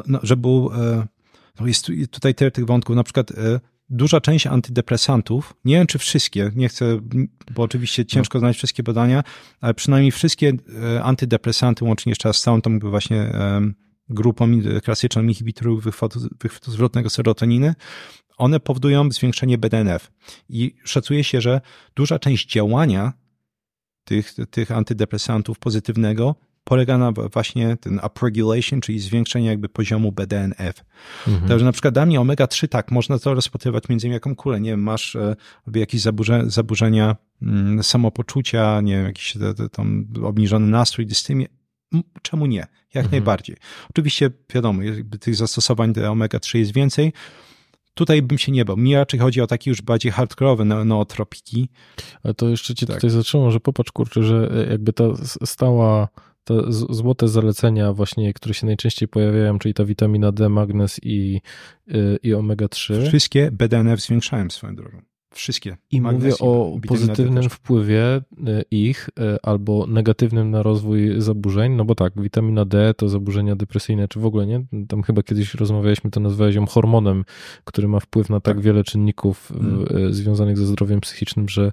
jest tutaj tyle tych wątków, na przykład duża część antydepresantów, nie wiem czy wszystkie, nie chcę, bo oczywiście ciężko znaleźć wszystkie badania, ale przynajmniej wszystkie antydepresanty, łącznie jeszcze z całą tą właśnie grupą klasyczną inhibitorów wychwytu zwrotnego serotoniny, one powodują zwiększenie BDNF i szacuje się, że duża część działania tych antydepresantów pozytywnego polega na właśnie ten upregulation, czyli zwiększenie jakby poziomu BDNF. Także na przykład dla mnie omega-3 tak, można to rozpatrywać między innymi jaką kulę, nie wiem, masz jakieś zaburzenia samopoczucia, nie wiem, jakiś tam obniżony nastrój, dystymię, czemu nie? Jak najbardziej. Oczywiście wiadomo, jakby tych zastosowań do omega-3 jest więcej. Tutaj bym się nie bał. Mi raczej chodzi o takie już bardziej hardkorowe nootropiki. Ale to jeszcze cię tutaj zatrzymam, że popatrz, kurczę, że jakby ta stała, te złote zalecenia właśnie, które się najczęściej pojawiają, czyli ta witamina D, magnez i omega-3. Wszystkie BDNF zwiększają swoją drogą. Wszystkie. I mówię o pozytywnym wpływie ich albo negatywnym na rozwój zaburzeń, no bo tak, witamina D to zaburzenia depresyjne, czy w ogóle nie? Tam chyba kiedyś rozmawialiśmy, to nazwałeś ją hormonem, który ma wpływ na tak wiele czynników związanych ze zdrowiem psychicznym, że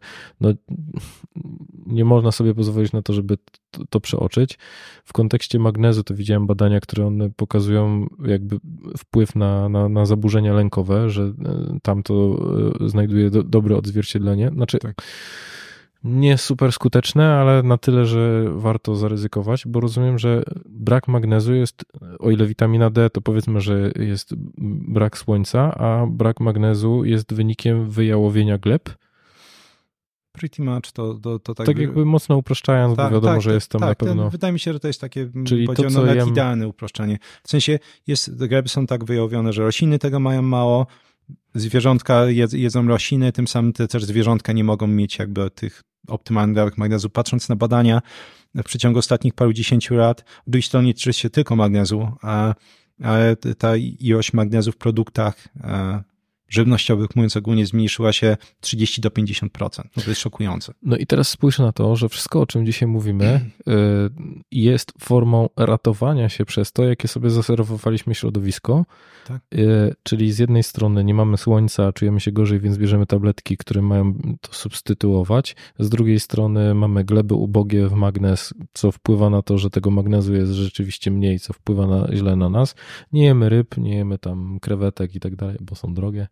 nie można sobie pozwolić na to, żeby to przeoczyć. W kontekście magnezu to widziałem badania, które one pokazują jakby wpływ na zaburzenia lękowe, że tam to znajduje dobre odzwierciedlenie. Znaczy nie super skuteczne, ale na tyle, że warto zaryzykować, bo rozumiem, że brak magnezu jest, o ile witamina D, to powiedzmy, że jest brak słońca, a brak magnezu jest wynikiem wyjałowienia gleb. Pretty much to tak jakby mocno upraszczając, bo wiadomo, że jest tam na pewno... Wydaje mi się, że to jest takie, czyli to, co idealne uproszczenie. W sensie gleby są tak wyjałowione, że rośliny tego mają mało, zwierzątka jedzą rośliny, tym samym też zwierzątka nie mogą mieć jakby tych optymalnych dawek magnezu. Patrząc na badania w przeciągu ostatnich paru dziesięciu lat, oczywiście to nie tyczy się tylko magnezu, ale ta ilość magnezu w produktach żywnościowych, mówiąc ogólnie, zmniejszyła się 30 do 50%. No to jest szokujące. No i teraz spójrz na to, że wszystko, o czym dzisiaj mówimy, jest formą ratowania się przez to, jakie sobie zaserwowaliśmy środowisko. Tak. Czyli z jednej strony nie mamy słońca, czujemy się gorzej, więc bierzemy tabletki, które mają to substytuować. Z drugiej strony mamy gleby ubogie w magnez, co wpływa na to, że tego magnezu jest rzeczywiście mniej, co wpływa źle na nas. Nie jemy ryb, nie jemy tam krewetek i tak dalej, bo są drogie.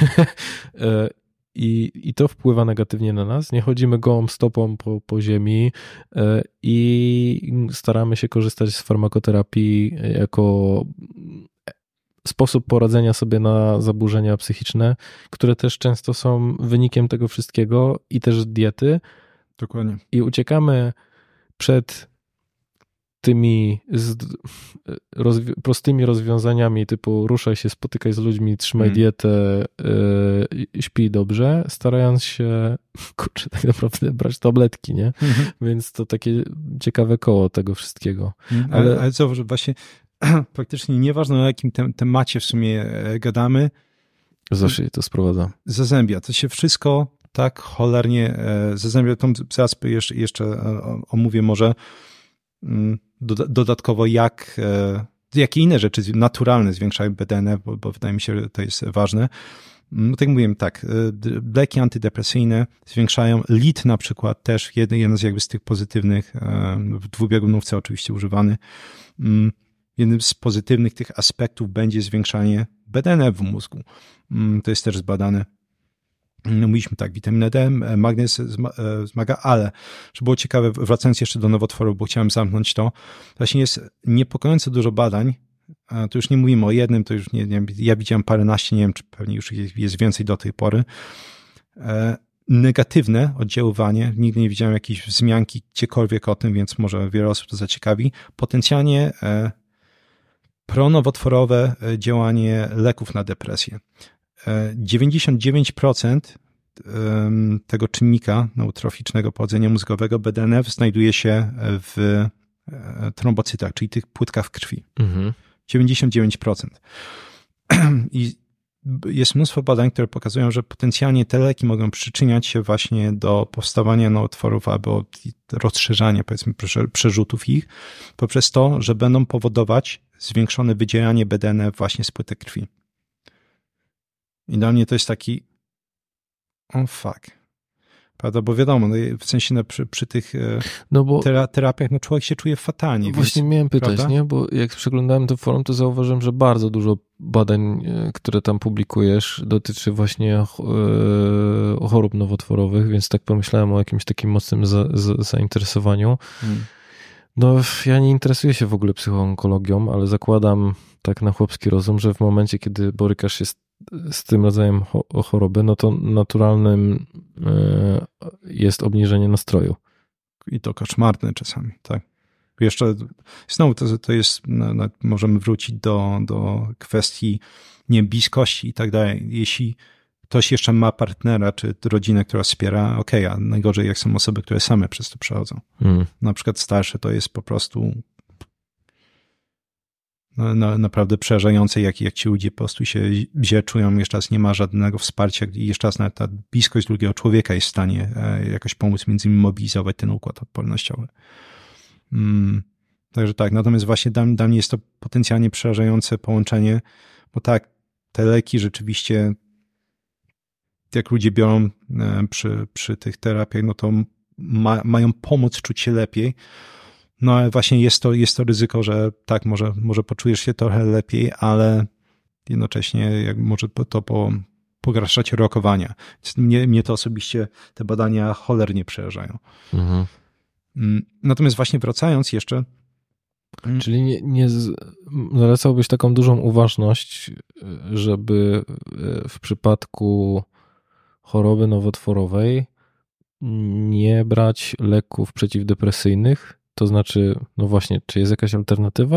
I to wpływa negatywnie na nas. Nie chodzimy gołą stopą po ziemi i staramy się korzystać z farmakoterapii jako sposób poradzenia sobie na zaburzenia psychiczne, które też często są wynikiem tego wszystkiego i też diety. Dokładnie. I uciekamy przed tymi prostymi rozwiązaniami typu ruszaj się, spotykaj z ludźmi, trzymaj dietę, śpij dobrze, starając się, tak naprawdę brać tabletki, nie? Więc to takie ciekawe koło tego wszystkiego. Ale zauważ, właśnie praktycznie nieważne o jakim temacie w sumie gadamy. Zawsze się to sprowadza. Zazębia. To się wszystko tak cholernie zazębia. Tą zaraz jeszcze omówię może dodatkowo jakie inne rzeczy naturalne zwiększają BDNF, bo wydaje mi się, że to jest ważne. No tak jak mówiłem, tak, leki antydepresyjne zwiększają, LIT na przykład też, jeden z tych pozytywnych, w dwubiegunówce oczywiście używany. Jednym z pozytywnych tych aspektów będzie zwiększanie BDNF w mózgu. To jest też zbadane. No mówiliśmy tak, witamina D, magnez zmaga, ale żeby było ciekawe, wracając jeszcze do nowotworów, bo chciałem zamknąć to, właśnie jest niepokojąco dużo badań, to już nie mówimy o jednym, to już nie wiem, ja widziałem paręnaście, nie wiem, czy pewnie już jest więcej do tej pory, negatywne oddziaływanie, nigdy nie widziałem jakiejś wzmianki gdziekolwiek o tym, więc może wiele osób to zaciekawi, potencjalnie pronowotworowe działanie leków na depresję. 99% tego czynnika neutroficznego pochodzenia mózgowego BDNF znajduje się w trombocytach, czyli tych płytkach w krwi. 99%. I jest mnóstwo badań, które pokazują, że potencjalnie te leki mogą przyczyniać się właśnie do powstawania nowotworów albo rozszerzania, powiedzmy, przerzutów ich, poprzez to, że będą powodować zwiększone wydzielanie BDNF właśnie z płytek krwi. I dla mnie to jest taki fuck. Prawda, bo wiadomo, w sensie przy tych terapiach człowiek się czuje fatalnie. Właśnie więc, miałem pytać, prawda? nie? Bo jak przeglądałem to forum, to zauważyłem, że bardzo dużo badań, które tam publikujesz, dotyczy właśnie chorób nowotworowych, więc tak pomyślałem o jakimś takim mocnym zainteresowaniu. No, ja nie interesuję się w ogóle psychoonkologią, ale zakładam tak na chłopski rozum, że w momencie, kiedy borykasz się z tym rodzajem choroby, no to naturalnym jest obniżenie nastroju. I to koszmarne czasami, tak. Jeszcze znowu to jest, możemy wrócić do kwestii bliskości i tak dalej. Jeśli ktoś jeszcze ma partnera czy rodzinę, która wspiera, okej, a najgorzej jak są osoby, które same przez to przechodzą. Na przykład starsze, to jest po prostu naprawdę przerażające, jak ci ludzie po prostu się źle czują, jeszcze raz nie ma żadnego wsparcia i jeszcze raz nawet ta bliskość drugiego człowieka jest w stanie jakoś pomóc między innymi mobilizować ten układ odpornościowy. Także tak, natomiast właśnie dla mnie jest to potencjalnie przerażające połączenie, bo tak, te leki rzeczywiście, jak ludzie biorą przy tych terapiach, no to mają pomóc czuć się lepiej. No ale właśnie jest to ryzyko, że tak, może poczujesz się trochę lepiej, ale jednocześnie może to pogarszać rokowania. Mnie to osobiście te badania cholernie przerażają. Natomiast właśnie wracając jeszcze. Czyli nie zalecałbyś taką dużą uważność, żeby w przypadku choroby nowotworowej nie brać leków przeciwdepresyjnych? To znaczy, no właśnie, czy jest jakaś alternatywa?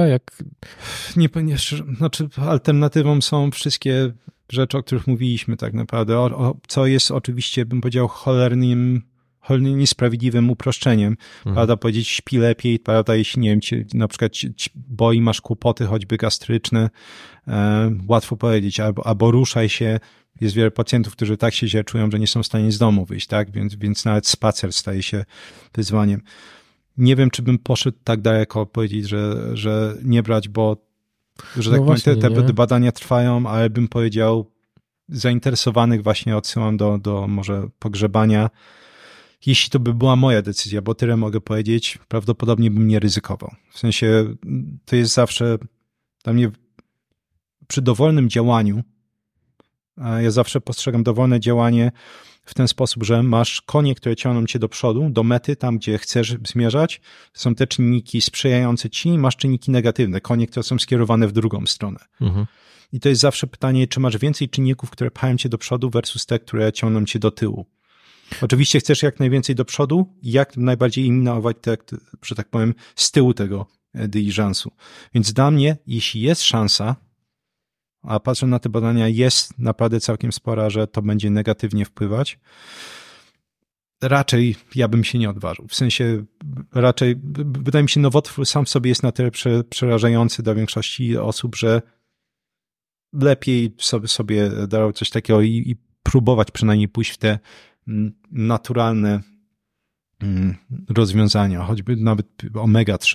Znaczy alternatywą są wszystkie rzeczy, o których mówiliśmy tak naprawdę, co jest oczywiście, bym powiedział, cholernie niesprawiedliwym uproszczeniem. Prawda, powiedzieć śpi lepiej, prawda, jeśli nie wiem, na przykład boi, masz kłopoty choćby gastryczne, łatwo powiedzieć, albo ruszaj się. Jest wiele pacjentów, którzy tak się źle czują, że nie są w stanie z domu wyjść, tak, więc nawet spacer staje się wyzwaniem. Nie wiem, czy bym poszedł tak daleko powiedzieć, że nie brać, bo że tak powiem, te badania trwają, ale bym powiedział, zainteresowanych właśnie odsyłam do może pogrzebania. Jeśli to by była moja decyzja, bo tyle mogę powiedzieć, prawdopodobnie bym nie ryzykował. W sensie to jest zawsze dla mnie przy dowolnym działaniu Ja zawsze postrzegam dowolne działanie w ten sposób, że masz konie, które ciągną cię do przodu, do mety, tam gdzie chcesz zmierzać. Są te czynniki sprzyjające ci, masz czynniki negatywne, konie, które są skierowane w drugą stronę. I to jest zawsze pytanie, czy masz więcej czynników, które pchają cię do przodu versus te, które ciągną cię do tyłu. Oczywiście chcesz jak najwięcej do przodu i jak najbardziej eliminować te, że tak powiem, z tyłu tego dyliżansu. Więc dla mnie, jeśli jest szansa, a patrzę na te badania, jest naprawdę całkiem spora, że to będzie negatywnie wpływać, raczej ja bym się nie odważył. W sensie raczej, wydaje mi się, nowotwór sam w sobie jest na tyle przerażający dla większości osób, że lepiej sobie darować coś takiego i próbować przynajmniej pójść w te naturalne rozwiązania, choćby nawet omega-3.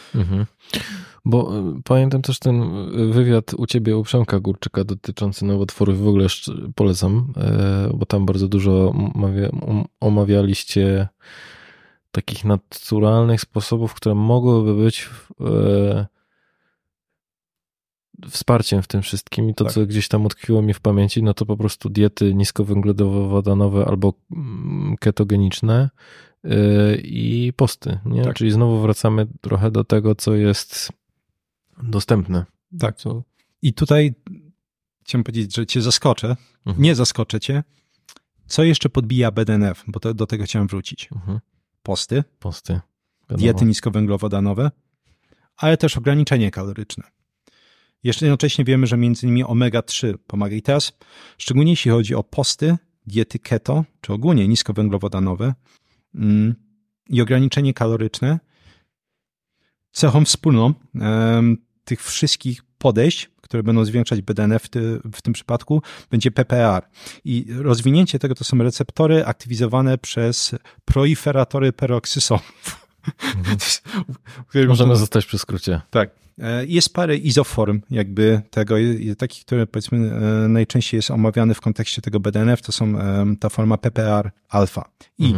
Bo pamiętam też ten wywiad u ciebie, u Przemka Górczyka dotyczący nowotworów, w ogóle polecam, bo tam bardzo dużo omawialiście takich naturalnych sposobów, które mogłyby być wsparciem w tym wszystkim i to, co gdzieś tam utkwiło mi w pamięci, no to po prostu diety niskowęglowodanowe albo ketogeniczne i posty, nie? Tak. Czyli znowu wracamy trochę do tego, co jest dostępne. Tak. I tutaj chciałem powiedzieć, że cię zaskoczę. Nie zaskoczę cię. Co jeszcze podbija BDNF? Bo do tego chciałem wrócić. Posty. Diety niskowęglowodanowe, ale też ograniczenie kaloryczne. Jeszcze jednocześnie wiemy, że między innymi omega-3 pomaga. I teraz, szczególnie jeśli chodzi o posty, diety keto, czy ogólnie niskowęglowodanowe i ograniczenie kaloryczne, cechą wspólną tych wszystkich podejść, które będą zwiększać BDNF w tym przypadku, będzie PPAR. I rozwinięcie tego to są receptory aktywizowane przez proliferatory peroksysomów. Możemy zostać przy skrócie. Tak. Jest parę izoform jakby tego, takich, które powiedzmy najczęściej jest omawiane w kontekście tego BDNF, to są ta forma PPAR alfa. I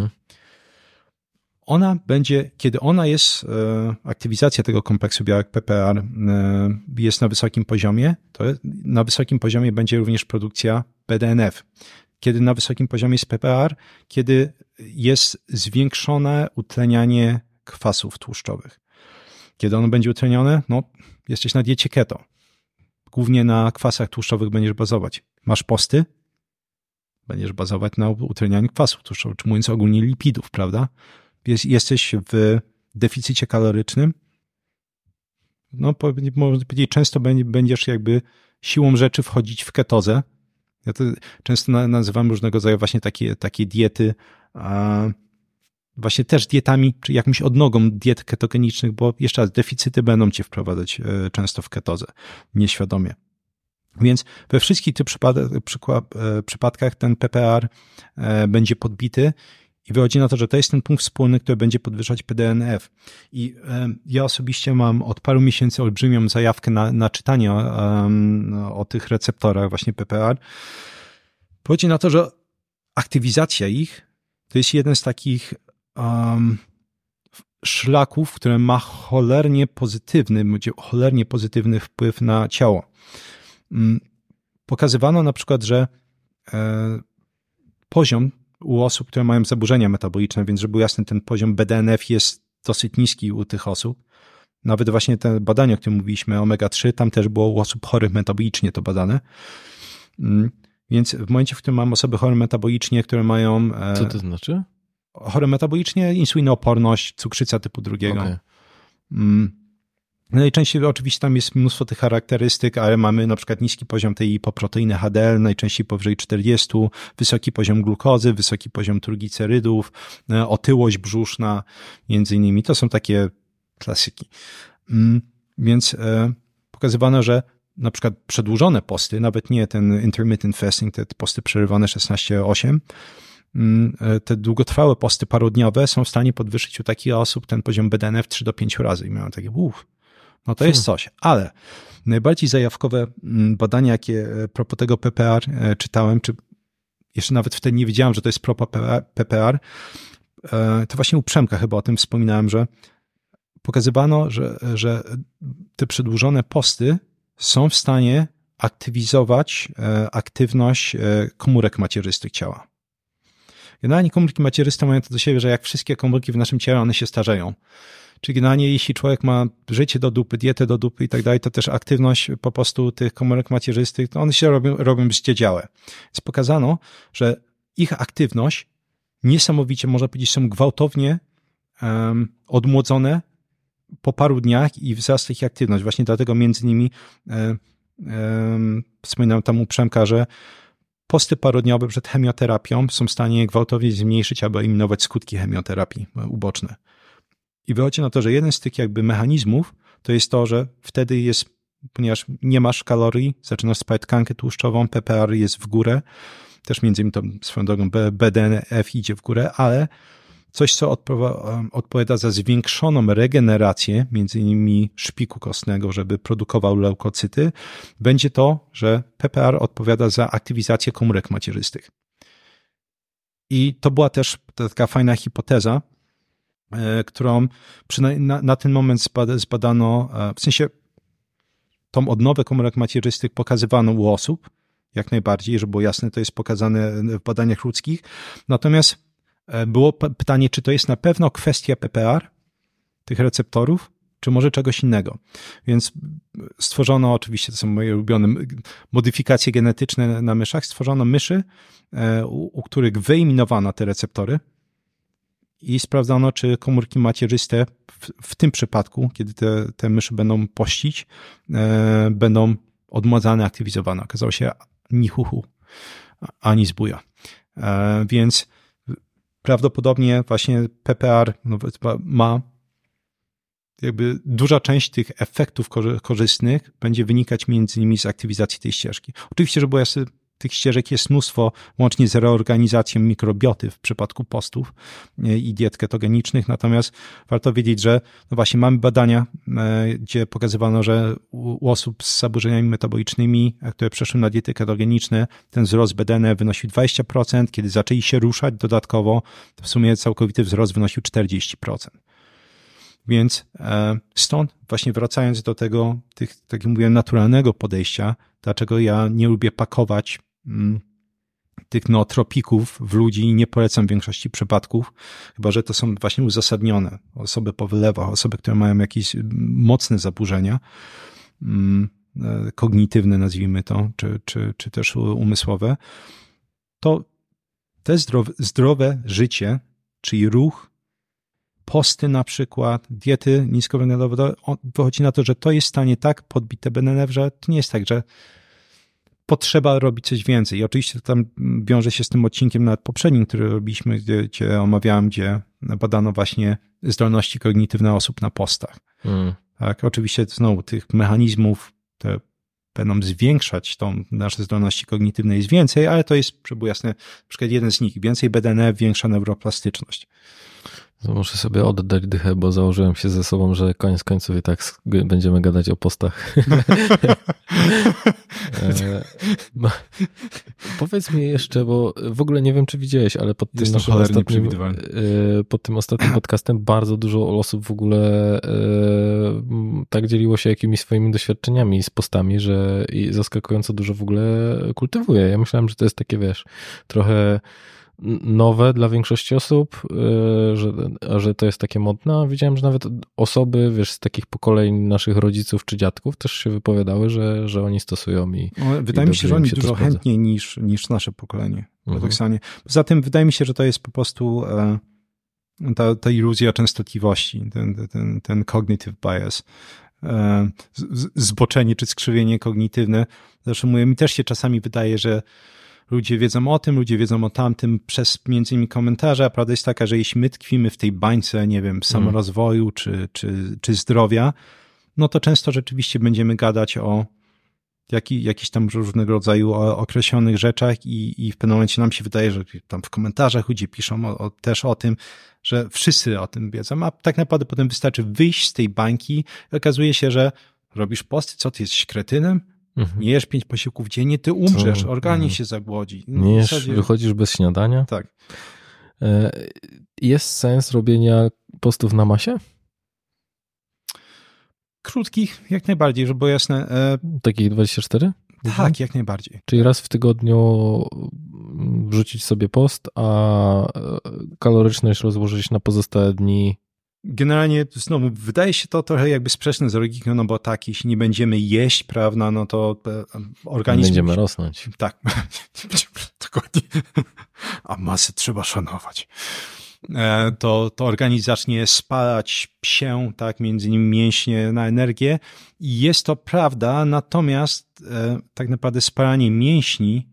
ona będzie, kiedy ona jest, aktywizacja tego kompleksu białek PPAR jest na wysokim poziomie, to na wysokim poziomie będzie również produkcja BDNF. Kiedy na wysokim poziomie jest PPAR, kiedy jest zwiększone utlenianie kwasów tłuszczowych. Kiedy ono będzie utlenione, no jesteś na diecie keto. Głównie na kwasach tłuszczowych będziesz bazować. Masz posty, będziesz bazować na utlenianiu kwasów tłuszczowych, czy mówiąc ogólnie lipidów, prawda? Jesteś w deficycie kalorycznym, no można powiedzieć, często będziesz jakby siłą rzeczy wchodzić w ketozę. Ja to często nazywam różnego rodzaju właśnie takie diety, właśnie też dietami, czy jakimś odnogą diet ketogenicznych, bo jeszcze raz, deficyty będą cię wprowadzać często w ketozę, nieświadomie. Więc we wszystkich tych przypadkach ten PPAR będzie podbity i wychodzi na to, że to jest ten punkt wspólny, który będzie podwyższać BDNF. I ja osobiście mam od paru miesięcy olbrzymią zajawkę na czytanie o tych receptorach właśnie PPAR. Wychodzi na to, że aktywizacja ich to jest jeden z takich szlaków, które ma cholernie pozytywny wpływ na ciało. Pokazywano na przykład, że poziom u osób, które mają zaburzenia metaboliczne, więc żeby był jasny, ten poziom BDNF jest dosyć niski u tych osób. Nawet właśnie te badania, o których mówiliśmy, omega-3, tam też było u osób chorych metabolicznie to badane. Więc w momencie, w którym mam osoby chore metabolicznie, które mają... Co to znaczy? Chore metabolicznie, insulinooporność, cukrzyca typu 2. Okay. Najczęściej oczywiście tam jest mnóstwo tych charakterystyk, ale mamy na przykład niski poziom tej hipoproteiny HDL, najczęściej powyżej 40, wysoki poziom glukozy, wysoki poziom triglicerydów, otyłość brzuszna, między innymi. To są takie klasyki. Więc pokazywano, że na przykład przedłużone posty, nawet nie ten intermittent fasting, te posty przerywane 16-8, te długotrwałe posty parodniowe są w stanie podwyższyć u takich osób ten poziom BDNF 3 do 5 razy. I miałem takie, no to jest coś. Ale najbardziej zajawkowe badania, jakie propos tego PPAR czytałem, czy jeszcze nawet wtedy nie wiedziałem, że to jest propos PPAR, to właśnie u Przemka chyba o tym wspominałem, że pokazywano, że te przedłużone posty są w stanie aktywizować aktywność komórek macierzystych ciała. Generalnie komórki macierzyste mają to do siebie, że jak wszystkie komórki w naszym ciele, one się starzeją. Czyli generalnie jeśli człowiek ma życie do dupy, dietę do dupy i tak dalej, to też aktywność po prostu tych komórek macierzystych, to one się robią zdziedziałe. Więc pokazano, że ich aktywność niesamowicie, można powiedzieć, są gwałtownie odmłodzone po paru dniach i wzrasta ich aktywność. Właśnie dlatego między innymi wspominałem tam u Przemka, że posty parodniowe przed chemioterapią są w stanie gwałtownie zmniejszyć albo eliminować skutki chemioterapii uboczne. I wychodzi na to, że jeden z tych jakby mechanizmów to jest to, że wtedy jest, ponieważ nie masz kalorii, zaczynasz spalać tkankę tłuszczową, PPR jest w górę, też między innymi to swoją drogą BDNF idzie w górę, ale coś, co odpowiada za zwiększoną regenerację, między innymi szpiku kostnego, żeby produkował leukocyty, będzie to, że PPR odpowiada za aktywizację komórek macierzystych. I to była też taka fajna hipoteza, którą na ten moment zbadano, w sensie tą odnowę komórek macierzystych pokazywano u osób, jak najbardziej, żeby było jasne, to jest pokazane w badaniach ludzkich. Natomiast było pytanie, czy to jest na pewno kwestia PPR, tych receptorów, czy może czegoś innego. Więc stworzono, oczywiście to są moje ulubione modyfikacje genetyczne na myszach, stworzono myszy, u których wyeliminowano te receptory i sprawdzono, czy komórki macierzyste w tym przypadku, kiedy te myszy będą pościć, będą odmładzane, aktywizowane. Okazało się ni hu, ani zbuja. Więc prawdopodobnie właśnie PPR ma jakby duża część tych efektów korzystnych będzie wynikać między innymi z aktywizacji tej ścieżki. Oczywiście, że było jasne, tych ścieżek jest mnóstwo, łącznie z reorganizacją mikrobioty w przypadku postów i diet ketogenicznych, natomiast warto wiedzieć, że no właśnie mamy badania, gdzie pokazywano, że u osób z zaburzeniami metabolicznymi, które przeszły na diety ketogeniczne, ten wzrost BDNF wynosił 20%, kiedy zaczęli się ruszać dodatkowo, to w sumie całkowity wzrost wynosił 40%. Więc stąd właśnie wracając do tego, tak jak mówiłem, naturalnego podejścia, dlaczego ja nie lubię pakować tych nootropików w ludzi i nie polecam w większości przypadków, chyba że to są właśnie uzasadnione. Osoby po wylewach, osoby, które mają jakieś mocne zaburzenia kognitywne, nazwijmy to, czy też umysłowe, to te zdrowe życie, czyli ruch, posty na przykład, diety niskowęglowodowe, wychodzi na to, że to jest w stanie tak podbić te BDNF, że to nie jest tak, że potrzeba robić coś więcej. I oczywiście to tam wiąże się z tym odcinkiem nawet poprzednim, który robiliśmy, gdzie omawiałem, gdzie badano właśnie zdolności kognitywne osób na postach. Tak, oczywiście znowu tych mechanizmów, te będą zwiększać tą nasze zdolności kognitywne jest więcej, ale to jest, żeby było jasne, na przykład jeden z nich. Więcej BDNF, większa neuroplastyczność. Muszę sobie oddać dychę, bo założyłem się ze sobą, że koniec końców i tak będziemy gadać o postach. Powiedz mi jeszcze, bo w ogóle nie wiem, czy widziałeś, ale pod tym ostatnim podcastem bardzo dużo osób w ogóle tak dzieliło się jakimiś swoimi doświadczeniami z postami, że i zaskakująco dużo w ogóle kultywuje. Ja myślałem, że to jest takie, wiesz, trochę nowe dla większości osób, że to jest takie modne. Widziałem, że nawet osoby, wiesz, z takich pokoleń naszych rodziców czy dziadków też się wypowiadały, że oni stosują i wydaje mi się, że oni dużo chętniej niż nasze pokolenie. Paradoksalnie. Poza tym wydaje mi się, że to jest po prostu ta iluzja częstotliwości, ten cognitive bias, zboczenie czy skrzywienie kognitywne. Zresztą mówię, mi też się czasami wydaje, że ludzie wiedzą o tym, ludzie wiedzą o tamtym przez między innymi komentarze, a prawda jest taka, że jeśli my tkwimy w tej bańce, nie wiem, samorozwoju czy zdrowia, no to często rzeczywiście będziemy gadać o jakichś tam różnego rodzaju określonych rzeczach i w pewnym momencie nam się wydaje, że tam w komentarzach ludzie piszą też o tym, że wszyscy o tym wiedzą, a tak naprawdę potem wystarczy wyjść z tej bańki i okazuje się, że robisz posty, co ty jesteś kretynem? Nie jesz 5 posiłków dziennie, ty umrzesz, organizm się zagłodzi. Nie jesz, wychodzisz bez śniadania? Tak. Jest sens robienia postów na masie? Krótkich, jak najbardziej, żeby było jasne. Takich 24? Tak, jak najbardziej. Czyli raz w tygodniu wrzucić sobie post, a kaloryczność rozłożyć na pozostałe dni. Generalnie znowu wydaje się to trochę jakby sprzeczne z logiką, no bo tak, jeśli nie będziemy jeść, prawda, no to organizm... Będziemy rosnąć. Tak, dokładnie. A masę trzeba szanować. To organizm zacznie spalać się, tak, między innymi mięśnie na energię i jest to prawda, natomiast tak naprawdę spalanie mięśni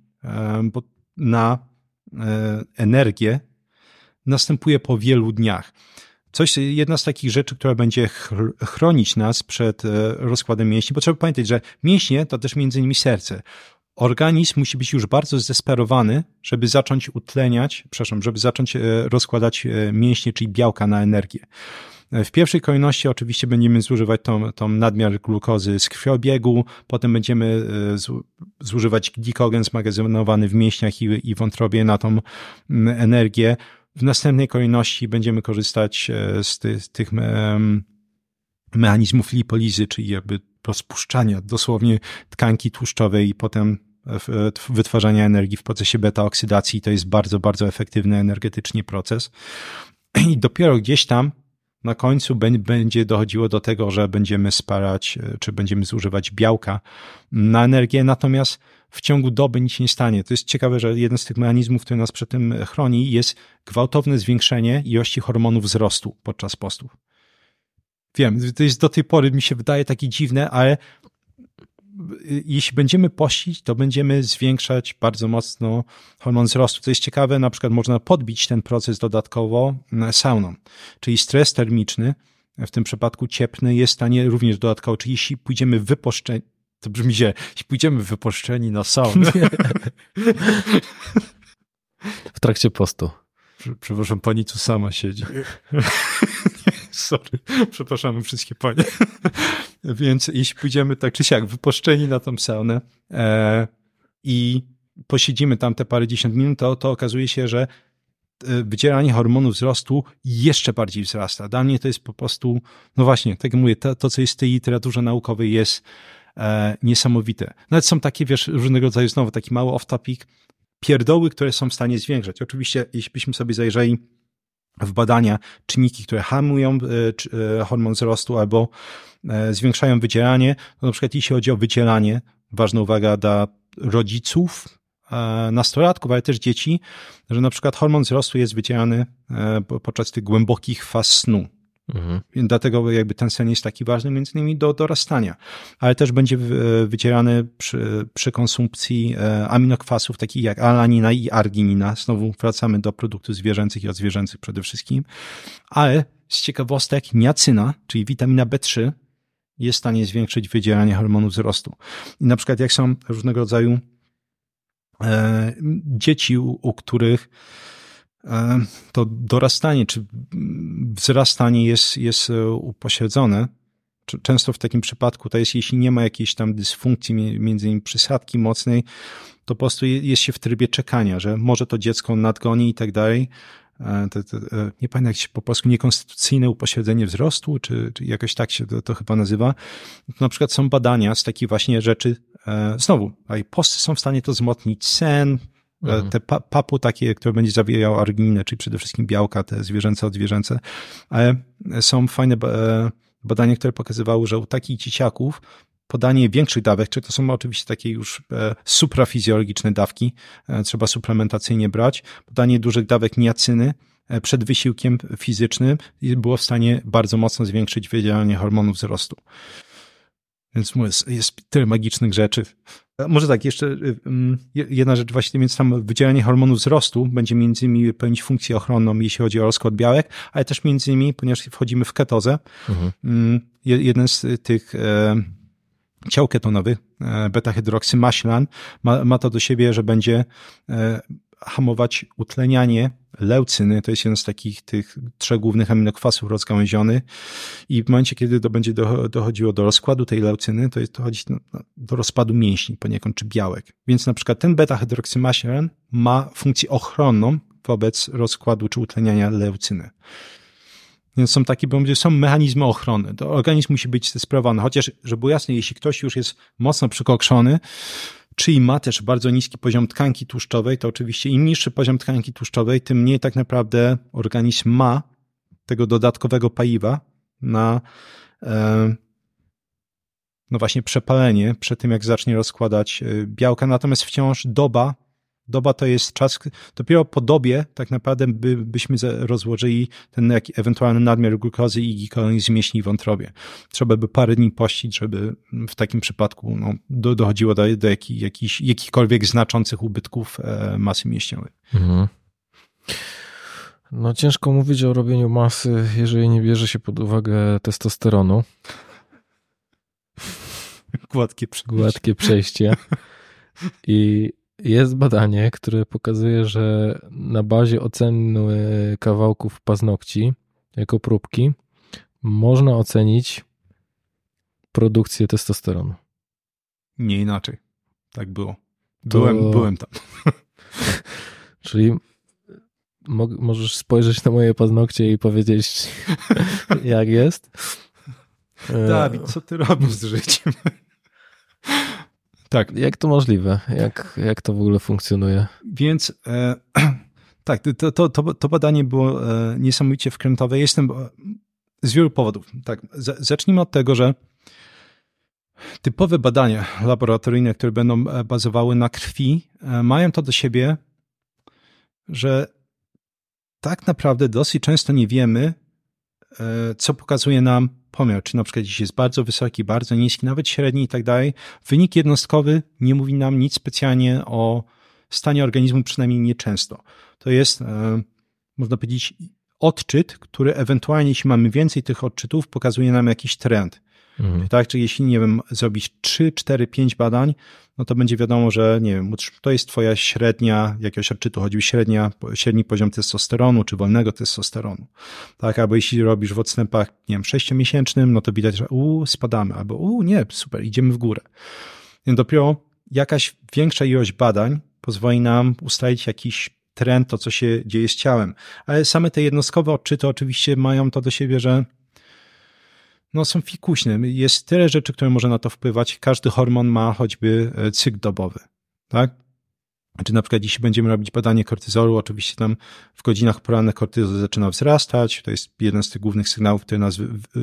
na energię następuje po wielu dniach. Jedna z takich rzeczy, która będzie chronić nas przed rozkładem mięśni, bo trzeba pamiętać, że mięśnie to też między innymi serce. Organizm musi być już bardzo zdesperowany, żeby zacząć żeby zacząć rozkładać mięśnie, czyli białka na energię. W pierwszej kolejności oczywiście będziemy zużywać tą nadmiar glukozy z krwiobiegu, potem będziemy zużywać glikogen zmagazynowany w mięśniach i wątrobie na tą energię. W następnej kolejności będziemy korzystać z tych mechanizmów lipolizy, czyli jakby rozpuszczania dosłownie tkanki tłuszczowej i potem wytwarzania energii w procesie beta-oksydacji. To jest bardzo, bardzo efektywny energetycznie proces. I dopiero gdzieś tam na końcu będzie dochodziło do tego, że będziemy spalać, czy będziemy zużywać białka na energię, natomiast w ciągu doby nic się nie stanie. To jest ciekawe, że jeden z tych mechanizmów, który nas przed tym chroni, jest gwałtowne zwiększenie ilości hormonów wzrostu podczas postów. Wiem, to jest do tej pory, mi się wydaje takie dziwne, ale jeśli będziemy pościć, to będziemy zwiększać bardzo mocno hormon wzrostu. To jest ciekawe, na przykład można podbić ten proces dodatkowo sauną, czyli stres termiczny, w tym przypadku cieplny, jest w stanie również dodatkowo, czyli jeśli pójdziemy wyposzczeni, to brzmi źle, jeśli pójdziemy wyposzczeni na saunę. W trakcie postu. Przepraszam, pani tu sama siedzi. Sorry, przepraszamy wszystkie panie. Więc jeśli pójdziemy tak czy siak wyposzczeni na tą saunę i posiedzimy tam te parędziesiąt minut, to okazuje się, że wydzielanie hormonów wzrostu jeszcze bardziej wzrasta. Dla mnie to jest po prostu, no właśnie, tak jak mówię, to co jest w tej literaturze naukowej jest niesamowite. Nawet są takie, różnego rodzaju, znowu taki mały off-topic, pierdoły, które są w stanie zwiększać. Oczywiście, jeśli byśmy sobie zajrzeli w badania czynniki, które hamują hormon wzrostu albo zwiększają wydzielanie, to na przykład jeśli chodzi o wydzielanie, ważna uwaga dla rodziców, nastolatków, ale też dzieci, że na przykład hormon wzrostu jest wydzielany podczas tych głębokich faz snu. Mhm. Dlatego jakby ten sen jest taki ważny między innymi do dorastania, ale też będzie wydzielany przy konsumpcji aminokwasów takich jak alanina i arginina. Znowu wracamy do produktów zwierzęcych i odzwierzęcych przede wszystkim, ale z ciekawostek niacyna, czyli witamina B3 jest w stanie zwiększyć wydzielanie hormonu wzrostu. I na przykład jak są różnego rodzaju dzieci, u których to dorastanie czy wzrastanie jest upośledzone. Często w takim przypadku to jest, jeśli nie ma jakiejś tam dysfunkcji, między innymi przysadki mocnej, to po prostu jest się w trybie czekania, że może to dziecko nadgoni i tak dalej. Nie pamiętam jak się po polsku, niekonstytucyjne upośledzenie wzrostu, czy jakoś tak się to chyba nazywa. Na przykład są badania z takich właśnie rzeczy, znowu, posty są w stanie to wzmocnić sen, te papu takie, które będzie zawierało argininę, czyli przede wszystkim białka, te zwierzęce, odzwierzęce, ale są fajne badania, które pokazywały, że u takich dzieciaków podanie większych dawek, czy to są oczywiście takie już suprafizjologiczne dawki, trzeba suplementacyjnie brać, podanie dużych dawek niacyny przed wysiłkiem fizycznym było w stanie bardzo mocno zwiększyć wydzielanie hormonów wzrostu. Więc jest tyle magicznych rzeczy. Może tak, jeszcze jedna rzecz właśnie, więc tam wydzielanie hormonów wzrostu będzie między innymi pełnić funkcję ochronną, jeśli chodzi o rozkład białek, ale też między innymi, ponieważ wchodzimy w ketozę, jeden z tych ciał ketonowych, beta-hydroksymasilan, ma to do siebie, że będzie hamować utlenianie leucyny, to jest jeden z takich tych 3 głównych aminokwasów rozgałęzionych i w momencie, kiedy to będzie dochodziło do rozkładu tej leucyny, to dochodzi do rozpadu mięśni poniekąd, czy białek. Więc na przykład ten beta-hydroksymasilan ma funkcję ochronną wobec rozkładu czy utleniania leucyny. Więc są mechanizmy ochrony. To organizm musi być zdesperowany. Chociaż, żeby było jasne, jeśli ktoś już jest mocno przykokszony, czyli ma też bardzo niski poziom tkanki tłuszczowej, to oczywiście im niższy poziom tkanki tłuszczowej, tym mniej tak naprawdę organizm ma tego dodatkowego paliwa na no właśnie przepalenie przed tym, jak zacznie rozkładać białka. Natomiast wciąż doba to jest czas, dopiero po dobie tak naprawdę byśmy rozłożyli ten ewentualny nadmiar glukozy i glikoliny z mięśni w wątrobie. Trzeba by parę dni pościć, żeby w takim przypadku no, dochodziło do jakichkolwiek znaczących ubytków masy mięśniowej. Mhm. No ciężko mówić o robieniu masy, jeżeli nie bierze się pod uwagę testosteronu. Gładkie przejście. I jest badanie, które pokazuje, że na bazie oceny kawałków paznokci jako próbki można ocenić produkcję testosteronu. Nie inaczej. Tak było. Byłem tam. Czyli możesz spojrzeć na moje paznokcie i powiedzieć, jak jest? Dawid, co ty robisz z życiem? Tak. Jak to możliwe? Jak to w ogóle funkcjonuje? Więc tak, to badanie było niesamowicie wkrętowe. Jestem z wielu powodów. Tak, zacznijmy od tego, że typowe badania laboratoryjne, które będą bazowały na krwi, mają to do siebie, że tak naprawdę dosyć często nie wiemy, co pokazuje nam pomiar, czy na przykład dziś jest bardzo wysoki, bardzo niski, nawet średni i tak dalej. Wynik jednostkowy nie mówi nam nic specjalnie o stanie organizmu, przynajmniej nieczęsto. To jest, można powiedzieć, odczyt, który ewentualnie, jeśli mamy więcej tych odczytów, pokazuje nam jakiś trend. Tak, czy jeśli, nie wiem, zrobić 3, 4, 5 badań, no to będzie wiadomo, że, nie wiem, to jest twoja średnia jakiegoś odczytu, chodzi o średni poziom testosteronu, czy wolnego testosteronu. Tak, albo jeśli robisz w odstępach, nie wiem, 6-miesięcznym, no to widać, że spadamy, albo nie, super, idziemy w górę. Więc dopiero jakaś większa ilość badań pozwoli nam ustalić jakiś trend, to co się dzieje z ciałem. Ale same te jednostkowe odczyty oczywiście mają to do siebie, że no są fikuśne. Jest tyle rzeczy, które może na to wpływać. Każdy hormon ma choćby cykl dobowy, tak? Czy na przykład jeśli będziemy robić badanie kortyzolu, oczywiście tam w godzinach porannych kortyzol zaczyna wzrastać. To jest jeden z tych głównych sygnałów, który nas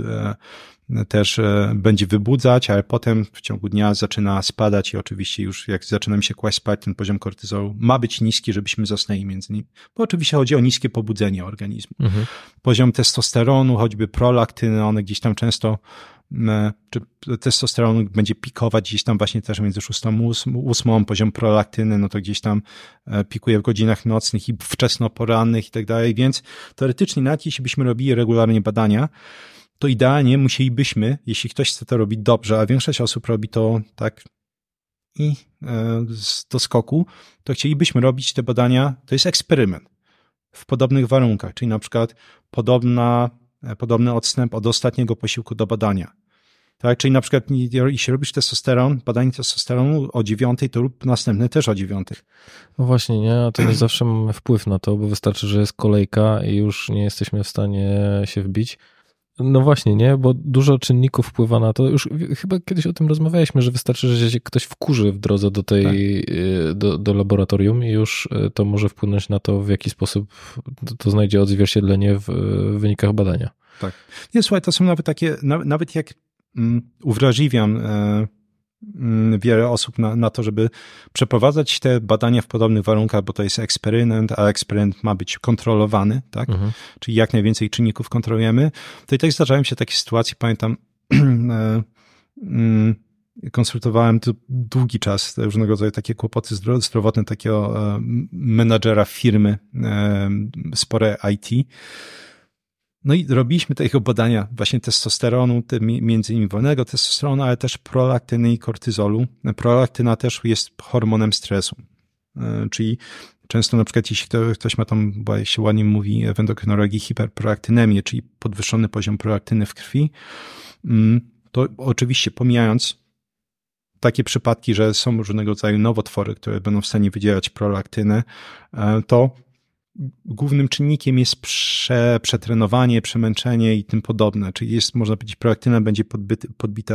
też będzie wybudzać, ale potem w ciągu dnia zaczyna spadać i oczywiście już jak zaczyna mi się kłaść spać, ten poziom kortyzolu ma być niski, żebyśmy zasnęli między nim. Bo oczywiście chodzi o niskie pobudzenie organizmu. Mhm. Poziom testosteronu, choćby prolaktyny, one gdzieś tam często, czy testosteron będzie pikować gdzieś tam właśnie też między 6 a 8, poziom prolaktyny, no to gdzieś tam pikuje w godzinach nocnych i wczesnoporannych i tak dalej, więc teoretycznie nawet jeśli byśmy robili regularnie badania, to idealnie musielibyśmy, jeśli ktoś chce to robić dobrze, a większość osób robi to tak i z doskoku, to chcielibyśmy robić te badania, to jest eksperyment w podobnych warunkach, czyli na przykład podobny odstęp od ostatniego posiłku do badania. Tak, czyli na przykład jeśli robisz testosteron, badanie testosteronu o 9, to rób następne też o 9. No właśnie, nie, a to nie zawsze mamy wpływ na to, bo wystarczy, że jest kolejka i już nie jesteśmy w stanie się wbić. No właśnie, nie, bo dużo czynników wpływa na to. Już chyba kiedyś o tym rozmawialiśmy, że wystarczy, że się ktoś wkurzy w drodze do tej, tak. do laboratorium i już to może wpłynąć na to, w jaki sposób to znajdzie odzwierciedlenie w wynikach badania. Tak. Nie, słuchaj, to są nawet jak uwrażliwiam wiele osób na to, żeby przeprowadzać te badania w podobnych warunkach, bo to jest eksperyment, a eksperyment ma być kontrolowany, tak? Mhm. Czyli jak najwięcej czynników kontrolujemy. To i tak zdarzają się takie sytuacje, pamiętam, konsultowałem tu długi czas różnego rodzaju takie kłopoty zdrowotne takiego menadżera firmy spore IT. No i robiliśmy tego badania właśnie testosteronu, między innymi wolnego testosteronu, ale też prolaktyny i kortyzolu. Prolaktyna też jest hormonem stresu, czyli często na przykład jeśli ktoś ma tam, bo się ładnie mówi w endokrynologii, hiperproaktynemię, czyli podwyższony poziom prolaktyny w krwi, to oczywiście pomijając takie przypadki, że są różnego rodzaju nowotwory, które będą w stanie wydzielać prolaktynę, to głównym czynnikiem jest przetrenowanie, przemęczenie i tym podobne. Czyli jest, można powiedzieć, prolaktyna będzie podbita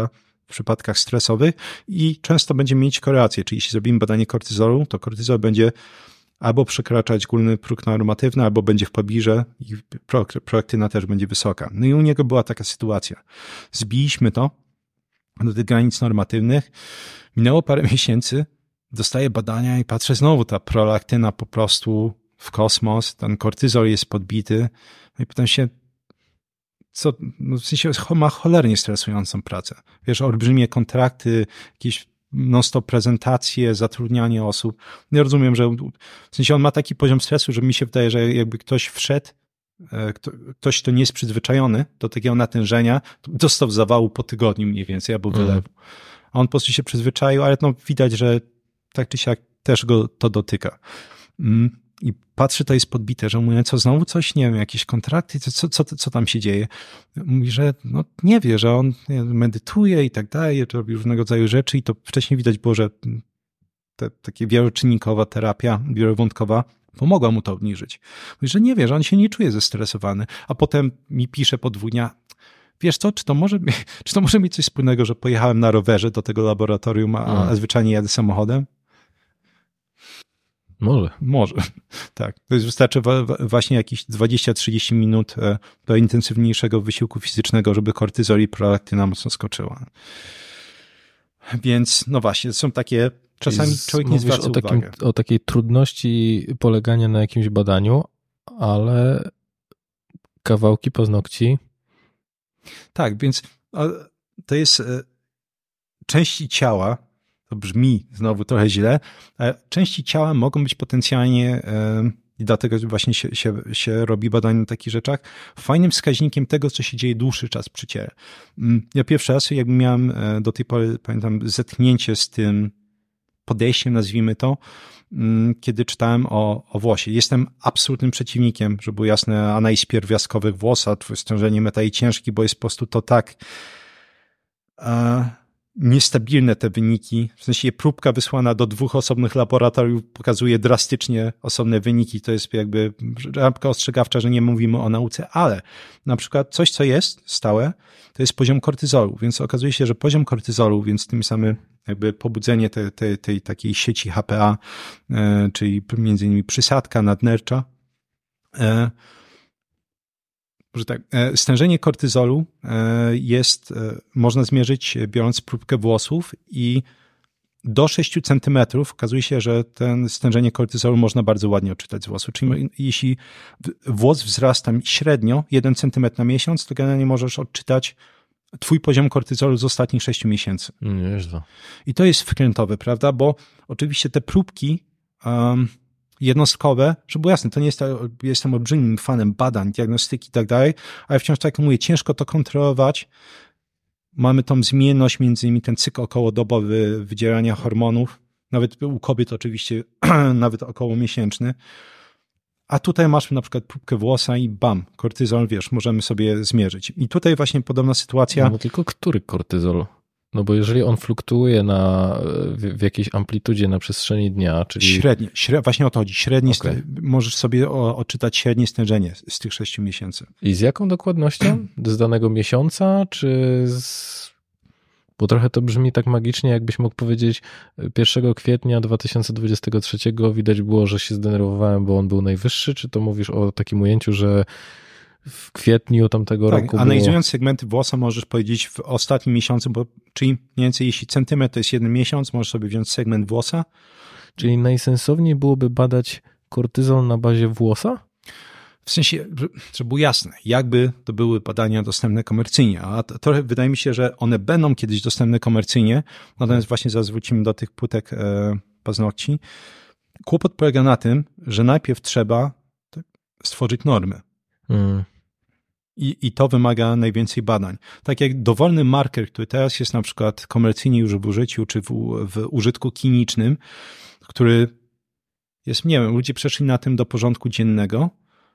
przypadkach stresowych i często będziemy mieć korelację, czyli jeśli zrobimy badanie kortyzolu, to kortyzol będzie albo przekraczać górny próg normatywny, albo będzie w pobliżu i prolaktyna też będzie wysoka. No i u niego była taka sytuacja. Zbiliśmy to do tych granic normatywnych, minęło parę miesięcy, dostaję badania i patrzę znowu, ta prolaktyna po prostu w kosmos, ten kortyzol jest podbity. No i pytam się, co, no w sensie ma cholernie stresującą pracę. Wiesz, olbrzymie kontrakty, jakieś non-stop prezentacje, zatrudnianie osób. Ja rozumiem, że w sensie on ma taki poziom stresu, że mi się wydaje, że jakby ktoś wszedł, ktoś, kto nie jest przyzwyczajony do takiego natężenia, to dostał zawału po tygodniu mniej więcej, albo wylewu. A on po prostu się przyzwyczaił, ale no widać, że tak czy siak też go to dotyka. I patrzy, to jest podbite, że mówię, co znowu coś, nie wiem, jakieś kontrakty, co tam się dzieje? Mówi, że no nie wie, że on medytuje i tak dalej, robi różnego rodzaju rzeczy i to wcześniej widać było, że takie wieloczynnikowa terapia wielowątkowa pomogła mu to obniżyć. Mówi, że nie wie, że on się nie czuje zestresowany, a potem mi pisze po 2 dniach, wiesz co, czy to może mieć coś wspólnego, że pojechałem na rowerze do tego laboratorium, a zwyczajnie jadę samochodem? Może, tak. To jest, wystarczy właśnie jakieś 20-30 minut do intensywniejszego wysiłku fizycznego, żeby kortyzol i prolaktyna mocno skoczyła. Więc no właśnie, są takie, czasami człowiek nie zwraca uwagi. O takiej trudności polegania na jakimś badaniu, ale kawałki paznokci. Tak, więc to jest części ciała, to brzmi znowu trochę źle, ale części ciała mogą być potencjalnie, i dlatego właśnie się robi badania na takich rzeczach, fajnym wskaźnikiem tego, co się dzieje dłuższy czas przy ciele. Ja pierwszy raz jakby miałem do tej pory, pamiętam, zetknięcie z tym podejściem, nazwijmy to, kiedy czytałem o włosie. Jestem absolutnym przeciwnikiem, żeby było jasne, analiz pierwiastkowych włosa, stężenie metali ciężki, bo jest po prostu to tak niestabilne te wyniki. W sensie próbka wysłana do 2 osobnych laboratoriów pokazuje drastycznie osobne wyniki. To jest jakby lampka ostrzegawcza, że nie mówimy o nauce, ale na przykład coś, co jest stałe, to jest poziom kortyzolu. Więc okazuje się, że poziom kortyzolu, więc tym samym jakby pobudzenie tej takiej sieci HPA, czyli między innymi przysadka nadnercza, że tak, stężenie kortyzolu można zmierzyć biorąc próbkę włosów i do 6 centymetrów okazuje się, że ten stężenie kortyzolu można bardzo ładnie odczytać z włosu. Czyli jeśli włos wzrasta średnio 1 centymetr na miesiąc, to generalnie możesz odczytać twój poziom kortyzolu z ostatnich 6 miesięcy. Nieźle. I to jest wkrętowe, prawda? Bo oczywiście te próbki jednostkowe, żeby było jasne, to nie jest, jestem olbrzymim fanem badań, diagnostyki i tak dalej, ale wciąż, tak jak mówię, ciężko to kontrolować. Mamy tą zmienność, między innymi ten cykl okołodobowy wydzielania hormonów, nawet u kobiet oczywiście, nawet okołomiesięczny. A tutaj masz na przykład próbkę włosa i bam, kortyzol, wiesz, możemy sobie zmierzyć. I tutaj właśnie podobna sytuacja. No tylko który kortyzol? No bo jeżeli on fluktuuje w jakiejś amplitudzie na przestrzeni dnia, czyli... Średnie, właśnie o to chodzi. Średnie, okay. Możesz sobie odczytać średnie stężenie z tych 6 miesięcy. I z jaką dokładnością? Z danego miesiąca, czy Bo trochę to brzmi tak magicznie, jakbyś mógł powiedzieć 1 kwietnia 2023 widać było, że się zdenerwowałem, bo on był najwyższy, czy to mówisz o takim ujęciu, że w kwietniu tamtego roku było... Analizując segmenty włosa możesz powiedzieć w ostatnim miesiącu, czyli mniej więcej jeśli centymetr to jest 1 miesiąc, możesz sobie wziąć segment włosa. Czyli najsensowniej byłoby badać kortyzol na bazie włosa? W sensie, żeby było jasne, jakby to były badania dostępne komercyjnie, a trochę wydaje mi się, że one będą kiedyś dostępne komercyjnie, natomiast właśnie zaraz wrócimy do tych płytek paznokci. Kłopot polega na tym, że najpierw trzeba stworzyć normy. I to wymaga najwięcej badań. Tak jak dowolny marker, który teraz jest na przykład komercyjnie już w użyciu, czy w użytku klinicznym, który jest, nie wiem, ludzie przeszli na tym do porządku dziennego.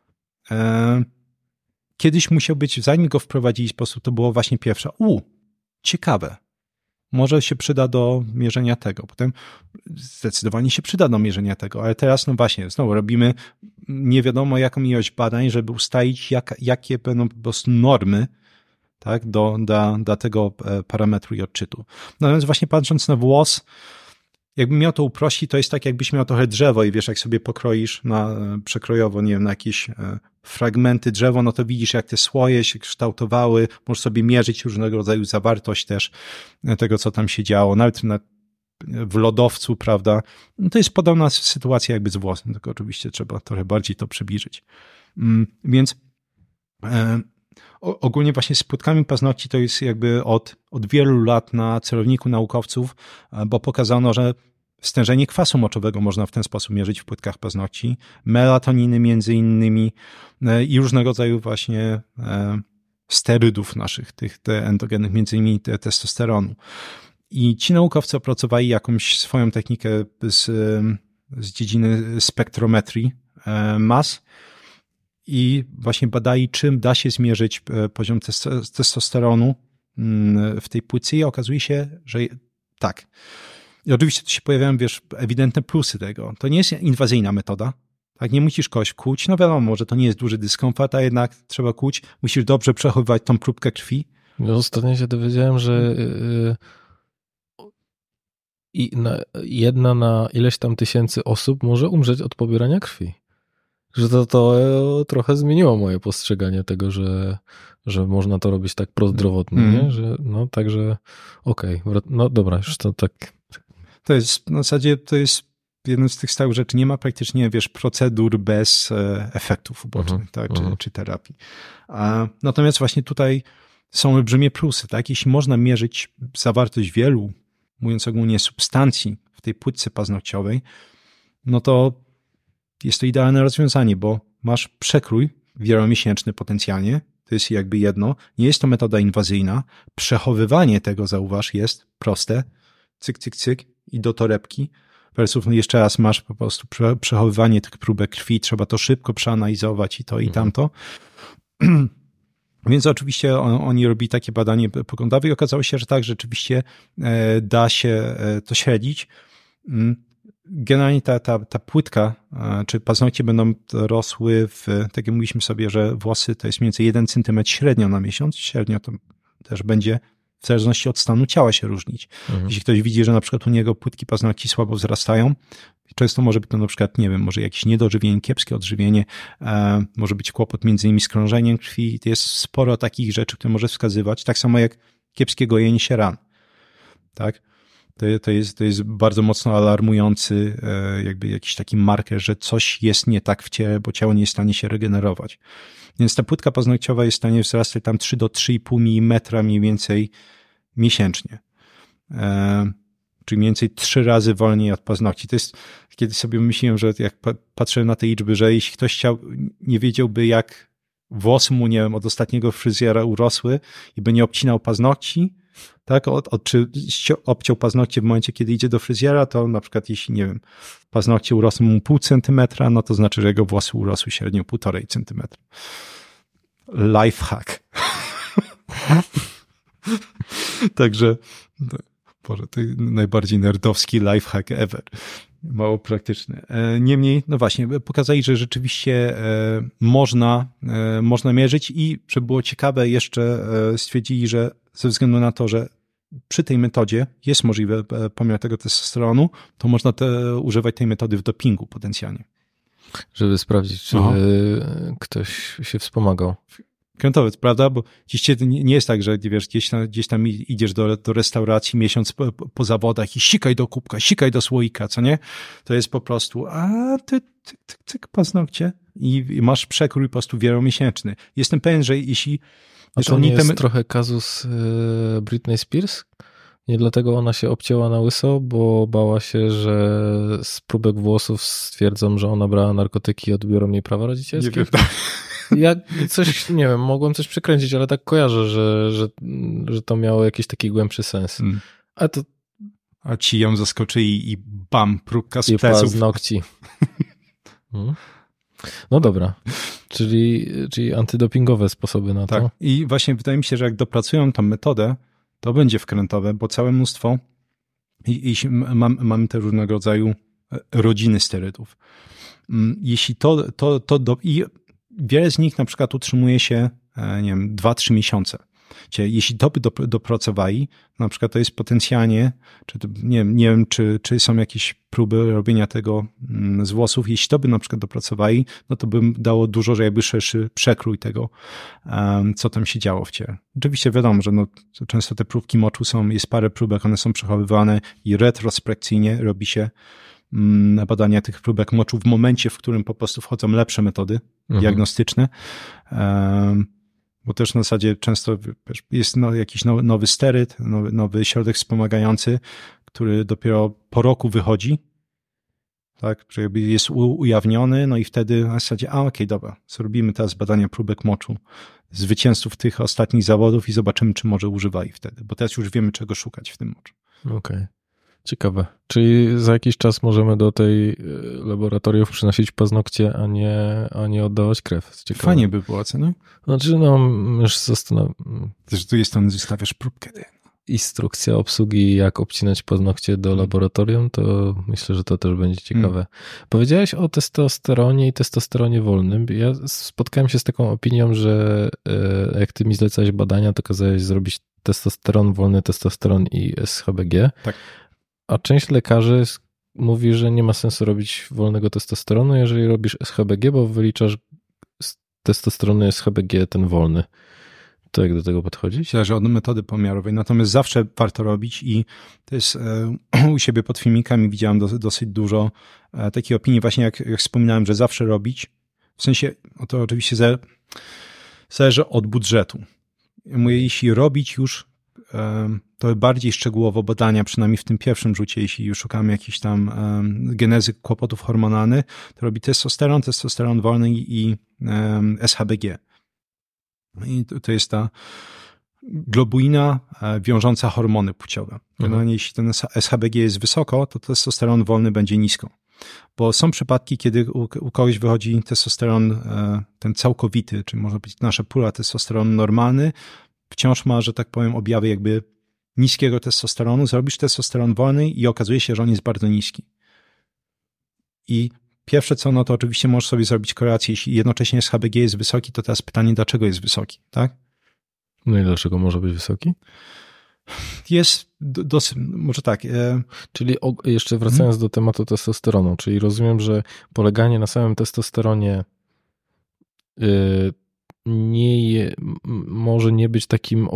Kiedyś musiał być, zanim go wprowadzili, po prostu to było właśnie pierwsze. Ciekawe. Może się przyda do mierzenia tego. Potem zdecydowanie się przyda do mierzenia tego, ale teraz no właśnie, znowu robimy nie wiadomo jaką ilość badań, żeby ustalić jakie będą po prostu normy tak, do tego parametru i odczytu. Natomiast właśnie patrząc na włos, jakbym miał to uprościć, to jest tak, jakbyś miał trochę drzewo i wiesz, jak sobie pokroisz przekrojowo, nie wiem, na jakieś fragmenty drzewa, no to widzisz, jak te słoje się kształtowały, możesz sobie mierzyć różnego rodzaju zawartość też tego, co tam się działo, nawet w lodowcu, prawda? No to jest podobna sytuacja jakby z włosem, tylko oczywiście trzeba trochę bardziej to przybliżyć. Więc ogólnie właśnie z płytkami paznokci to jest jakby od wielu lat na celowniku naukowców, bo pokazano, że stężenie kwasu moczowego można w ten sposób mierzyć w płytkach paznokci, melatoniny między innymi i różnego rodzaju właśnie sterydów naszych, tych endogennych, między innymi testosteronu. I ci naukowcy opracowali jakąś swoją technikę z dziedziny spektrometrii mas i właśnie badali, czym da się zmierzyć poziom testosteronu w tej płytce i okazuje się, że tak. I oczywiście tu się pojawiają, wiesz, ewidentne plusy tego. To nie jest inwazyjna metoda. Tak, nie musisz kogoś kłuć. No wiadomo, że to nie jest duży dyskomfort, a jednak trzeba kłuć. Musisz dobrze przechowywać tą próbkę krwi. Ostatnio się dowiedziałem, że jedna na ileś tam tysięcy osób może umrzeć od pobierania krwi. Że to trochę zmieniło moje postrzeganie tego, że można to robić tak prozdrowotnie, nie? Że, no także okej. No dobra, już to tak. To jest, w zasadzie to jest jeden z tych stałych rzeczy. Nie ma praktycznie, wiesz, procedur bez efektów ubocznych, tak, czy terapii. Natomiast właśnie tutaj są olbrzymie plusy, tak? Jeśli można mierzyć zawartość wielu, mówiąc ogólnie, substancji w tej płytce paznokciowej, no to jest to idealne rozwiązanie, bo masz przekrój wielomiesięczny potencjalnie, to jest jakby jedno, nie jest to metoda inwazyjna, przechowywanie tego, zauważ, jest proste, cyk, cyk, cyk i do torebki, versus jeszcze raz masz po prostu przechowywanie tych próbek krwi, trzeba to szybko przeanalizować i to i tamto. Więc oczywiście oni robili takie badanie poglądowe i okazało się, że tak, rzeczywiście da się to śledzić. Generalnie ta płytka, czy paznokcie będą rosły tak jak mówiliśmy sobie, że włosy to jest mniej więcej 1 centymetr średnio na miesiąc. Średnio to też będzie w zależności od stanu ciała się różnić. Jeśli ktoś widzi, że na przykład u niego płytki paznokci słabo wzrastają, często może być to na przykład, nie wiem, może jakieś niedożywienie, kiepskie odżywienie, może być kłopot między innymi z krążeniem krwi. Jest sporo takich rzeczy, które może wskazywać, tak samo jak kiepskie gojenie się ran. Tak? To jest bardzo mocno alarmujący jakby jakiś taki marker, że coś jest nie tak w ciele, bo ciało nie jest w stanie się regenerować. Więc ta płytka paznokciowa jest w stanie wzrastać tam 3 do 3,5 mm mniej więcej miesięcznie. Czyli mniej więcej 3 razy wolniej od paznokci. To jest, kiedy sobie myślałem, że jak patrzę na te liczby, że jeśli ktoś nie wiedziałby, jak włosy mu, nie wiem, od ostatniego fryzjera urosły i by nie obcinał paznokci, tak, czy obciął paznokcie w momencie, kiedy idzie do fryzjera, to na przykład jeśli, nie wiem, paznokcie urosły mu 0,5 centymetra, no to znaczy, że jego włosy urosły średnio 1,5 centymetra. Lifehack. Także, Boże, to najbardziej nerdowski lifehack ever. Mało praktyczny. Niemniej, no właśnie, pokazali, że rzeczywiście można mierzyć i, żeby było ciekawe, jeszcze stwierdzili, że ze względu na to, że przy tej metodzie jest możliwy pomiar tego testosteronu, to można używać tej metody w dopingu potencjalnie. Żeby sprawdzić, czy ktoś się wspomagał. Krętowiec, prawda? Bo dziś nie jest tak, że wiesz, gdzieś tam idziesz do restauracji miesiąc po zawodach i sikaj do kubka, sikaj do słoika, co nie? To jest po prostu tyk, paznokcie i masz przekrój po prostu wielomiesięczny. Jestem pewien, że jeśli... A to nie jest trochę kazus Britney Spears? Nie dlatego ona się obcięła na łyso, bo bała się, że z próbek włosów stwierdzą, że ona brała narkotyki i odbiorą jej prawa rodzicielskie? Nie wiem. Ja coś, nie wiem, mogłem coś przekręcić, ale tak kojarzę, że to miało jakiś taki głębszy sens. A ci ją zaskoczyli i bam, próbka z i pleców. I paznokci. No dobra, czyli antydopingowe sposoby na to. Tak, i właśnie wydaje mi się, że jak dopracują tą metodę, to będzie wkrętowe, bo całe mnóstwo, jeśli mamy te różnego rodzaju rodziny sterydów. Jeśli i wiele z nich na przykład utrzymuje się, nie wiem, 2-3 miesiące. Jeśli to by dopracowali, na przykład to jest potencjalnie, czy to, nie wiem, czy są jakieś próby robienia tego z włosów, jeśli to by na przykład dopracowali, no to by dało dużo, że jakby szerszy przekrój tego, co tam się działo w ciele. Oczywiście wiadomo, że no, często te próbki moczu jest parę próbek, one są przechowywane i retrospekcyjnie robi się badania tych próbek moczu w momencie, w którym po prostu wchodzą lepsze metody diagnostyczne, bo też na zasadzie często jest jakiś nowy steryd, nowy środek wspomagający, który dopiero po roku wychodzi, tak, że jakby jest ujawniony, no i wtedy na zasadzie, okej, dobra, zrobimy teraz badania próbek moczu zwycięzców tych ostatnich zawodów i zobaczymy, czy może używali wtedy, bo teraz już wiemy, czego szukać w tym moczu. Okej. Ciekawe. Czyli za jakiś czas możemy do tej laboratoriów przynosić paznokcie, a nie oddawać krew. Ciekawe. Fajnie by było, co nie? Znaczy, no, już zastanawiam. Z drugiej strony zostawiasz próbkę. Instrukcja obsługi, jak obcinać paznokcie do laboratorium, to myślę, że to też będzie ciekawe. Powiedziałeś o testosteronie i testosteronie wolnym. Ja spotkałem się z taką opinią, że jak ty mi zlecałeś badania, to kazałeś zrobić testosteron, wolny testosteron i SHBG. Tak. A część lekarzy mówi, że nie ma sensu robić wolnego testosteronu, jeżeli robisz SHBG, bo wyliczasz z testosteronu SHBG ten wolny. To jak do tego podchodzić? Zależy od metody pomiarowej, natomiast zawsze warto robić i to jest u siebie pod filmikami widziałem dosyć dużo takiej opinii właśnie jak wspominałem, że zawsze robić. W sensie, to oczywiście zależy od budżetu. Ja mówię, jeśli robić już to bardziej szczegółowo badania, przynajmniej w tym pierwszym rzucie, jeśli już szukamy jakiejś tam genezy kłopotów hormonalnych, to robi testosteron wolny i SHBG. I to jest ta globuina wiążąca hormony płciowe. Generalnie jeśli ten SHBG jest wysoko, to testosteron wolny będzie nisko. Bo są przypadki, kiedy u kogoś wychodzi testosteron ten całkowity, czyli może być nasza pula testosteron normalny, wciąż ma, że tak powiem, objawy jakby niskiego testosteronu, zrobisz testosteron wolny i okazuje się, że on jest bardzo niski. I pierwsze co, no to oczywiście możesz sobie zrobić korelację, jeśli jednocześnie SHBG jest wysoki, to teraz pytanie, dlaczego jest wysoki, tak? No i dlaczego może być wysoki? Jest dosyć, może tak. Czyli jeszcze wracając do tematu testosteronu, czyli rozumiem, że poleganie na samym testosteronie może nie być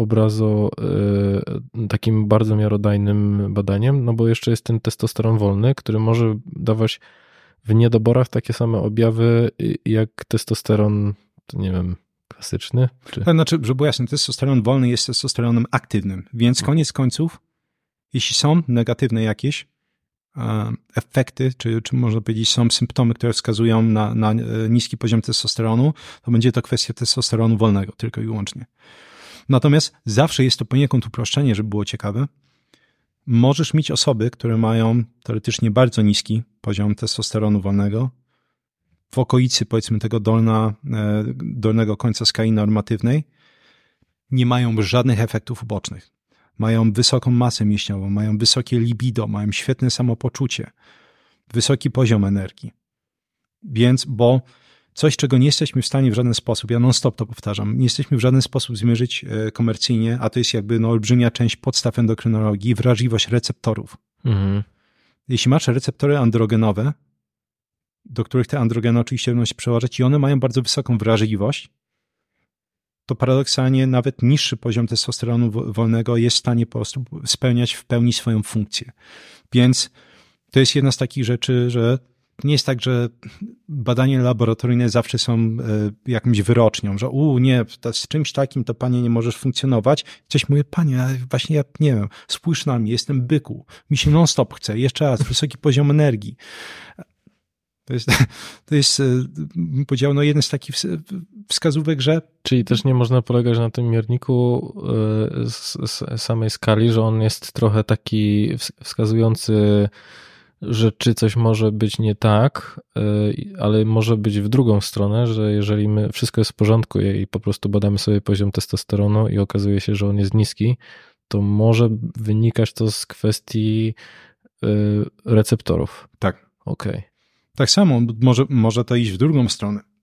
takim bardzo miarodajnym badaniem, no bo jeszcze jest ten testosteron wolny, który może dawać w niedoborach takie same objawy jak testosteron, to nie wiem, klasyczny? Czy... To znaczy, żeby było jasne, testosteron wolny jest testosteronem aktywnym, więc koniec końców, jeśli są negatywne jakieś efekty, czy można powiedzieć są symptomy, które wskazują na niski poziom testosteronu, to będzie to kwestia testosteronu wolnego, tylko i wyłącznie. Natomiast zawsze jest to poniekąd uproszczenie, żeby było ciekawe. Możesz mieć osoby, które mają teoretycznie bardzo niski poziom testosteronu wolnego, w okolicy powiedzmy tego dolnego końca skali normatywnej, nie mają żadnych efektów ubocznych. Mają wysoką masę mięśniową, mają wysokie libido, mają świetne samopoczucie, wysoki poziom energii. Więc, bo coś, czego nie jesteśmy w stanie w żaden sposób, ja non-stop to powtarzam, nie jesteśmy w żaden sposób zmierzyć komercyjnie, a to jest jakby olbrzymia część podstaw endokrynologii, wrażliwość receptorów. Mhm. Jeśli masz receptory androgenowe, do których te androgeny oczywiście będą się przełożyć i one mają bardzo wysoką wrażliwość, to paradoksalnie nawet niższy poziom testosteronu wolnego jest w stanie po prostu spełniać w pełni swoją funkcję. Więc to jest jedna z takich rzeczy, że nie jest tak, że badania laboratoryjne zawsze są jakimś wyrocznią, że nie, z czymś takim to panie nie możesz funkcjonować. Coś mówię, panie, właśnie ja nie wiem, spójrz na mnie, jestem byku, mi się non-stop chce, jeszcze raz, wysoki poziom energii. To jest powiedział, jeden z takich wskazówek, że... Czyli też nie można polegać na tym mierniku z samej skali, że on jest trochę taki wskazujący, że czy coś może być nie tak, ale może być w drugą stronę, że jeżeli wszystko jest w porządku i po prostu badamy sobie poziom testosteronu i okazuje się, że on jest niski, to może wynikać to z kwestii receptorów. Tak. Okej. Tak samo może to iść w drugą stronę.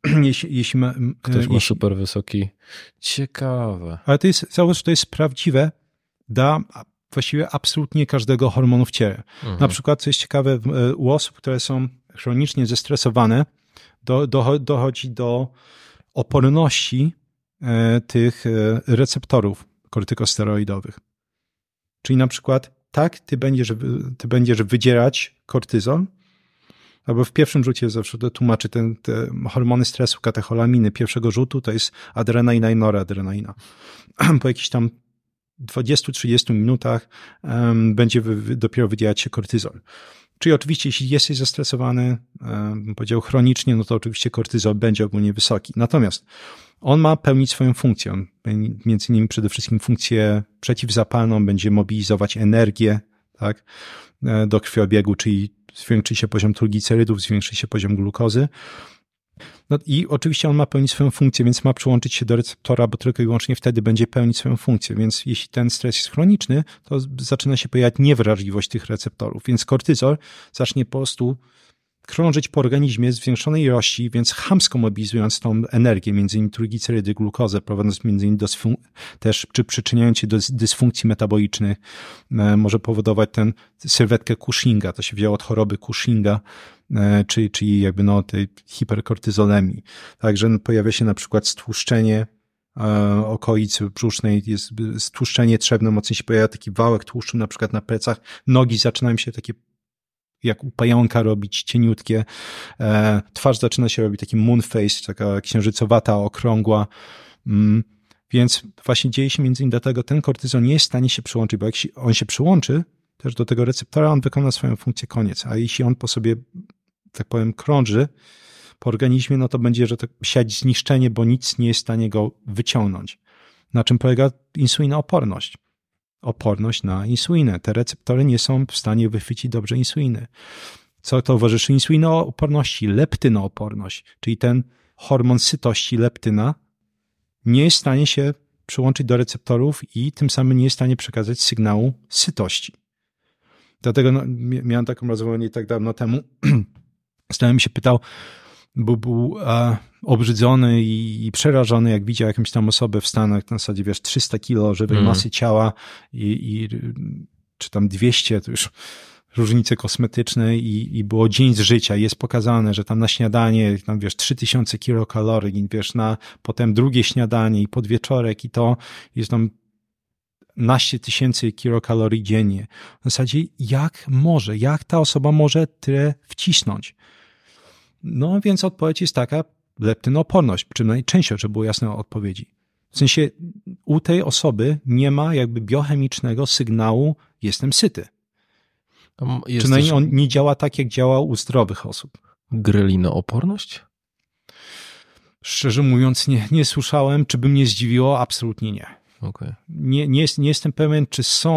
jeśli Ktoś ma super wysoki. Ciekawe. Ale zauważ, że to jest prawdziwe dla właściwie absolutnie każdego hormonu w ciele. Na przykład, co jest ciekawe, u osób, które są chronicznie zestresowane, dochodzi do oporności tych receptorów kortykosteroidowych. Czyli na przykład ty będziesz wydzierać kortyzol, albo w pierwszym rzucie zawsze to tłumaczy te hormony stresu, katecholaminy pierwszego rzutu to jest adrenalina i noradrenalina. Po jakichś tam 20-30 minutach będzie dopiero wydzielać się kortyzol. Czyli oczywiście, jeśli jesteś zestresowany, powiedział chronicznie, no to oczywiście kortyzol będzie ogólnie wysoki. Natomiast on ma pełnić swoją funkcję. Między innymi przede wszystkim funkcję przeciwzapalną, będzie mobilizować energię, tak, do krwiobiegu, czyli zwiększy się poziom trójglicerydów, zwiększy się poziom glukozy. No i oczywiście on ma pełnić swoją funkcję, więc ma przyłączyć się do receptora, bo tylko i wyłącznie wtedy będzie pełnić swoją funkcję. Więc jeśli ten stres jest chroniczny, to zaczyna się pojawiać niewrażliwość tych receptorów. Więc kortyzol zacznie po prostu krążyć po organizmie w zwiększonej ilości, więc chamsko mobilizując tą energię, między innymi trójglicerydy, glukozę, prowadząc między innymi też, czy przyczyniając się do dysfunkcji metabolicznych, może powodować sylwetkę Cushinga, to się wzięło od choroby Cushinga, czyli jakby tej hiperkortyzolemii. Także pojawia się na przykład stłuszczenie okolicy brzusznej, jest stłuszczenie trzewne, mocniej się pojawia taki wałek tłuszczu na przykład na plecach, nogi zaczynają się takie jak u pająka robić cieniutkie, twarz zaczyna się robić taki moon face, taka księżycowata, okrągła, więc właśnie dzieje się między innymi dlatego, ten kortyzol nie jest w stanie się przyłączyć, bo jak on się przyłączy też do tego receptora, on wykona swoją funkcję, koniec, a jeśli on po sobie, tak powiem, krąży po organizmie, no to będzie, że tak siać zniszczenie, bo nic nie jest w stanie go wyciągnąć. Na czym polega insulinooporność? Oporność na insulinę. Te receptory nie są w stanie wychwycić dobrze insuliny. Co towarzyszy insulinooporności? Leptynooporność, czyli ten hormon sytości, leptyna, nie jest w stanie się przyłączyć do receptorów i tym samym nie jest w stanie przekazać sygnału sytości. Dlatego miałem taką rozmowę nie tak dawno temu. Znajomym się pytał, bo był obrzydzony i przerażony, jak widział jakąś tam osobę w Stanach, na zasadzie, 300 kilo żywej masy ciała czy tam 200, to już różnice kosmetyczne i było dzień z życia. Jest pokazane, że tam na śniadanie, tam 3000 kilokalorii, potem drugie śniadanie i podwieczorek i to jest tam 12 000 kilokalorii dziennie. W zasadzie jak ta osoba może tyle wcisnąć? No więc odpowiedź jest taka, leptynooporność, czym najczęściej, żeby było jasne odpowiedzi. W sensie u tej osoby nie ma jakby biochemicznego sygnału jestem syty. Przynajmniej on nie działa tak, jak działa u zdrowych osób. Grylinooporność? Szczerze mówiąc nie słyszałem, czy by mnie zdziwiło, absolutnie nie. Okay. Nie jestem pewien,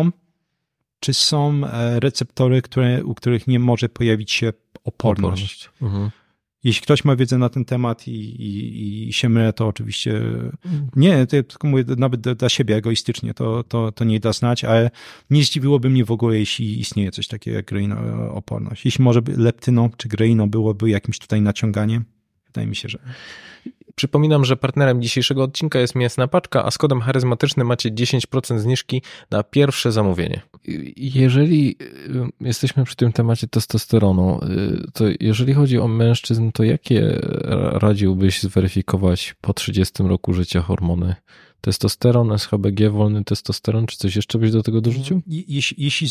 czy są receptory, u których nie może pojawić się oporność. Jeśli ktoś ma wiedzę na ten temat i się mylę, to oczywiście nie, to tylko mówię nawet dla siebie egoistycznie, to nie da znać, ale nie zdziwiłoby mnie w ogóle, jeśli istnieje coś takiego jak greinooporność. Jeśli może leptyno czy greino byłoby jakimś tutaj naciąganiem, wydaje mi się, że... Przypominam, że partnerem dzisiejszego odcinka jest Mięsna Paczka, a z kodem charyzmatyczny macie 10% zniżki na pierwsze zamówienie. Jeżeli jesteśmy przy tym temacie testosteronu, to jeżeli chodzi o mężczyzn, to jakie radziłbyś zweryfikować po 30 roku życia hormony? Testosteron, SHBG, wolny testosteron, czy coś jeszcze byś do tego dorzucił? Jeśli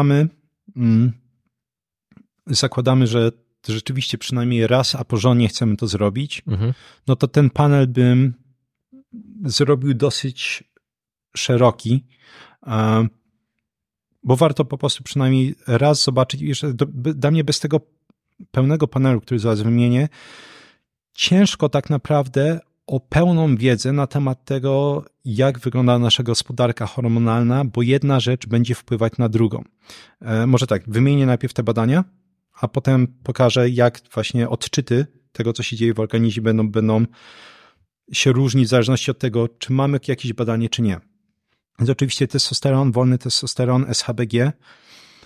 zakładamy, że rzeczywiście przynajmniej raz, a porządnie chcemy to zrobić, no to ten panel bym zrobił dosyć szeroki, bo warto po prostu przynajmniej raz zobaczyć. Jeszcze dla mnie bez tego pełnego panelu, który zaraz wymienię, ciężko tak naprawdę o pełną wiedzę na temat tego, jak wygląda nasza gospodarka hormonalna, bo jedna rzecz będzie wpływać na drugą. Może tak, wymienię najpierw te badania, a potem pokażę, jak właśnie odczyty tego, co się dzieje w organizmie, będą się różnić w zależności od tego, czy mamy jakieś badanie, czy nie. Więc oczywiście testosteron, wolny testosteron, SHBG.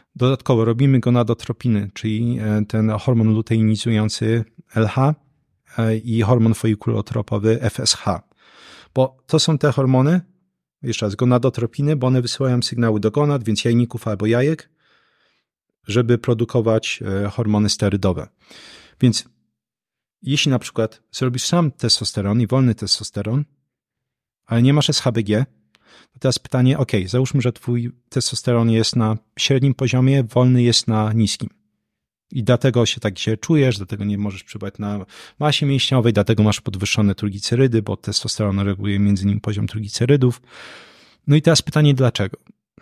Dodatkowo robimy gonadotropiny, czyli ten hormon luteinizujący LH, i hormon folikulotropowy FSH. Bo to są te hormony, jeszcze raz, gonadotropiny, bo one wysyłają sygnały do gonad, więc jajników albo jajek, żeby produkować hormony sterydowe. Więc jeśli na przykład zrobisz sam testosteron i wolny testosteron, ale nie masz SHBG, to teraz pytanie, załóżmy, że twój testosteron jest na średnim poziomie, wolny jest na niskim. I dlatego się tak źle czujesz, dlatego nie możesz przebywać na masie mięśniowej, dlatego masz podwyższone triglicerydy, bo testosteron reguluje między innymi poziom triglicerydów. No i teraz pytanie, dlaczego?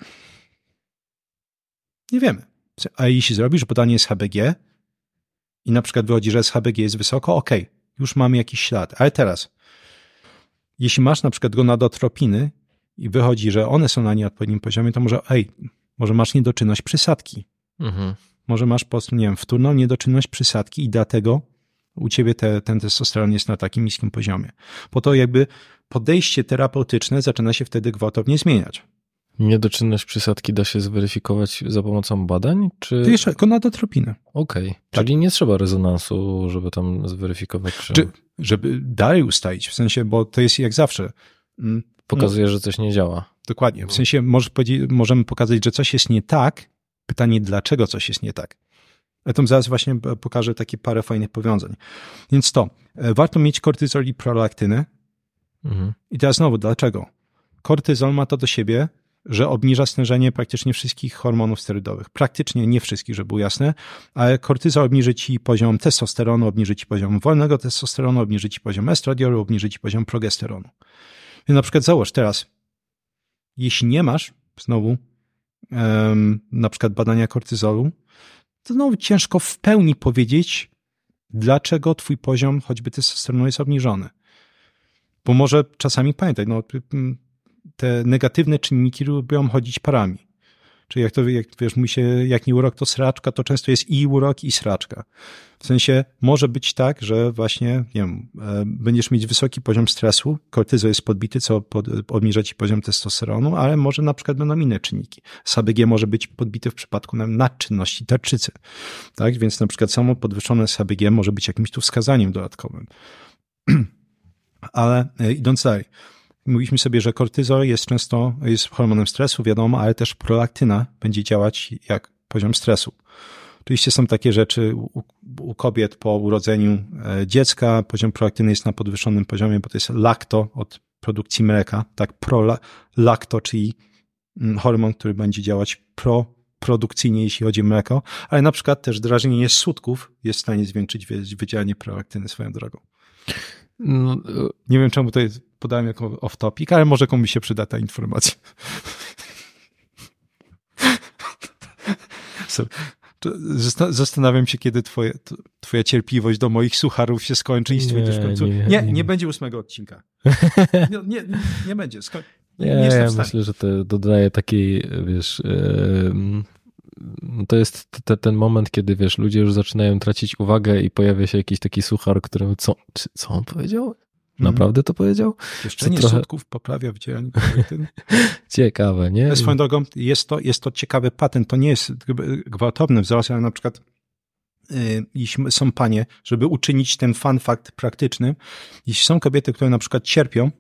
Nie wiemy. A jeśli zrobisz badanie SHBG i na przykład wychodzi, że SHBG jest wysoko, już mamy jakiś ślad. Ale teraz, jeśli masz na przykład gonadotropiny i wychodzi, że one są na nieodpowiednim poziomie, to może masz niedoczynność przysadki. Mhm. Może masz po prostu, wtórną niedoczynność przysadki i dlatego u ciebie ten testosteron jest na takim niskim poziomie. Po to jakby podejście terapeutyczne zaczyna się wtedy gwałtownie zmieniać. Niedoczynność przysadki da się zweryfikować za pomocą badań? Czy... To jeszcze gonadotropiny. Okej. Czyli nie trzeba rezonansu, żeby tam zweryfikować? Żeby dalej ustalić, w sensie, bo to jest jak zawsze. Pokazuje, że coś nie działa. Dokładnie. W sensie możemy pokazać, że coś jest nie tak. Pytanie, dlaczego coś jest nie tak. Ja tam zaraz właśnie pokażę takie parę fajnych powiązań. Więc warto mieć kortyzol i prolaktynę. Mhm. I teraz znowu, dlaczego? Kortyzol ma to do siebie, że obniża stężenie praktycznie wszystkich hormonów sterydowych. Praktycznie nie wszystkich, żeby było jasne, ale kortyzol obniży ci poziom testosteronu, obniży ci poziom wolnego testosteronu, obniży ci poziom estradiolu, obniży ci poziom progesteronu. Więc na przykład załóż teraz, jeśli nie masz znowu na przykład badania kortyzolu, to znowu ciężko w pełni powiedzieć, dlaczego twój poziom choćby testosteronu jest obniżony. Bo może czasami pamiętaj, te negatywne czynniki lubią chodzić parami. Czyli mówi się, jak nie urok, to sraczka, to często jest i urok, i sraczka. W sensie może być tak, że właśnie, będziesz mieć wysoki poziom stresu, kortyzol jest podbity, co obniża ci poziom testosteronu, ale może na przykład będą inne czynniki. SHBG może być podbity w przypadku nadczynności tarczycy. Tak? Więc na przykład samo podwyższone SHBG może być jakimś tu wskazaniem dodatkowym. Ale idąc dalej. Mówiliśmy sobie, że kortyzol jest hormonem stresu, wiadomo, ale też prolaktyna będzie działać jak poziom stresu. Oczywiście są takie rzeczy u kobiet po urodzeniu dziecka, poziom prolaktyny jest na podwyższonym poziomie, bo to jest lakto od produkcji mleka, tak, prolakto, czyli hormon, który będzie działać proprodukcyjnie, jeśli chodzi o mleko, ale na przykład też drażnienie sutków jest w stanie zwiększyć wydzielanie prolaktyny swoją drogą. Nie wiem, czemu to podałem jako off-topic, ale może komuś się przyda ta informacja. Zastanawiam się, kiedy twoja cierpliwość do moich sucharów się skończy i stwierdzisz w końcu. Nie będzie 8 odcinka. Nie będzie. Ja myślę, że to dodaje takiej, to jest ten moment, kiedy ludzie już zaczynają tracić uwagę i pojawia się jakiś taki suchar, który co on powiedział? Naprawdę to powiedział? Jeszcze nie sutków poprawia wydzielanie prolaktyny. Ciekawe, nie? Swoją drogą, jest to ciekawy patent. To nie jest gwałtowny wzrost, ale na przykład jeśli są panie, żeby uczynić ten fun fact praktyczny, jeśli są kobiety, które na przykład cierpią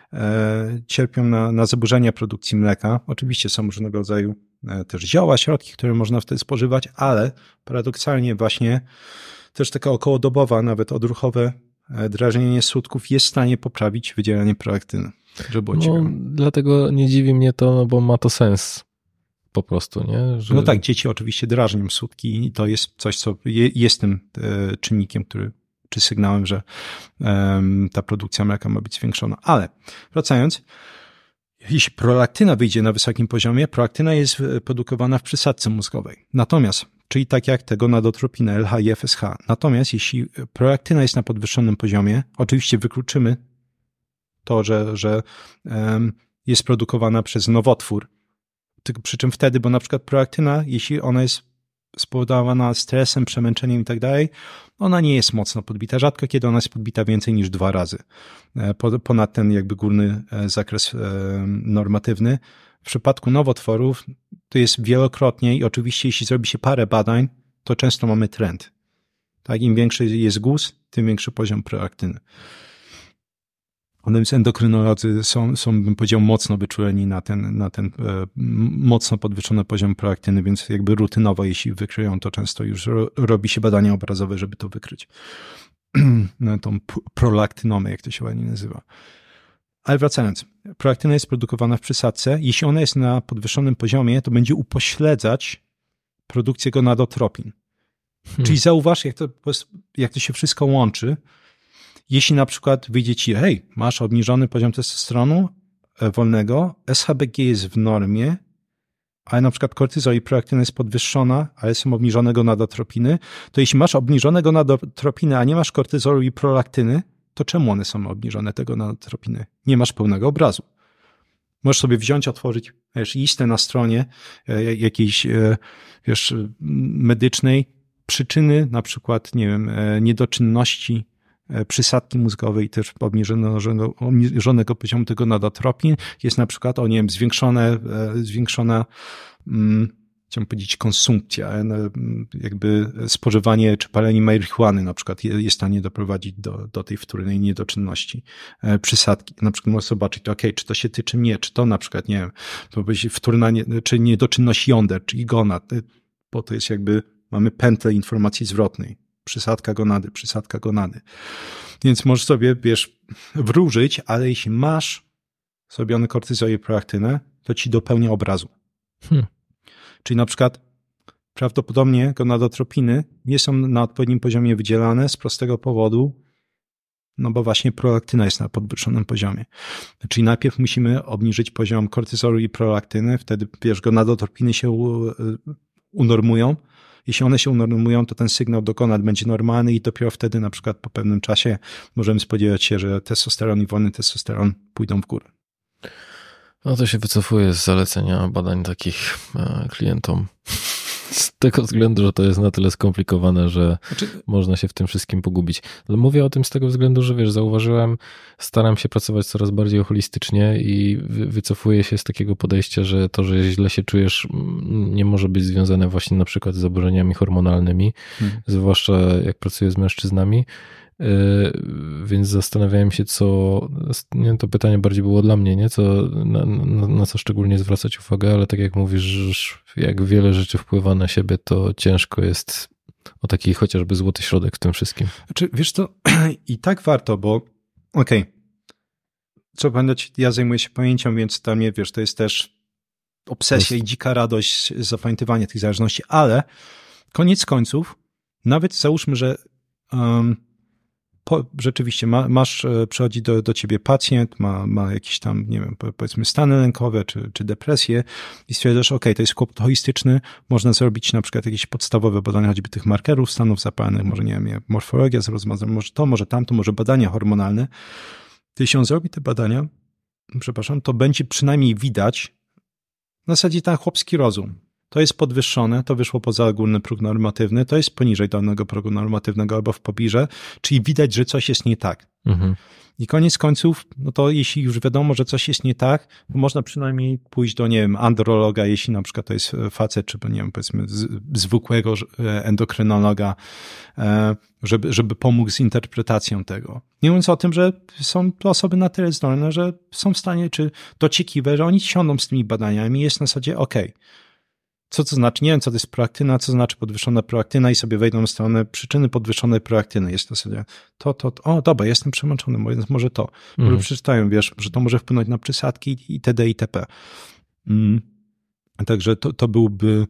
na zaburzenia produkcji mleka, oczywiście są różnego rodzaju też zioła, środki, które można wtedy spożywać, ale paradoksalnie właśnie też taka okołodobowa, nawet odruchowe drażnienie sutków jest w stanie poprawić wydzielanie prolaktyny. Dlatego nie dziwi mnie to, bo ma to sens po prostu, nie? Że... No tak, dzieci oczywiście drażnią sutki i to jest coś, co jest tym czynnikiem, czy sygnałem, że ta produkcja mleka ma być zwiększona. Ale wracając, jeśli prolaktyna wyjdzie na wysokim poziomie, prolaktyna jest produkowana w przysadce mózgowej. Natomiast, czyli tak jak te gonadotropiny LH i FSH. Natomiast jeśli prolaktyna jest na podwyższonym poziomie, oczywiście wykluczymy to, że jest produkowana przez nowotwór. Przy czym wtedy, bo na przykład prolaktyna, jeśli ona jest spowodowana stresem, przemęczeniem i tak dalej, ona nie jest mocno podbita. Rzadko kiedy ona jest podbita więcej niż 2 razy. Ponad ten jakby górny zakres normatywny. W przypadku nowotworów to jest wielokrotnie i oczywiście jeśli zrobi się parę badań, to często mamy trend. Tak, im większy jest guz, tym większy poziom prolaktyny. Więc endokrynolodzy są, bym powiedział, mocno wyczuleni na ten mocno podwyższony poziom prolaktyny, więc jakby rutynowo, jeśli wykryją, to często już robi się badania obrazowe, żeby to wykryć. Tą prolaktynomę, jak to się ładnie nazywa. Ale wracając, prolaktyna jest produkowana w przysadce. Jeśli ona jest na podwyższonym poziomie, to będzie upośledzać produkcję gonadotropin. Czyli zauważ, jak to się wszystko łączy. Jeśli na przykład wyjdzie ci, masz obniżony poziom testosteronu wolnego, SHBG jest w normie, ale na przykład kortyzol i prolaktyna jest podwyższona, ale są obniżone gonadotropiny, to jeśli masz obniżone gonadotropiny, a nie masz kortyzolu i prolaktyny, to czemu one są obniżone, te gonadotropiny? Nie masz pełnego obrazu. Możesz sobie wziąć, otworzyć listę na stronie jakiejś, medycznej, przyczyny na przykład, nie wiem, niedoczynności przysadki mózgowej, też obniżonego poziomu tego gonadotropin. Jest na przykład, nie wiem, zwiększona chciałem powiedzieć konsumpcja, jakby spożywanie czy palenie marihuany na przykład jest w stanie doprowadzić do tej wtórnej niedoczynności przysadki. Na przykład możesz zobaczyć, czy to się tyczy mnie, czy to na przykład, nie wiem, to będzie wtórna, czy niedoczynność jąder, czy gonad, bo to jest jakby, mamy pętlę informacji zwrotnej. Przysadka gonady. Więc możesz sobie, wróżyć, ale jeśli masz zrobiony kortyzol i prolaktynę, to ci dopełnia obrazu. Czyli na przykład prawdopodobnie gonadotropiny nie są na odpowiednim poziomie wydzielane z prostego powodu, bo właśnie prolaktyna jest na podwyższonym poziomie. Czyli najpierw musimy obniżyć poziom kortyzolu i prolaktyny, wtedy gonadotropiny się unormują. Jeśli one się unormują, to ten sygnał do gonad będzie normalny i dopiero wtedy na przykład po pewnym czasie możemy spodziewać się, że testosteron i wolny testosteron pójdą w górę. No to się wycofuje z zalecenia badań takich klientom. Z tego względu, że to jest na tyle skomplikowane, że można się w tym wszystkim pogubić. Ale mówię o tym z tego względu, że zauważyłem, staram się pracować coraz bardziej holistycznie i wycofuję się z takiego podejścia, że to, że źle się czujesz, nie może być związane właśnie na przykład z zaburzeniami hormonalnymi, zwłaszcza jak pracuję z mężczyznami. Więc zastanawiałem się, to pytanie bardziej było dla mnie, nie? Na co szczególnie zwracać uwagę, ale tak jak mówisz, jak wiele rzeczy wpływa na siebie, to ciężko jest o taki chociażby złoty środek w tym wszystkim. Wiesz co, i tak warto, bo trzeba pamiętać, ja zajmuję się pamięcią, więc dla mnie, to jest też obsesja i dzika radość zapamiętywania tych zależności, ale koniec końców, nawet załóżmy, że rzeczywiście przychodzi do ciebie pacjent, ma jakieś tam, nie wiem, powiedzmy stany lękowe czy depresję i stwierdzasz, to jest kłopot holistyczny, można zrobić na przykład jakieś podstawowe badania choćby tych markerów stanów zapalnych, może nie wiem, morfologia z rozmazem, może to, może tamto, może badania hormonalne. Jeśli on zrobi te badania, to będzie przynajmniej widać w zasadzie ten chłopski rozum. To jest podwyższone, to wyszło poza ogólny próg normatywny, to jest poniżej dolnego progu normatywnego albo w pobliże, czyli widać, że coś jest nie tak. I koniec końców, to jeśli już wiadomo, że coś jest nie tak, to można przynajmniej pójść do, nie wiem, androloga, jeśli na przykład to jest facet, czy nie wiem, powiedzmy zwykłego endokrynologa, żeby pomógł z interpretacją tego. Nie mówiąc o tym, że są to osoby na tyle zdolne, że są w stanie, czy dociekliwe, że oni siądą z tymi badaniami i jest na zasadzie Co to znaczy? Nie wiem, co to jest prolaktyna, co znaczy podwyższona prolaktyna i sobie wejdą na stronę przyczyny podwyższonej prolaktyny. Jest to sobie dobra, jestem przemęczony, więc może to. Może przeczytają, że to może wpłynąć na przysadki itd. itp. Także to byłby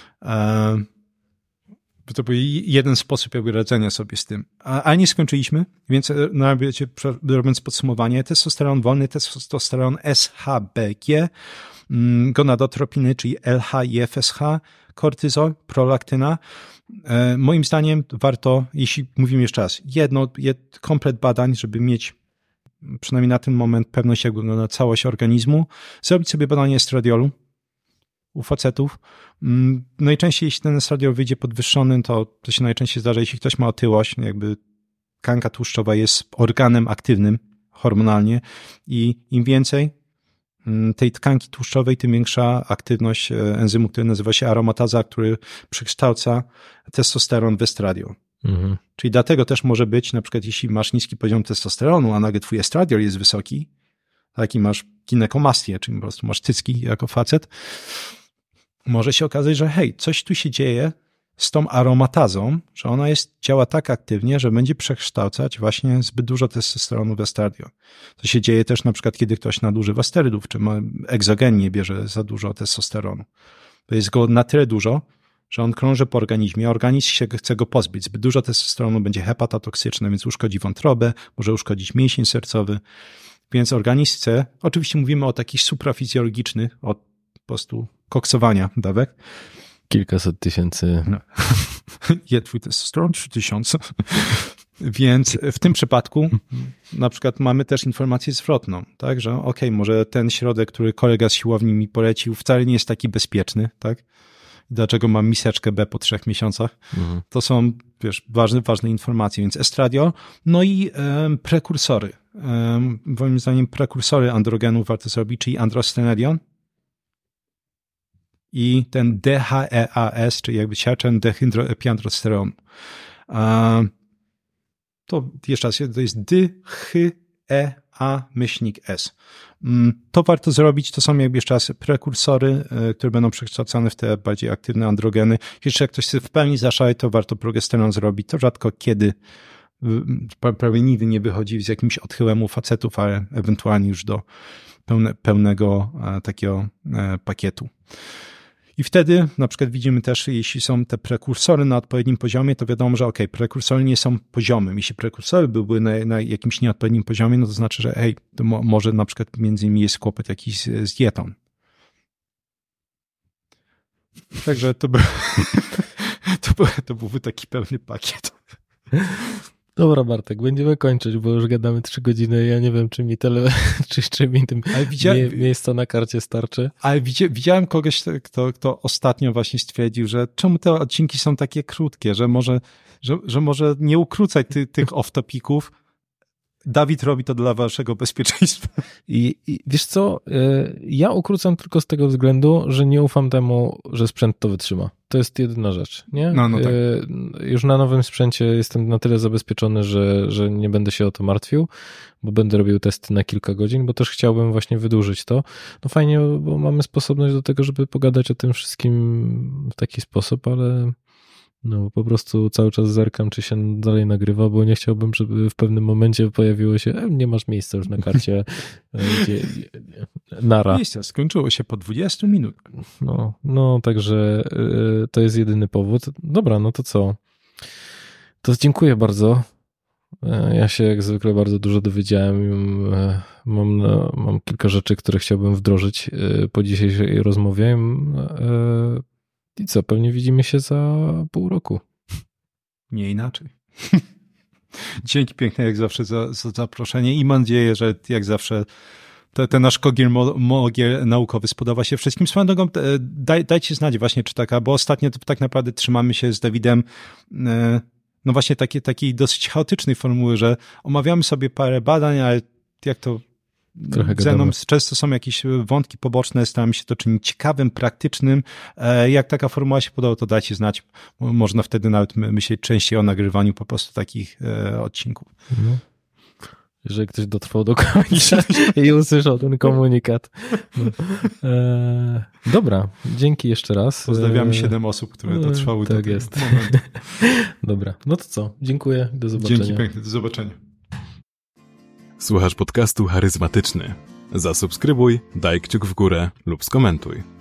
jeden sposób radzenia sobie z tym. Ale nie skończyliśmy, więc robiąc podsumowanie, testosteron wolny, testosteron SHBG, gonadotropiny, czyli LH i FSH, kortyzol, prolaktyna. Moim zdaniem warto, jeśli mówimy jeszcze raz, komplet badań, żeby mieć przynajmniej na ten moment pewność, jak wygląda całość organizmu, zrobić sobie badanie estradiolu u facetów. Najczęściej, jeśli ten estradiol wyjdzie podwyższony, to się najczęściej zdarza, jeśli ktoś ma otyłość, jakby tkanka tłuszczowa jest organem aktywnym hormonalnie i im więcej tej tkanki tłuszczowej, tym większa aktywność enzymu, który nazywa się aromataza, który przekształca testosteron w estradiol. Czyli dlatego też może być, na przykład jeśli masz niski poziom testosteronu, a nagle twój estradiol jest wysoki, tak, i masz ginekomastię, czyli po prostu masz cycki jako facet, może się okazać, że hej, coś tu się dzieje z tą aromatazą, że ona działa tak aktywnie, że będzie przekształcać właśnie zbyt dużo testosteronu w estradiol. To się dzieje też na przykład, kiedy ktoś nadużywa sterydów, czy egzogennie bierze za dużo testosteronu. To jest go na tyle dużo, że on krąży po organizmie, organizm się chce go pozbyć. Zbyt dużo testosteronu będzie hepatotoksyczne, więc uszkodzi wątrobę, może uszkodzić mięsień sercowy, więc organizm chce, oczywiście mówimy o takich suprafizjologicznych, od po prostu koksowania dawek. Kilkaset tysięcy. No. Je twój testosteron 3000. Więc w tym przypadku na przykład mamy też informację zwrotną, tak, że może ten środek, który kolega z siłowni mi polecił, wcale nie jest taki bezpieczny, tak? Dlaczego mam miseczkę B po 3 miesiącach? To są, ważne informacje, więc estradiol, no i prekursory. Moim zdaniem prekursory androgenów warto zrobić, czyli androstenedion i ten DHEAS, czyli jakby siarczan dehydroepiandrosteron. To jeszcze raz, to jest DHEA-S. To warto zrobić, to są jakby jeszcze raz prekursory, które będą przekształcane w te bardziej aktywne androgeny. Jeszcze jak ktoś chce w pełni zaszaleć, to warto progesteron zrobić. To rzadko kiedy, prawie nigdy nie wychodzi z jakimś odchyłem u facetów, ale ewentualnie już do pełnego takiego pakietu. I wtedy na przykład widzimy też, jeśli są te prekursory na odpowiednim poziomie, to wiadomo, że prekursory nie są poziomem. Jeśli prekursory były na jakimś nieodpowiednim poziomie, no to znaczy, że to może na przykład między innymi jest kłopot jakiś z dietą. Także to byłby taki pełny pakiet. Dobra, Bartek, będziemy kończyć, bo już gadamy 3 godziny. Ja nie wiem, czy mi tym miejsca na karcie starczy. Ale widziałem kogoś, kto ostatnio właśnie stwierdził, że czemu te odcinki są takie krótkie, że może nie ukrócać tych off-topików. Dawid robi to dla waszego bezpieczeństwa. I wiesz co, ja ukrócam tylko z tego względu, że nie ufam temu, że sprzęt to wytrzyma. To jest jedyna rzecz, nie? No tak. Już na nowym sprzęcie jestem na tyle zabezpieczony, że nie będę się o to martwił, bo będę robił testy na kilka godzin, bo też chciałbym właśnie wydłużyć to. No fajnie, bo mamy sposobność do tego, żeby pogadać o tym wszystkim w taki sposób, ale no po prostu cały czas zerkam, czy się dalej nagrywa, bo nie chciałbym, żeby w pewnym momencie pojawiło się, nie masz miejsca już na karcie, nara. Miejsce skończyło się po 20 minut. No, także to jest jedyny powód. Dobra, no to co? To dziękuję bardzo. Ja się jak zwykle bardzo dużo dowiedziałem. Mam kilka rzeczy, które chciałbym wdrożyć po dzisiejszej rozmowie. I co, pewnie widzimy się za pół roku. Nie inaczej. Dzięki piękne jak zawsze za zaproszenie i mam nadzieję, że jak zawsze ten nasz kogier naukowy spodoba się wszystkim. Swoją drogą dajcie znać właśnie, czy taka, bo ostatnio to tak naprawdę trzymamy się z Dawidem no właśnie takiej dosyć chaotycznej formuły, że omawiamy sobie parę badań, ale jak to ze mną często są jakieś wątki poboczne, staramy się to czynić ciekawym, praktycznym. Jak taka formuła się podoba, to dajcie znać. Można wtedy nawet myśleć częściej o nagrywaniu po prostu takich odcinków. No. Jeżeli ktoś dotrwał do końca i usłyszał ten komunikat. No. Dobra, dzięki jeszcze raz. Pozdrawiamy 7 osób, które dotrwały do tego jest. momentu. Dobra, no to co? Dziękuję, do zobaczenia. Dzięki piękne, do zobaczenia. Słuchasz podcastu Charyzmatyczny. Zasubskrybuj, daj kciuk w górę lub skomentuj.